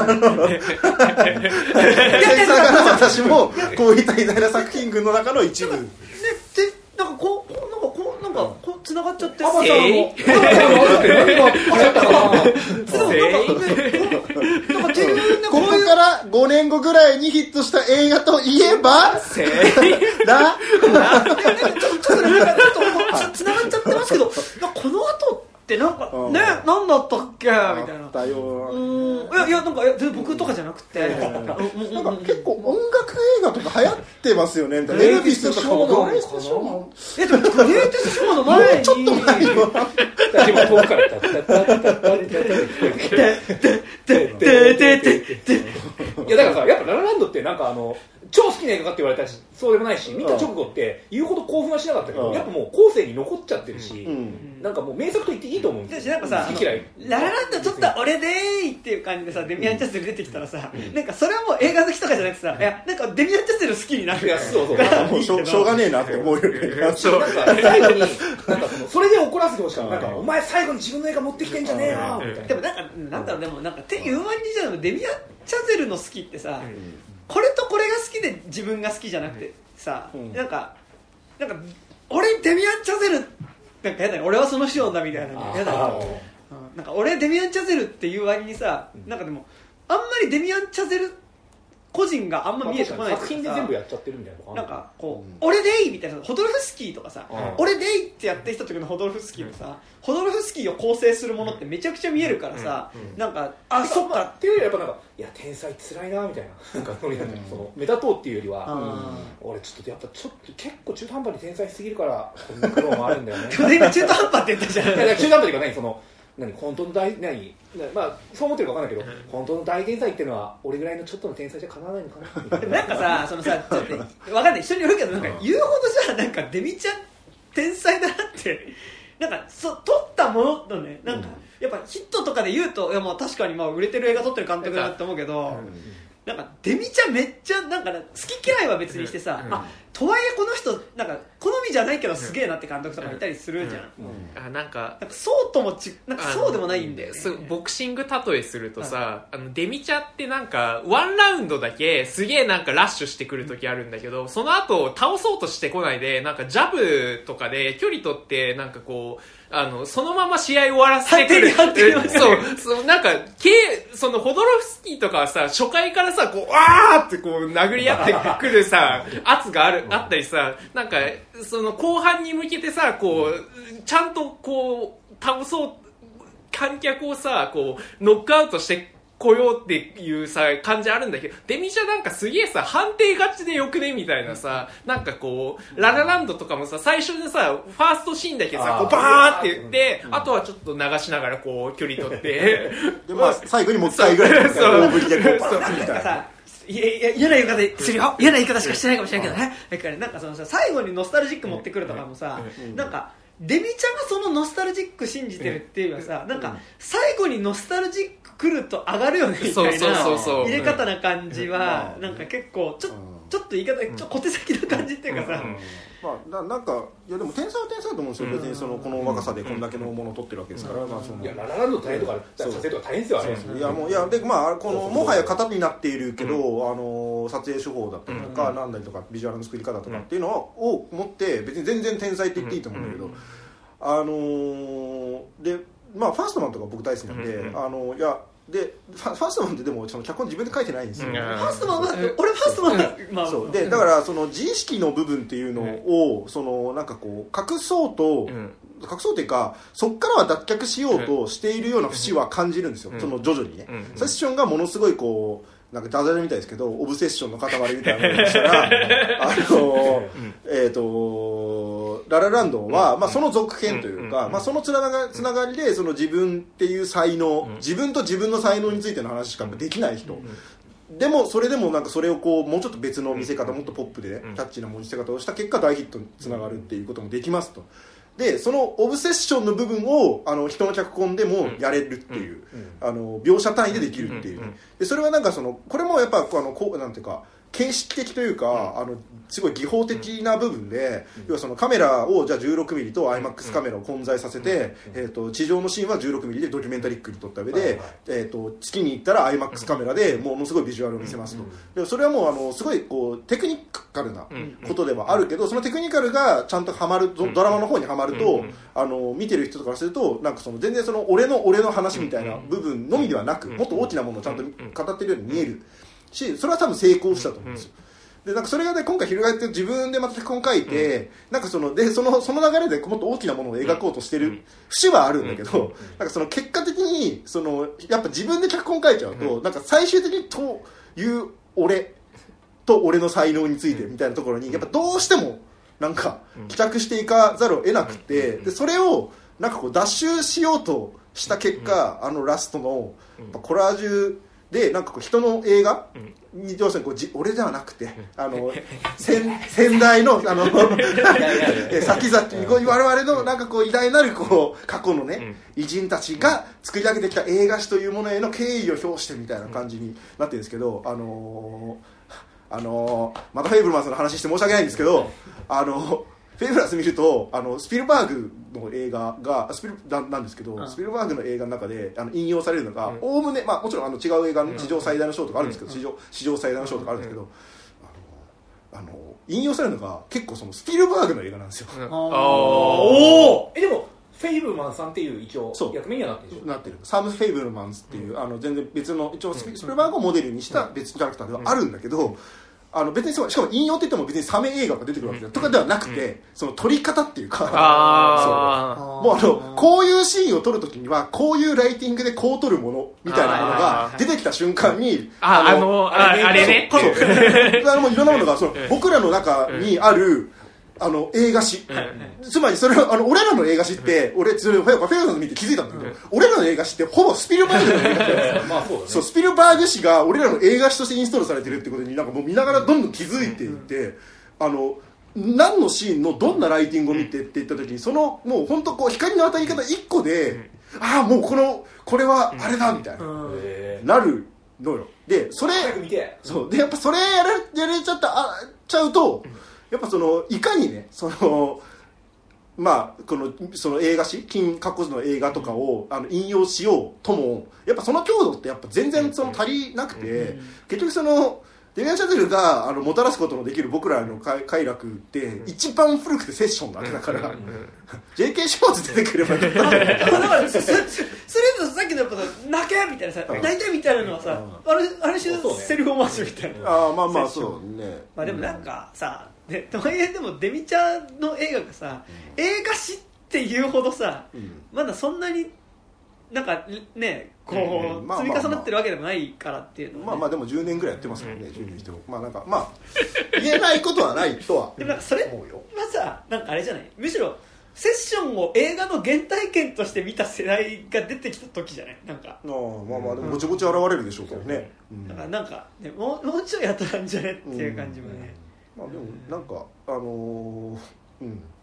私もこういった偉大な作品群の中の一部でなんかこう伝繋がっちゃってアバターも何があったかななんかっていうここから5年後ぐらいにヒットした映画といえばちょっと繋がっちゃってますけど、この後ってなんかね、何だったっけみたいな。 だよ。 いやなんか全然僕とかじゃなくて、 なんか結構音楽映画とか流行ってますよね。エルビスとかもグレイテストショーマン。 でもグレイテストショーマンの前にちょっと前に私も遠くからいやだからさ、やっぱララランドってなんか超好きな映画かって言われたらそうでもないし、見た直後って言うほど興奮はしなかったけど、やっぱもう後世に残っちゃってるし、なんかもう名作と言っていいと思うんですよ。 なんかさ、 好き嫌いララランドちょっと俺でーっていう感じでさ、デミアン・チャゼル出てきたらさ、なんかそれはもう映画好きとかじゃなくてさ、いやなんかデミアン・チャゼル好きになる。 いやそうそうもうしょうがねえなって思うよね。 なんか最後になんかそれで怒らせてほしかった。なんかお前最後に自分の映画持ってきてんじゃねえよみたいな。 でもなんだろう、でもなんかっていう割にじゃデミアン・チャゼルの好きってさ、これとこれが好きで自分が好きじゃなくてさ、なんか俺デミアン・チャゼルなんかやだね、俺はそのシオンだみたいなやだね。なんか俺デミアン・チャゼルっていう割にさ、なんかでもあんまりデミアン・チャゼル個人があんま見えてこない。 作品で全部やっちゃってるみたいな。 なんかこう、俺でいいみたいな、ホドロフスキーとかさ、俺でいいってやってきた時のホドロフスキーのさ、ホドロフスキーを構成するものってめちゃくちゃ見えるからさ、なんかそっかっていうよりやっぱなんかいや天才つらいなみたいな、なんかその目立とうっていうよりは、俺ちょっとやっぱちょっと結構中途半端に天才すぎるからこんな苦労もあるんだよね。 でも今中途半端って言ったじゃん。 いや中途半端というか本当のまあそう思ってるか分かんないけど、本当の大天才っていうのは俺ぐらいのちょっとの天才じゃかなわないのかな。 なんかさ、そのさ、ちょっと分かんない、一緒によるけど、なんか言うほどじゃなんかデミちゃん天才だなってなんか撮ったもののね、なんかやっぱヒットとかで言うと、いやまあ確かにまあ売れてる映画撮ってる監督だなって思うけど、なんかデミちゃんめっちゃなんか好き嫌いは別にしてさ、とはいえこの人なんか好みじゃないけどすげえなって監督とかいたりするじゃん。なんかそうともなんかそうでもないんだよね。 ボクシング例えするとさ、デミチャってなんかワンラウンドだけすげえなんかラッシュしてくる時あるんだけど、その後倒そうとしてこないでなんかジャブとかで距離取ってなんかこうそのまま試合終わらせてくる。そうなんかそのホドロフスキーとかはさ、初回からさこうわーってこう殴り合ってくるさ圧があったりさ、なんかその後半に向けてさこうちゃんとこう倒そう観客をさこうノックアウトしてこようっていうさ感じあるんだけど、デミジャなんかすげえさ判定勝ちでよくねみたいなさ、なんかこうララランドとかもさ最初でさファーストシーンだけさこうバーって言って、あとはちょっと流しながらこう距離取ってでまあ最後にもう一回ぐらい大振りでこうバーンみたいな。 嫌な言い方するよ、嫌な言い方しかしてないかもしれないけどね。だからなんかそのさ最後にノスタルジック持ってくるとかもさ、なんかデミちゃんがそのノスタルジック信じてるっていうかさ、なんか最後にノスタルジック来ると上がるよねみたいな入れ方な感じはなんか結構ちょっと言い方ちょっと小手先な感じっていうかさ、 まあなんかいやでも天才は天才だと思うんですよ。別にこの若さでこんだけのものを取ってるわけですから、まあそのいやララランド大変とか撮影とか大変ですよあれ。 いやもういやでまあこのもはや型になっているけど、撮影手法だったりとかなんだりとかビジュアルの作り方とかっていうのを持って別に全然天才って言っていいと思うんだけど、でまあファーストマンとか僕大好きなんで、いやでファーストマンってでもその脚本自分で書いてないんですよ。 ファーストマンは俺ファーストマンはまあそうでだからその自意識の部分っていうのをそのなんかこう隠そうっていうかそっからは脱却しようとしているような節は感じるんですよ。その徐々にね、セッションがものすごいこうなんかダジャレみたいですけどオブセッションの塊みたいなものにしたらララランドは、まあ、その続編というか、まあ、そのつながりでその自分っていう才能、自分と自分の才能についての話しかできない人、でもそれでもなんかそれをこうもうちょっと別の見せ方、もっとポップで、キャッチーな見せ方をした結果大ヒットにつながるっていうこともできますと。でそのオブセッションの部分を人の脚本でもやれるっていう、描写単位でできるっていう、でそれはなんかそのこれもやっぱこうなんていうか形式的というか、すごい技法的な部分で、要はそのカメラをじゃあ 16mm と IMAX カメラを混在させて、地上のシーンは 16mm でドキュメンタリックに撮った上で、月に行ったら IMAX カメラでものすごいビジュアルを見せますと。でそれはもうすごいこうテクニカルなことではあるけど、そのテクニカルがちゃんとハマる、ドラマの方にハマると、見てる人とからするとなんかその全然その俺の話みたいな部分のみではなく、もっと大きなものをちゃんと語ってるように見えるし、それは多分成功したと思うんですよ。でなんかそれがね今回翻って自分でまた脚本書いて、なんかその流れでもっと大きなものを描こうとしてる節はあるんだけど、なんかその結果的にそのやっぱ自分で脚本書いちゃうと、なんか最終的にという俺と俺の才能についてみたいなところにやっぱどうしてもなんか帰着していかざるを得なくて、でそれをなんかこう脱臭しようとした結果、ラストのコラージュでなんかこう人の映画に要するにこう俺ではなくて先代の先々我々のなんかこう偉大なるこう過去のね偉人たちが作り上げてきた映画史というものへの敬意を表してみたいな感じになってるんですけど、またフェイブルマンズの話して申し訳ないんですけど、フェイブルマンズ見るとスピルバーグの映画がなんですけど、スピルバーグの映画の中で引用されるのがおおむね、まあ、もちろん違う映画の史上最大の賞とかあるんですけど、史上最大の賞とかあるんですけど、引用されるのが結構そのスピルバーグの映画なんですよ。 おお。でもフェイブルマンさんっていう一応役名にはなってるでしょ。 なってる。サム・フェイブルマンズっていう、全然別の一応スピルバーグをモデルにした別キャラクターではあるんだけど、別にしかも引用って言っても別にサメ映画が出てくるわけとかではなくて、その撮り方っていうか、もうこういうシーンを撮るときにはこういうライティングでこう撮るものみたいなものが出てきた瞬間にあれね、 もういろんなものがその僕らの中にある映画史、つまりそれは俺らの映画史って俺それフェイブルマンズ見て気づいたんだけど、俺らの映画史ってほぼスピルバーグの映画史なんですよ。そうスピルバーグ史が俺らの映画史としてインストールされてるってことになんかもう見ながらどんどん気づいていって、何のシーンのどんなライティングを見てって言った時にそのもう本当こう光の当たり方1個で、ああもうこれはあれだみたいな、なるのよ。でそれそうでやっぱそれやれちゃうと、やっぱそのいかにねその映画史過去の映画とかを引用しようともやっぱその強度ってやっぱ全然その足りなくて、結局そのデミアン・チャゼルがもたらすことのできる僕らの快楽って一番古くてセッションだけだから、J.K. ショーツ出てくればよかっただからそれとさっきのやっぱ泣けみたいなさ、泣いてみたいなのはさ、ある種セルフオマージュみたいな。 まあそうね。 まあでもなんかさ、とはいえでもデミちゃんの映画がさ、映画史っていうほどさ、まだそんなになんかねこう積み重なってるわけでもないからっていうのは、ね、 まあでも10年ぐらいやってますからね、10年にしてもなんか言えないことはないとはでもなんかそれはさ、なんかあれじゃない、むしろセッションを映画の原体験として見た世代が出てきた時じゃない、なんかでもぼちぼち現れるでしょうけどね、 だからなんか、ね、もうちょいやったんじゃねっていう感じもね、 でもなんか